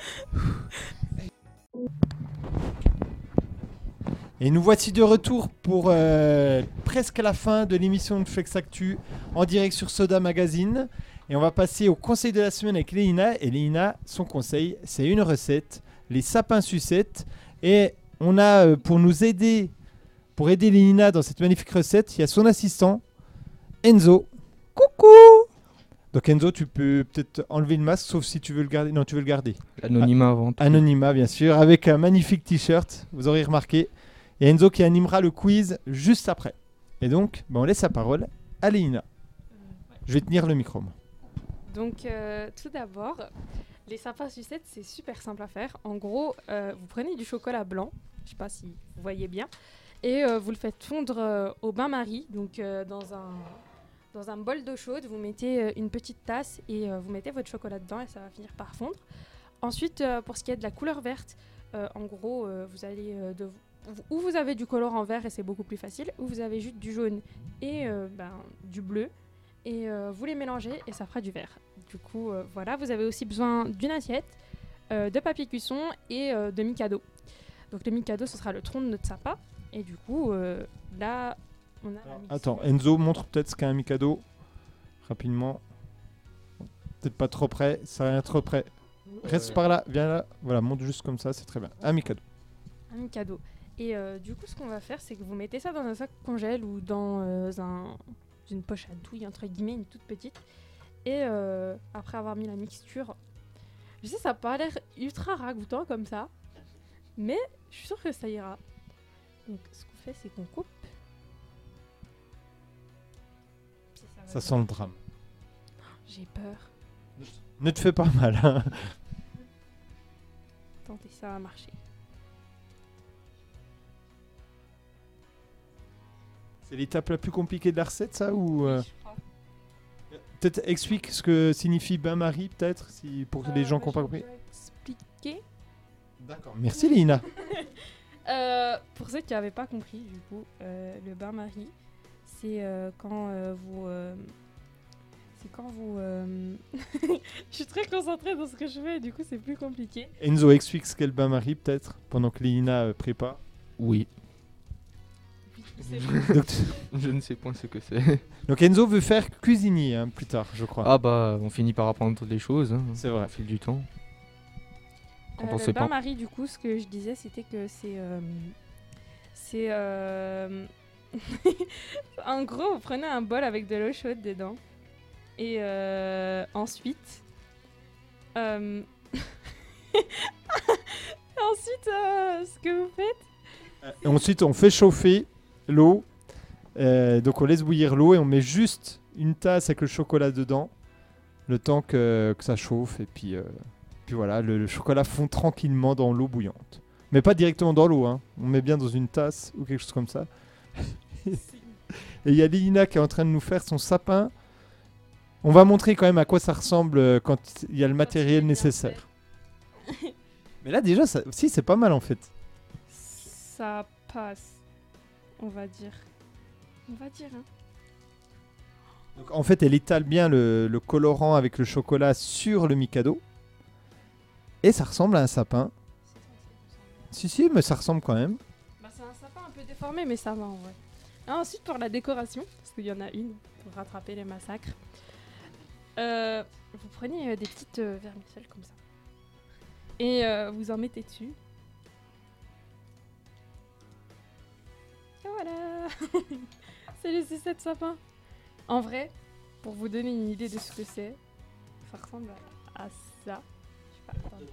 Et nous voici de retour pour euh, presque la fin de l'émission de Flex Actu en direct sur Soda Magazine. Et on va passer au conseil de la semaine avec Léina. Et Léina, son conseil, c'est une recette, les sapins sucettes. Et on a, euh, pour nous aider, pour aider Léina dans cette magnifique recette, il y a son assistant, Enzo. Coucou! Donc Enzo, tu peux peut-être enlever le masque, sauf si tu veux le garder. Non, tu veux le garder. L'anonymat avant. tout. Anonymat, bien sûr, avec un magnifique t-shirt, vous aurez remarqué. Et Enzo qui animera le quiz juste après. Et donc, ben, on laisse la parole à Léina. Je vais tenir le micro, moi. Donc, euh, tout d'abord, les sapins sucettes, c'est super simple à faire. En gros, euh, vous prenez du chocolat blanc, je sais pas si vous voyez bien, et euh, vous le faites fondre euh, au bain-marie, donc euh, dans un dans un bol d'eau chaude, vous mettez euh, une petite tasse et euh, vous mettez votre chocolat dedans et ça va finir par fondre. Ensuite, euh, pour ce qui est de la couleur verte, euh, en gros, euh, vous allez euh, de ou vous avez du colorant vert et c'est beaucoup plus facile, ou vous avez juste du jaune et euh, ben, du bleu. Et euh, vous les mélangez et ça fera du vert. Du coup, euh, voilà, vous avez aussi besoin d'une assiette, euh, de papier cuisson et euh, de Mikado. Donc le Mikado, ce sera le tronc de notre sapin. Et du coup, euh, là, on a... la mixture. Attends, Enzo montre peut-être ce qu'est un Mikado. Rapidement. Peut-être pas trop près, ça rien trop près. Reste par là, viens là. Voilà, monte juste comme ça, c'est très bien. Un Mikado. Un Mikado. Et euh, du coup, ce qu'on va faire, c'est que vous mettez ça dans un sac congèle ou dans euh, un, une poche à douille, entre guillemets, une toute petite. Et euh, après avoir mis la mixture, je sais, ça n'a pas l'air ultra ragoûtant comme ça, mais je suis sûre que ça ira. Donc, ce qu'on fait, c'est qu'on coupe. Puis va Ça sent le drame. J'ai peur. Ne te fais pas mal. Hein. Tentez, ça va marcher. C'est l'étape la plus compliquée de la recette, ça ou euh, Oui, je crois. Peut-être explique ce que signifie bain-marie, peut-être, si pour les Euh, gens bah, qui n'ont pas je compris. vais expliquer. D'accord. Merci Léina. Euh, pour ceux qui n'avaient pas compris, du coup, euh, le bain-marie, c'est euh, quand euh, vous... euh, c'est quand vous... euh, je suis très concentrée dans ce que je fais, du coup c'est plus compliqué. Enzo explique ce qu'est le bain-marie, peut-être, pendant que Léina euh, prépare. Oui. C'est- Donc, tu- Je ne sais point ce que c'est. donc Enzo veut faire cuisinier hein, plus tard, je crois. Ah bah, on finit par apprendre les choses. Hein, C'est vrai. Au fil du temps. Quand Euh, on le sait pas. bain-marie, du coup, ce que je disais, c'était que c'est... euh, c'est... euh, en gros, vous prenez un bol avec de l'eau chaude dedans. Et euh, ensuite... euh, ensuite, euh, ce que vous faites... Et ensuite, on fait chauffer l'eau. Euh, donc, on laisse bouillir l'eau et on met juste une tasse avec le chocolat dedans, le temps que, que ça chauffe. Et puis, euh, puis voilà, le, le chocolat fond tranquillement dans l'eau bouillante. Mais pas directement dans l'eau, hein. On met bien dans une tasse ou quelque chose comme ça. Et il y a Lina qui est en train de nous faire son sapin. On va montrer quand même à quoi ça ressemble euh, quand il y a le matériel nécessaire. Mais là déjà, ça, si c'est pas mal en fait. Ça passe, on va dire. On va dire, hein. Donc, en fait, elle étale bien le, le colorant avec le chocolat sur le Mikado. Et ça ressemble à un sapin. Si, si, mais ça ressemble quand même. Bah, c'est un sapin un peu déformé, mais ça va en vrai. Et ensuite, pour la décoration, parce qu'il y en a une pour rattraper les massacres, euh, vous prenez euh, des petites euh, vermicelles comme ça. Et euh, vous en mettez dessus. Et voilà. C'est le sucette sapin. En vrai, pour vous donner une idée de ce que c'est, ça ressemble à, à ça. Je sais pas, attends.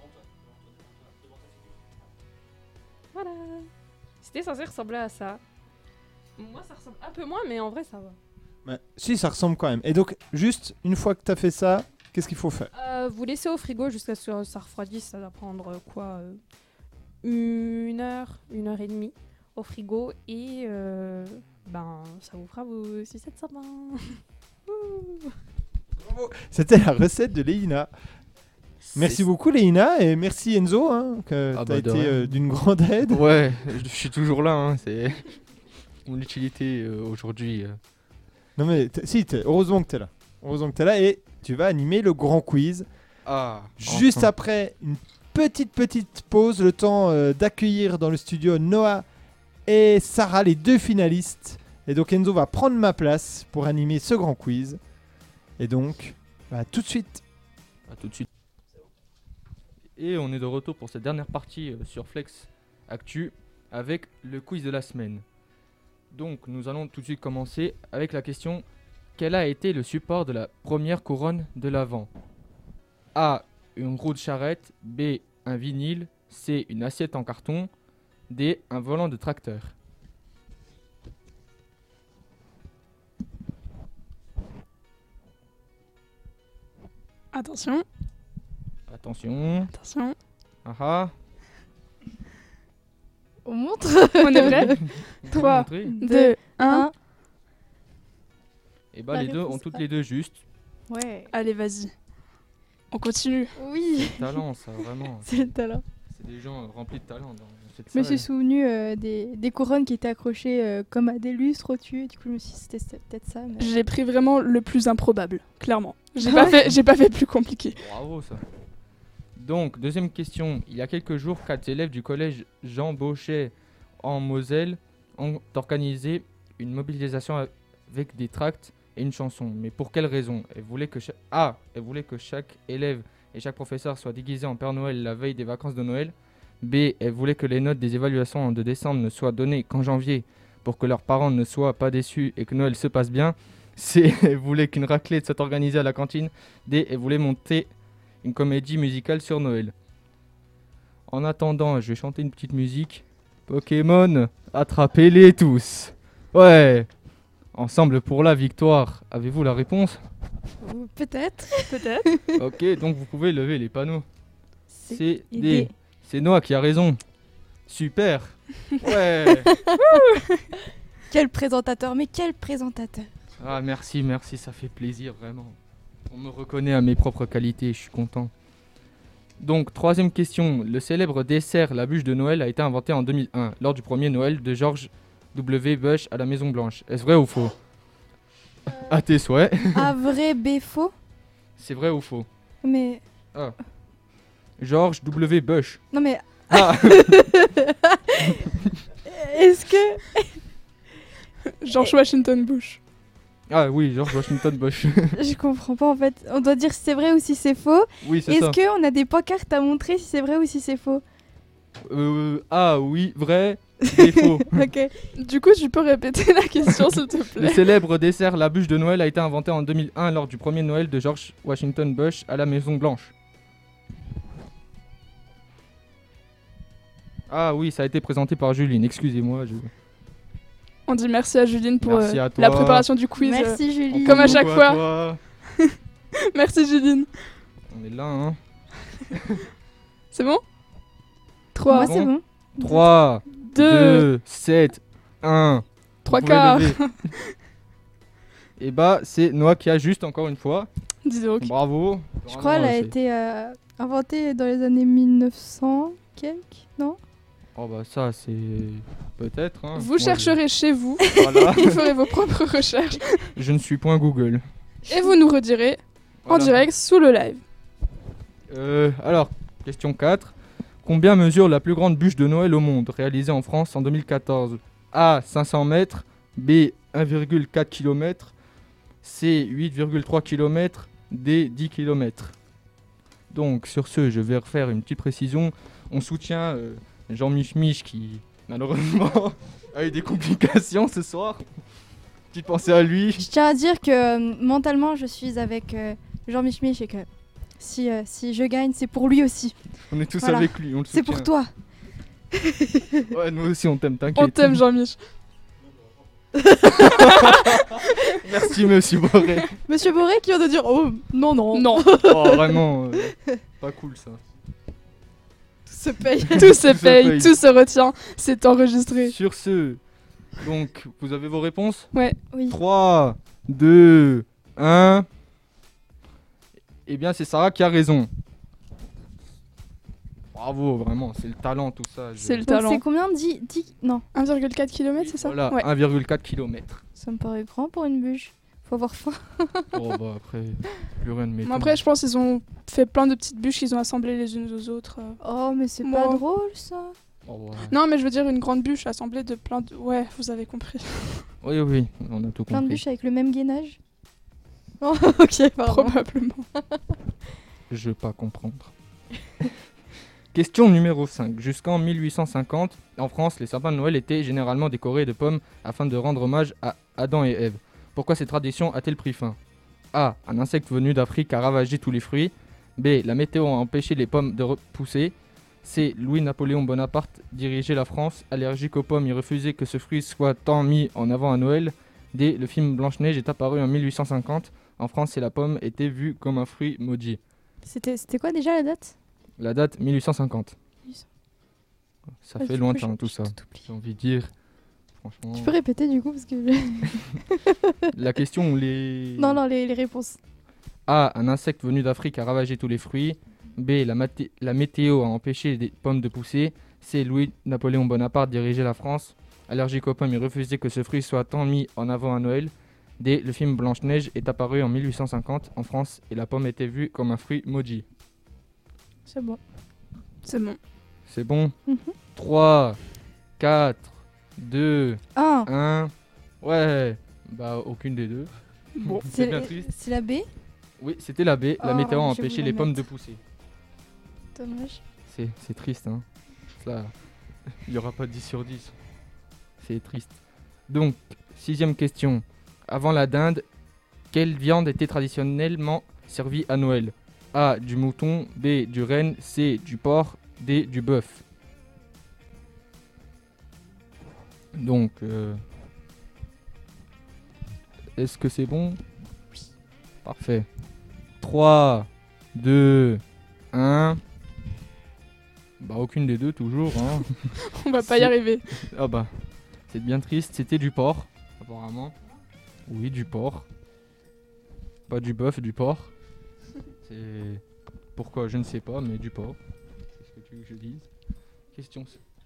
Voilà. C'était censé ressembler à ça. Moi, ça ressemble un peu moins, mais en vrai, ça va. Ouais. Si, ça ressemble quand même. Et donc, juste une fois que tu as fait ça, qu'est-ce qu'il faut faire? Euh, vous laissez au frigo jusqu'à ce que ça refroidisse. Ça va prendre euh, quoi euh, Une heure, une heure et demie au frigo. Et euh, ben, ça vous fera vos sucettes sapin. C'était la recette de Léina. Merci beaucoup Léina et merci Enzo, hein, que Ah tu as bah, de été rien. euh, d'une grande aide. Ouais, je je suis toujours là, hein, c'est mon utilité euh, aujourd'hui. euh. Non mais t- si, t'es- heureusement que tu es là. Heureusement que tu es là et tu vas animer le grand quiz. Ah, Juste enfin. après une petite petite pause, le temps euh, d'accueillir dans le studio Noah et Sarah, les deux finalistes. Et donc Enzo va prendre ma place pour animer ce grand quiz. Et donc, bah, tout de suite. À tout de suite. Et on est de retour pour cette dernière partie euh, sur Flex Actu avec le quiz de la semaine. Donc nous allons tout de suite commencer avec la question: quel a été le support de la première couronne de l'Avent? A. Une roue de charrette. B. Un vinyle. C. Une assiette en carton. D. Un volant de tracteur. Attention, Attention. attention. Ah ah. On montre. On est prêt? Vous Trois. montrer deux, un. Et bah La les deux ont réponse toutes A. les deux juste. Ouais. Allez, vas-y. On continue. Oui, Talent ça vraiment. c'est le talent. C'est des gens remplis de talent dans cette Je me salle. suis souvenu euh, des, des couronnes qui étaient accrochées euh, comme à des lustres au-dessus. Du coup, je me suis dit c'était c'était peut-être ça. Mais... J'ai pris vraiment le plus improbable, clairement. J'ai Ah pas ouais fait, j'ai pas fait plus compliqué. Bravo ça. Donc, deuxième question. Il y a quelques jours, quatre élèves du collège Jean Bauchet en Moselle ont organisé une mobilisation avec des tracts et une chanson. Mais pour quelle raison? Elles voulaient que cha- A. Elles voulaient que chaque élève et chaque professeur soit déguisé en Père Noël la veille des vacances de Noël. B. Elles voulaient que les notes des évaluations de décembre ne soient données qu'en janvier pour que leurs parents ne soient pas déçus et que Noël se passe bien. C. Elles voulaient qu'une raclette soit organisée à la cantine. D. Elles voulaient monter une comédie musicale sur Noël. En attendant, je vais chanter une petite musique. Pokémon, attrapez-les tous. Ouais. Ensemble pour la victoire. Avez-vous la réponse? Ou peut-être. Peut-être. Ok, donc vous pouvez lever les panneaux. C, et D. D. C'est Noah qui a raison. Super. Ouais. Quel présentateur, mais quel présentateur. Ah merci, merci, ça fait plaisir vraiment. On me reconnaît à mes propres qualités, je suis content. Donc, troisième question. Le célèbre dessert, la bûche de Noël, a été inventé en deux mille un, lors du premier Noël de George W. Bush à la Maison Blanche. Est-ce vrai ou faux? À tes souhaits. A vrai, B faux. C'est vrai ou faux? Mais. George W. Bush. Non, mais. Ah. Est-ce que. George Washington Bush. Ah oui, George Washington Bush. Je comprends pas en fait. On doit dire si c'est vrai ou si c'est faux. Oui, c'est Est-ce ça. qu'on a des pancartes à montrer si c'est vrai ou si c'est faux? Euh, ah oui, vrai et faux. Ok. Du coup, tu peux répéter la question, s'il te Le plaît. célèbre dessert, la bûche de Noël, a été inventé en deux mille un lors du premier Noël de George Washington Bush à la Maison Blanche. Ah oui, ça a été présenté par Juline, excusez-moi. Je... On dit merci à Juline pour Merci euh, à toi. la préparation du quiz. euh. Merci Julie. Comme à chaque Coucou fois. toi. Merci Juline. On est là, hein. C'est bon? Moi trois, c'est bon. trois, deux, deux, sept, un. trois Vous pouvez quarts. lever. Et bah, c'est Noah qui a juste encore une fois. Dis donc. Bravo. Je crois qu'elle a c'est- été euh, inventée dans les années mille neuf cents, quelques, non? Oh bah ça, c'est peut-être. Hein. Vous Moi, chercherez chez vous, je- Voilà. vous ferez vos propres recherches Je ne suis point Google. et vous nous redirez en Voilà. direct sous le live. Euh, alors, question quatre. Combien mesure la plus grande bûche de Noël au monde, réalisée en France en deux mille quatorze? A. cinq cents mètres. B. un virgule quatre kilomètres. C. huit virgule trois kilomètres. D. dix kilomètres. Donc, sur ce, je vais refaire une petite précision. On soutient euh, Jean Mich Mich qui, malheureusement, a eu des complications ce soir. Petite pensée à lui. Je tiens à dire que euh, mentalement, je suis avec euh, Jean Mich Mich et que si, euh, si je gagne, c'est pour lui aussi. On est tous Voilà. avec lui. On le C'est soutient. pour toi. Ouais, nous aussi, on t'aime, t'inquiète. On t'aime Jean-Mich. Merci, monsieur Boré. Monsieur Boré qui vient de dire oh non non, Non, Oh, vraiment, euh, pas cool ça. tout se paye. tout se se paye, paye. tout se retient, c'est enregistré. Sur ce, donc, vous avez vos réponses? Oui. trois, deux, un. Eh bien, c'est Sarah qui a raison. Bravo, vraiment, c'est le talent tout ça. je- C'est le Donc talent. c'est combien? dix, dix Non, un virgule quatre kilomètres, c'est ça? Voilà, Ouais. un virgule quatre kilomètres. ça me paraît grand pour une bûche. Faut avoir faim. Oh bah après, plus rien de Bon, m'étonne. après, je pense qu'ils ont fait plein de petites bûches qu'ils ont assemblées les unes aux autres. euh. Oh mais c'est Moi. pas drôle ça. Oh, ouais. Non, mais je veux dire une grande bûche assemblée de plein de... Ouais, vous avez compris. Oui, oui, on a tout Plein de compris. bûches avec le même gainage. Oh ok pardon. Probablement. Je veux pas comprendre. Question numéro cinq. Jusqu'en mille huit cent cinquante, en France, les sapins de Noël étaient généralement décorés de pommes afin de rendre hommage à Adam et Ève. Pourquoi cette tradition a-t-elle pris fin? A. Un insecte venu d'Afrique a ravagé tous les fruits. B. La météo a empêché les pommes de repousser. C. Louis-Napoléon Bonaparte dirigeait la France. Allergique aux pommes, il refusait que ce fruit soit tant mis en avant à Noël. D. Le film Blanche-Neige est apparu en mille huit cent cinquante. En France, et la pomme était vue comme un fruit maudit. C'était c'était quoi déjà la date? La date mille huit cent cinquante. mille huit cents. Ça Ah, fait du coup, lointain j'ai- tout j'ai ça. tout oublié. J'ai envie de dire. Franchement. Tu peux répéter du coup parce que La question, les. non non les, les réponses. A. Un insecte venu d'Afrique a ravagé tous les fruits. B. La, maté- la météo a empêché des pommes de pousser. C. Louis-Napoléon Bonaparte dirigeait la France. Allergique aux pommes, il refusait que ce fruit soit tant mis en avant à Noël. D. Le film Blanche-Neige est apparu en mille huit cent cinquante en France et la pomme était vue comme un fruit maudit. C'est bon. C'est bon. C'est bon. Mhm. trois, quatre, deux, Un. un. Ouais. Bah, aucune des deux. Bon, c'est bien triste. c'est la B. Oui, c'était la B. La Oh, météo a je vais empêché vous la les pommes mettre. de pousser. Dommage. C'est, c'est triste, hein. Là, il n'y aura pas de dix sur dix. C'est triste. Donc, sixième question. Avant la dinde, quelle viande était traditionnellement servie à Noël? A. Du mouton. B. Du renne. C. Du porc. D. Du bœuf. Donc, euh, est-ce que c'est bon? Oui. Parfait. trois, deux, un. Bah, aucune des deux, toujours. Hein. On va pas Si. y arriver. Ah bah, c'est bien triste. C'était du porc, apparemment. Oui, du porc. Pas du bœuf, du porc. C'est... Pourquoi, je ne sais pas, mais du porc. C'est ce que tu veux que je dise. Question...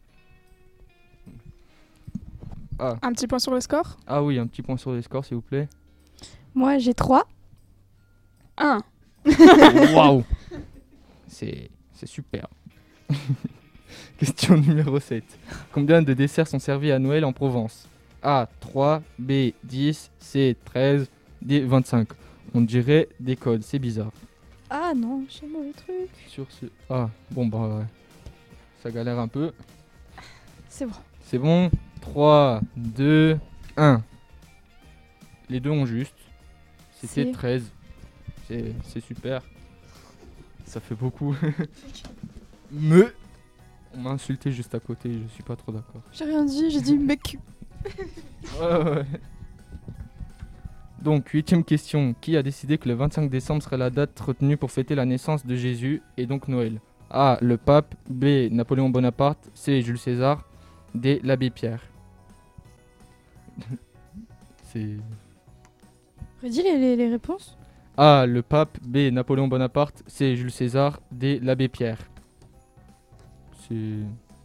Ah, Un petit point sur le score. ah oui, un petit point sur les scores, s'il vous plaît. Moi j'ai trois. un. Waouh. C'est... C'est super. Question numéro sept. Combien de desserts sont servis à Noël en Provence? A. trois. B. dix. C. treize. D. vingt-cinq. On dirait des codes, c'est bizarre. Ah non, j'ai mauvais truc. Sur ce... Ah, bon bah... ouais. Ça galère un peu. C'est bon. C'est bon. trois, deux, un. Les deux ont juste. C'était C'est- treize. C'est c'est super. Ça fait beaucoup. Me... On m'a insulté juste à côté, je suis pas trop d'accord. J'ai rien dit, j'ai dit mec. Ouais, ouais. Donc, huitième question. Qui a décidé que le vingt-cinq décembre serait la date retenue pour fêter la naissance de Jésus et donc Noël? A. Le pape. B. Napoléon Bonaparte. C. Jules César. D. L'abbé Pierre. C'est... Redis les, les, les réponses. A. Le pape. B. Napoléon Bonaparte. C. Jules César. D. L'abbé Pierre. C'est...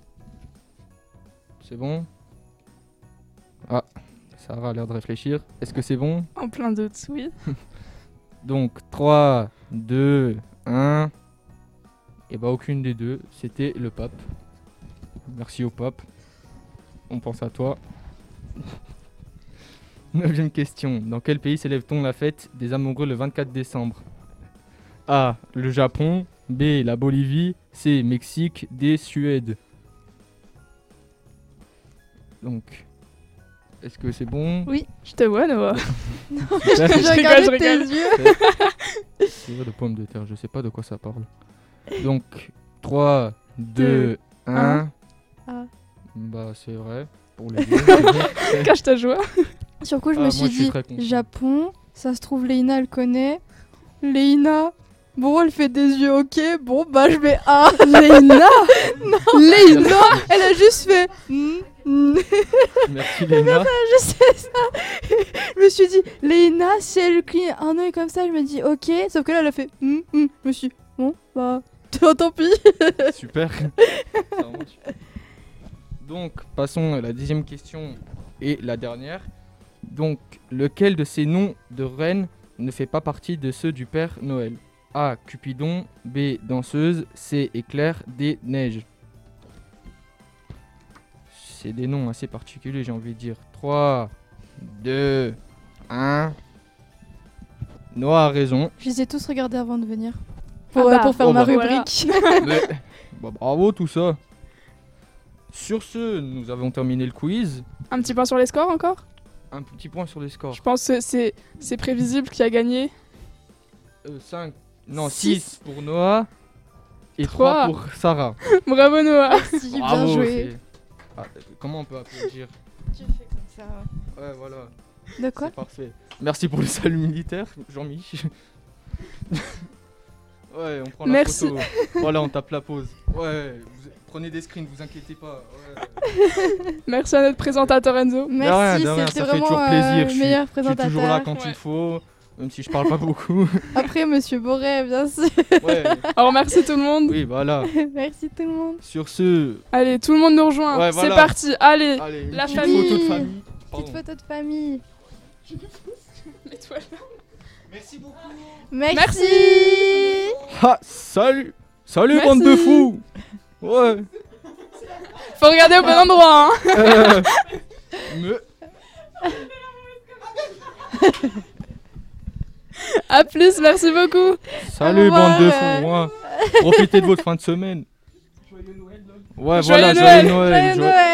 C'est bon? Ah, Sarah a l'air de réfléchir. Est-ce que c'est bon? En plein doute, oui. Donc, trois, deux, un... Et bah aucune des deux, c'était le pape. Merci au pape. On pense à toi. Neuvième question. Dans quel pays célèbre-t-on la fête des amoureux le vingt-quatre décembre? A. Le Japon. B. La Bolivie. C. Mexique. D. Suède. Donc, est-ce que c'est bon? Oui. Je te vois, Noah. J'ai rigole, regardé je tes rigole. yeux. C'est vrai de pommes de terre, je sais pas de quoi ça parle. Donc, trois, deux, un... Ah. Bah c'est vrai, pour les deux. Cache ta joie. Sur coup, je Ah, me moi, suis je suis dit très content. Japon. Ça se trouve, Léina, elle connaît. Léina. Bon, elle fait des yeux, ok. Bon, bah, je mets A. Léna. Léina. Elle a juste fait. hmm, hmm. Merci Léna. Je sais ça. Je me suis dit, Léina, si elle cligne un œil comme ça, je me dis, ok. Sauf que là, elle a fait. hmm, hmm. Je me suis dit, bon, bah, tant pis. Super. C'est vraiment super. Donc, passons à la dixième question et la dernière. Donc, lequel de ces noms de reines ne fait pas partie de ceux du Père Noël? A. Cupidon. B. Danseuse. C. Éclair. D. Neige. C'est des noms assez particuliers, j'ai envie de dire. trois, deux, un... Noah a raison. Je les ai tous regardés avant de venir. Pour, Ah euh, bah, pour faire oh ma bah. rubrique. Mais- bah, bravo tout ça. Sur ce, nous avons terminé le quiz. Un petit point sur les scores encore? Un petit point sur les scores. Je pense que c'est c'est prévisible qui a gagné. Euh, cinq, non, Six. six pour Noah et Trois. trois pour Sarah. Bravo Noah. Merci, bien Bravo. joué. c'est- Ah, comment on peut applaudir? Tu fais comme ça. Ouais, voilà. De quoi? C'est parfait. Merci pour le salut militaire, Jean-Mich. Ouais, on prend la Merci. photo. Voilà, on tape la pause. Ouais, vous- prenez des screens, vous inquiétez pas. Ouais. Merci à notre présentateur Enzo. Merci, de rien, c'était ça fait vraiment toujours plaisir. euh, Je suis- meilleur Je suis présentateur. toujours là quand Ouais. il faut, même si je parle pas beaucoup. Après, Monsieur Boré, bien sûr. Ouais, Alors merci tout le monde. oui, voilà. Merci tout le monde. Sur ce, Allez, tout le monde nous rejoint. Ouais, C'est voilà. parti. Allez. allez, une La petite famille. photo de famille. Pardon. Petite photo de famille. Mets-toi là. Merci beaucoup. Merci. Merci. Ah, salut Salut, Merci. bande de fous. Ouais. Faut regarder au bon endroit. Hein. Euh, me- À plus, merci beaucoup. Salut, Au revoir. bande de fous. Ouais. Profitez de votre fin de semaine. Ouais, Joyeux voilà, Noël. joyeux Noël. Joyeux joyeux- Noël.